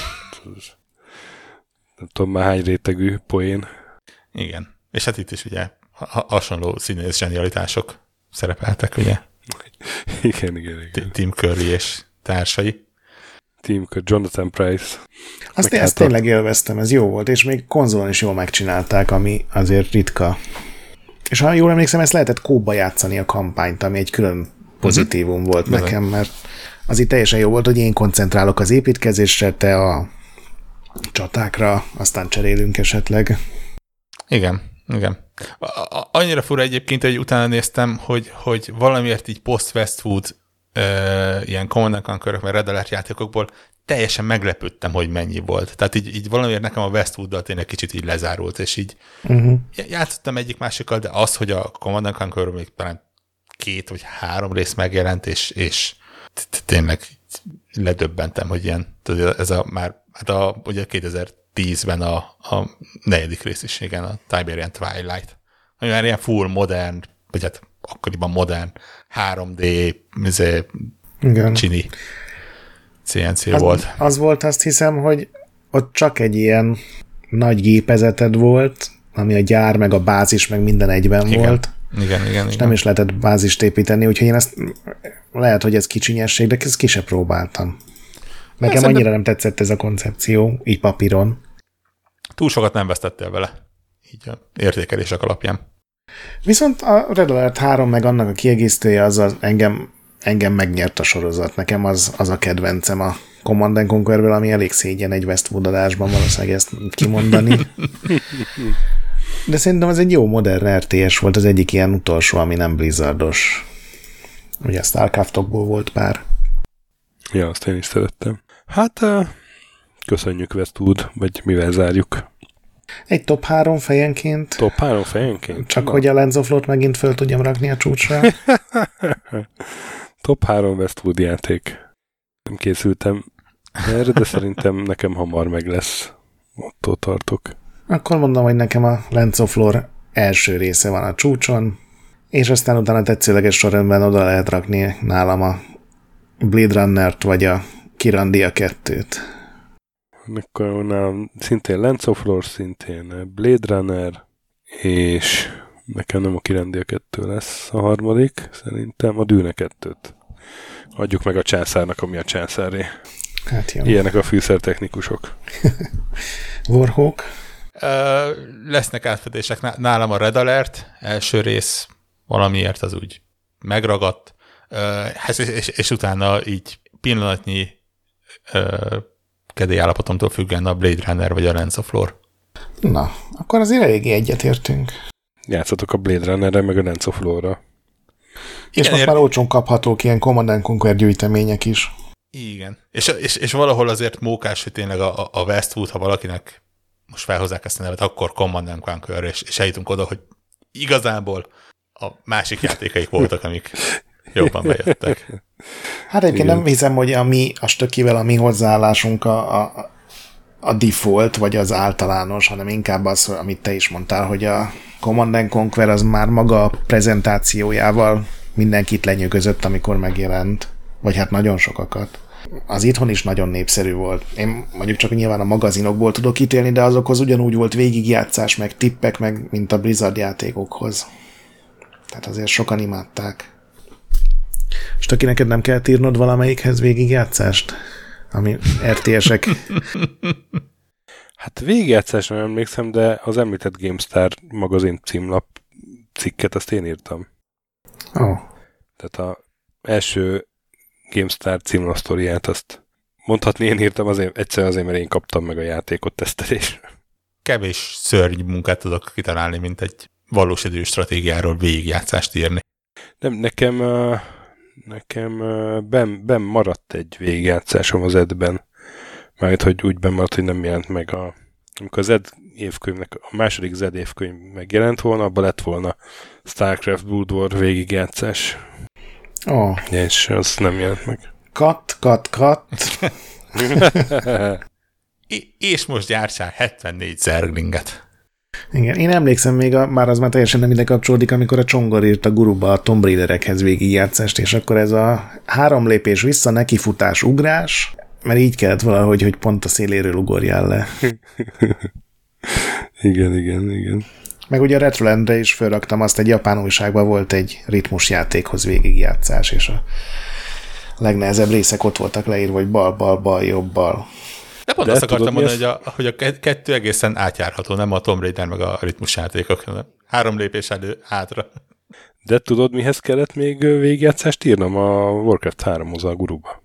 Nem tudom már hány rétegű poén. Igen. És hát itt is ugye hasonló színész zsenialitások szerepeltek, ugye? Igen. Tim Curry és társai. Tim Curry, Jonathan Pryce. Ezt tényleg élveztem, ez jó volt, és még konzolon is jól megcsinálták, ami azért ritka. És ha jól emlékszem, ezt lehetett kóba játszani a kampányt, ami egy külön pozitívum volt nekem, mert az itt teljesen jó volt, hogy én koncentrálok az építkezésre, te a csatákra, aztán cserélünk esetleg. Igen. Annyira fura egyébként, hogy utána néztem, hogy valamiért így post-Westwood ilyen Command & Conquer-ök, meg Red Alert játékokból teljesen meglepődtem, hogy mennyi volt. Tehát így valamiért nekem a Westwooddal tényleg kicsit így lezárult, és így játszottam egyik-másikkal, de az, hogy a Command & Conquer még talán 2 vagy 3 rész megjelent, és tényleg ledöbbentem, hogy ilyen, ez a már, hát ugye 2010-ben a 4. rész is, igen, a Tiberian Twilight. Ami már ilyen full modern, vagy hát akkoriban modern 3D csini CNC volt. Az volt, azt hiszem, hogy ott csak egy ilyen nagy gépezeted volt, ami a gyár, meg a bázis, meg minden egyben volt. Igen. És nem is lehetett bázist építeni, úgyhogy én ezt lehet, hogy ez kicsinyesség, de ezt ki se próbáltam. Nekem annyira nem tetszett ez a koncepció, így papíron. Túl sokat nem vesztettél vele, így a értékelések alapján. Viszont a Red Alert 3 meg annak a kiegészítője az engem megnyert a sorozat. Nekem az a kedvencem a Command & Conquerből, ami elég szégyen egy Westwood adásban valószínűleg ezt kimondani. De szerintem ez egy jó modern RTS volt, az egyik ilyen utolsó, ami nem Blizzardos. Ugye a Starcraftokból volt pár. Ja, azt én is szerettem. Hát, köszönjük Westwood, vagy mivel zárjuk? Egy top 3 fejenként. Top 3 fejenként? Csak hogy a Lens of Lore megint föl tudjam rakni a csúcsra. Top 3 Westwood játék. Nem készültem erre, de szerintem nekem hamar meg lesz. Attól tartok. Akkor mondom, hogy nekem a Lens of Lore első része van a csúcson, és aztán utána tetszőleges sorrendben oda lehet rakni nálam a Blade Runner-t, vagy a Kirandia 2-t. Akkor nálam szintén Lens of Lore, szintén Blade Runner, és nekem nem a Kirandia 2 lesz a harmadik, szerintem a Dűne 2-t. Adjuk meg a császárnak, ami a császáré. Hát jó. Ilyenek a fűszertechnikusok. Warhawk? Lesznek átfedések. Nálam a Red Alert első rész valamiért az úgy megragadt, és utána így pillanatnyi kedélyállapotomtól függően a Blade Runner vagy a Lens of Lore. Na, akkor azért eléggé egyetértünk. Játszatok a Blade Runnerre, meg a Lens of Lore-ra. És most már olcsón kaphatók ilyen Command & Conquer gyűjtemények is. Igen. És valahol azért mókás, hogy tényleg a Westwood, ha valakinek most felhozzák ezt a nevet, akkor Command & Conquer, és eljutunk oda, hogy igazából a másik játékaik voltak, amik jobban bejöttek. Hát egyébként nem hiszem, hogy a stökivel a mi hozzáállásunk a default, vagy az általános, hanem inkább az, amit te is mondtál, hogy a Command & Conquer az már maga prezentációjával mindenkit lenyűgözött, amikor megjelent, vagy hát nagyon sokakat. Az itthon is nagyon népszerű volt. Én mondjuk csak nyilván a magazinokból tudok ítélni, de azokhoz ugyanúgy volt végigjátszás, meg tippek, meg mint a Blizzard játékokhoz. Tehát azért sokan imádták. És aki neked nem kell írnod valamelyikhez végigjátszást? Ami RTS-ek. Hát végigjátszásra nem emlékszem, de az említett GameStar magazin címlap cikket azt én írtam. Oh. Tehát az első GameStar címlap sztoriát azt mondhatni én írtam, egyszerűen azért, mert én kaptam meg a játékot tesztelésre. Kevés szörny munkát tudok kitalálni, mint egy valós idő stratégiáról végigjátszást írni. Nem, nekem benn maradt egy végigjátszásom az Ed-ben. Mármint, hogy úgy benn maradt, hogy nem jelent meg amikor az Ed évkönyvnek, a második Zed évkönyv megjelent volna, abban lett volna Starcraft Brood War végigjátszás. Oh. És az nem jelent meg. Kat. És most gyártsál 74 zerglinget. Igen, én emlékszem még, bár az már teljesen nem ide kapcsolódik, amikor a Csongor írt a Guruba a Tomb Raiderekhez végigjátszást, és akkor ez a 3 lépés vissza, nekifutás, ugrás, mert így kellett valahogy, hogy pont a széléről ugorjál le. Igen. Meg ugye a Retrolandre is felraktam azt, egy japán újságban volt egy ritmusjátékhoz végigjátszás, és a legnehezebb részek ott voltak leírva, hogy bal, jobb, bal. De pont azt akartam mondani, hogy a kettő egészen átjárható, nem a Tomb Raider meg a ritmusjátékok, hanem 3 lépés elő, hátra. De tudod, mihez kellett még végigjátszást írnom? A Warcraft 3-hoz a Guruba.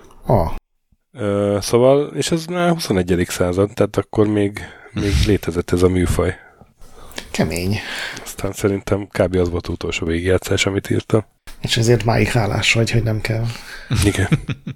Szóval, és ez már 21. század, tehát akkor még létezett ez a műfaj. Kemény. Aztán szerintem kb. Az volt utolsó végigjátszás, amit írtam. És ezért máig hálás vagy, hogy nem kell. Igen.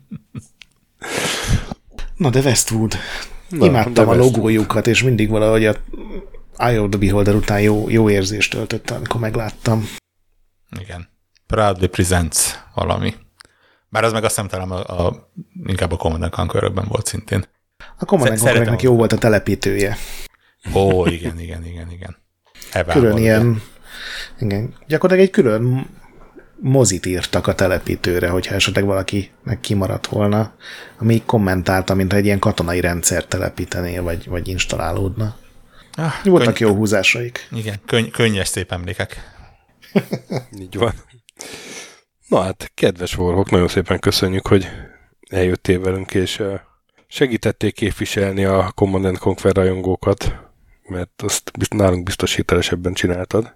Na de Westwood. Imádtam a logójukat, és mindig valahogy a Eye of the Beholder után jó érzést töltöttem, amikor megláttam. Igen. Proudly Presents valami. Bár az meg azt hiszem talán inkább a Command & Conquer-ökben volt szintén. A Command & Conquer-nek jó volt a telepítője. Ó, igen. Külön ilyen, igen, gyakorlatilag egy külön mozit írtak a telepítőre, hogyha esetleg valakinek kimaradt volna, ami kommentálta, mintha egy ilyen katonai rendszer telepítenél, vagy installálódna. Voltak jó húzásaik. Igen, könnyes szép emlékek. Így van. Na hát, kedves Warhawk, nagyon szépen köszönjük, hogy eljöttél velünk, és segítették képviselni a Command & Conquer rajongókat, mert azt nálunk biztos hitelesebben csináltad.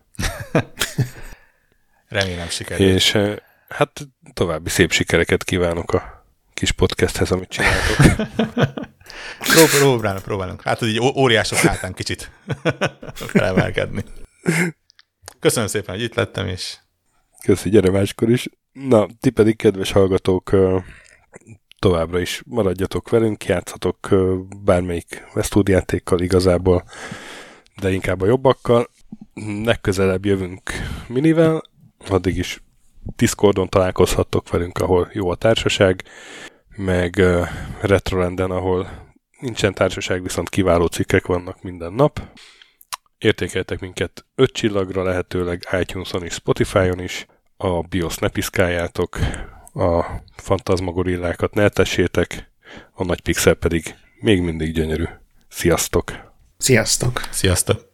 Remélem sikerül. És hát további szép sikereket kívánok a kis podcasthez, amit csináltok. Próbálunk. Hát, hogy így óriások hátán kicsit felemelkedni. Köszönöm szépen, hogy itt lettem, és... Köszi, gyere máskor is. Na, ti pedig, kedves hallgatók, továbbra is maradjatok velünk, játszatok bármelyik Westwood játékkal igazából, de inkább a jobbakkal. Legközelebb jövünk minivel, addig is Discordon találkozhattok velünk, ahol jó a társaság, meg Retrolanden, ahol nincsen társaság, viszont kiváló cikkek vannak minden nap. Értékeltek minket 5 csillagra, lehetőleg iTunes-on és Spotify-on is. A BIOS ne piszkáljátok, a fantasmagorillákat ne etessétek, a nagy pixel pedig még mindig gyönyörű. Sziasztok! Sziasztok!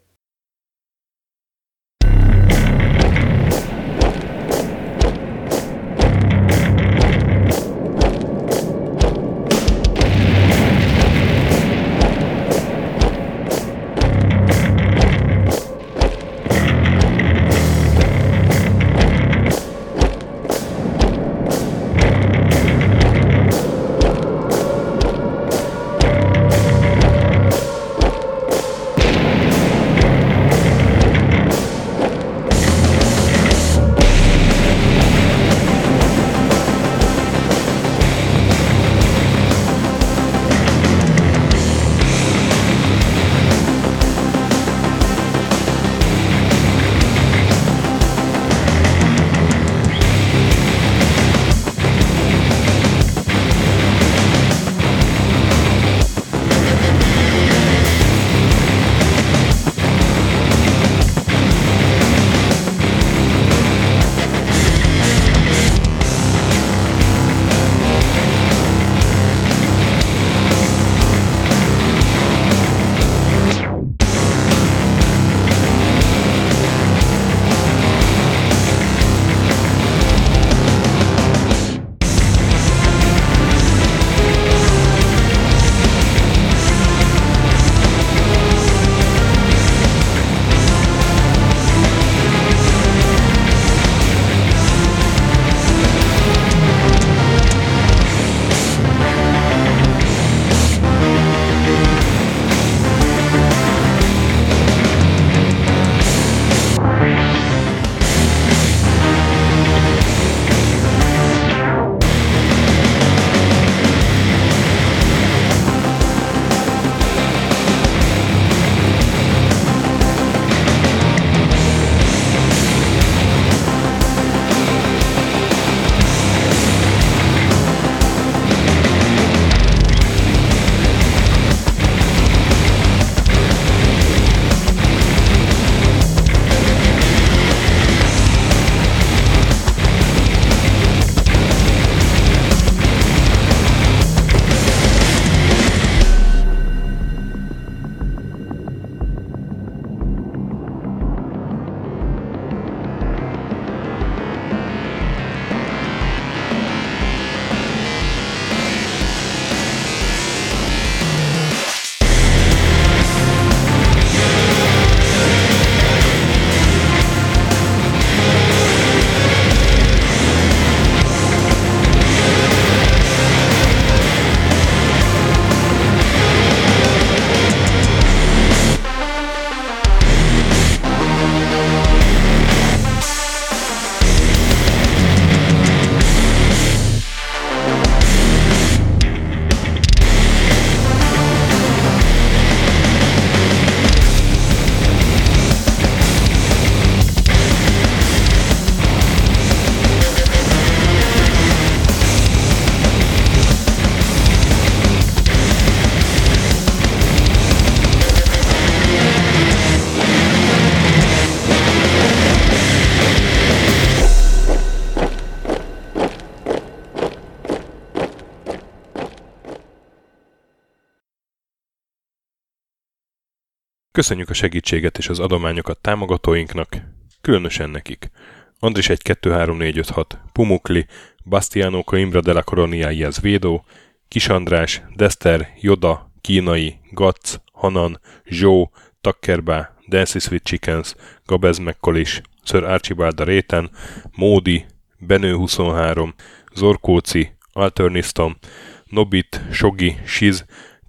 Köszönjük a segítséget és az adományokat támogatóinknak, különösen nekik. Andris 1, 2, 3, 4, 5, 6, Pumukli, Bastiano Coimbra de la Coroniaihez Védó, Kis András, Dester, Joda, Kínai, Gac, Hanan, Zsó, Takkerbá, Dancy Sweet Chickens, Gabez Mekkolis, Sir Archibald a Réten, Módi, Benő 23, Zorkóci, Alternisztom, Nobit, Sogi, Siz,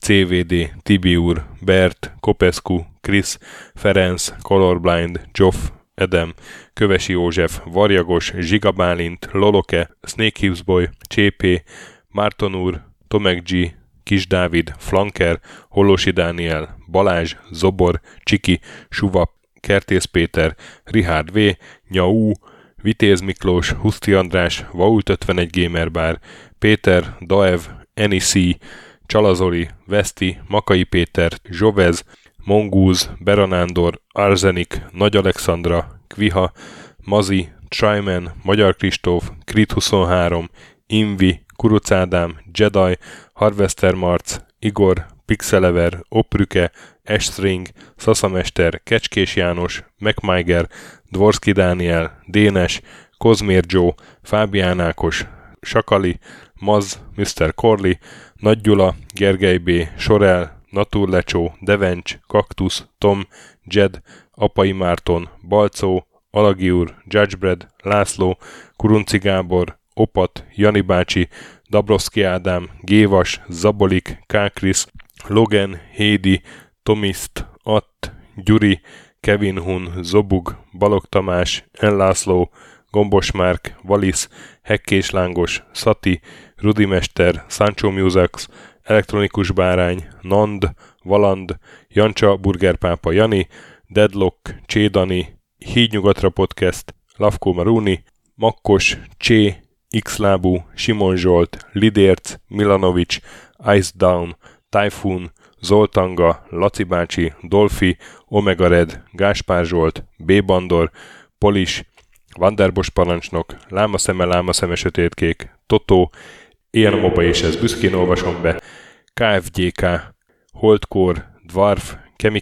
CVD, Tibiur, Bert, Kopescu, Krisz, Ferenc, Colorblind, Joff, Edem, Kövesi József, Varjagos, Zsigabálint, Loloke, Snake Hips Boy, Csépé, Márton úr, Tomek G, Kis Dávid, Flanker, Hollósi Dániel, Balázs, Zobor, Csiki, Suvap, Kertész Péter, Richard V, Nyau, Vitéz Miklós, Huszti András, Vault 51 Gamerbar, Péter, Daev, Enisi, Csalazoli, Veszti, Makai Péter, Zsovez, Mongúz, Beranándor, Arzenik, Nagy Alexandra, Kviha, Mazi, Tryman, Magyar Kristóf, Krit 23, Invi, Kuruc Ádám, Jedi, Harvester Marc, Igor, Pixelever, Oprüke, Estring, Szaszamester, Kecskés János, MacMiger, Dvorski Dániel, Dénes, Kozmér Joe, Fábián Ákos, Sakali, Maz, Mr. Corley, Nagy Gyula, Gergely B., Sorel, Naturlecsó, Devencs, Kaktusz, Tom, Jed, Apai Márton, Balcó, Alagi úr, Judgebred, László, Kurunci Gábor, Opat, Jani bácsi, Dabrowski Ádám, Gévas, Zabolik, Kákris, Logan, Hédi, Tomiszt, Att, Gyuri, Kevin Hun, Zobug, Balog Tamás, Enlászló, Gombos Márk, Valisz, Hekkés Lángos, Szati, Rudimester, Sancho Musax, Elektronikus Bárány, Nand, Valand, Jancsa, Burgerpápa Jani, Deadlock, Csédani, Hídnyugatra Podcast, Lavko Maruni, Makkos, Csé, Xlábú, Simon Zsolt, Lidérc, Milanovic, Ice Down, Typhoon, Zoltanga, Laci bácsi, Dolfi, Omega Red, Gáspár Zsolt, B. Bandor, Polis, Vanderbos parancsnok, Lámaszeme sötétkék, Totó, Ilyen a moba és ez büszkén olvasom be, KFGK, Holdkor, Dwarf, Kemi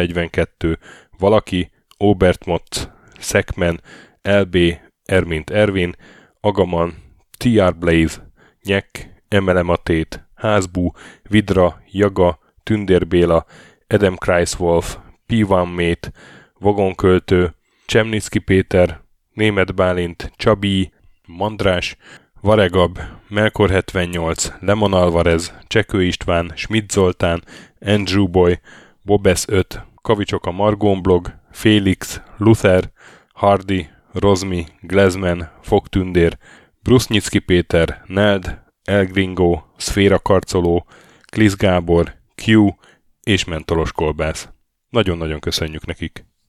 242, Valaki, Obert Motz, Szekmen, LB, Ermint Ervin, Agaman, TR Blaze, Nyek, Emelematét, Házbú, Vidra, Jaga, Tündér Béla, Adam Kreiswolf, P1 Mate, Vagonköltő, Csemnicki Péter, Németh Bálint, Csabi, Mandrás, Varegab, Melkor 78, Lemon Alvarez, Csekő István, Schmidt Zoltán, Andrew Boy, Bobesz 5, Kavicsok a Margón blog, Félix, Luther, Hardy, Rozmi, Glezman, Fogtündér, Brusznyicki Péter, Neld, El Gringo, Szféra Karcoló, Klisz Gábor, Q és Mentolos Kolbász. Nagyon-nagyon köszönjük nekik!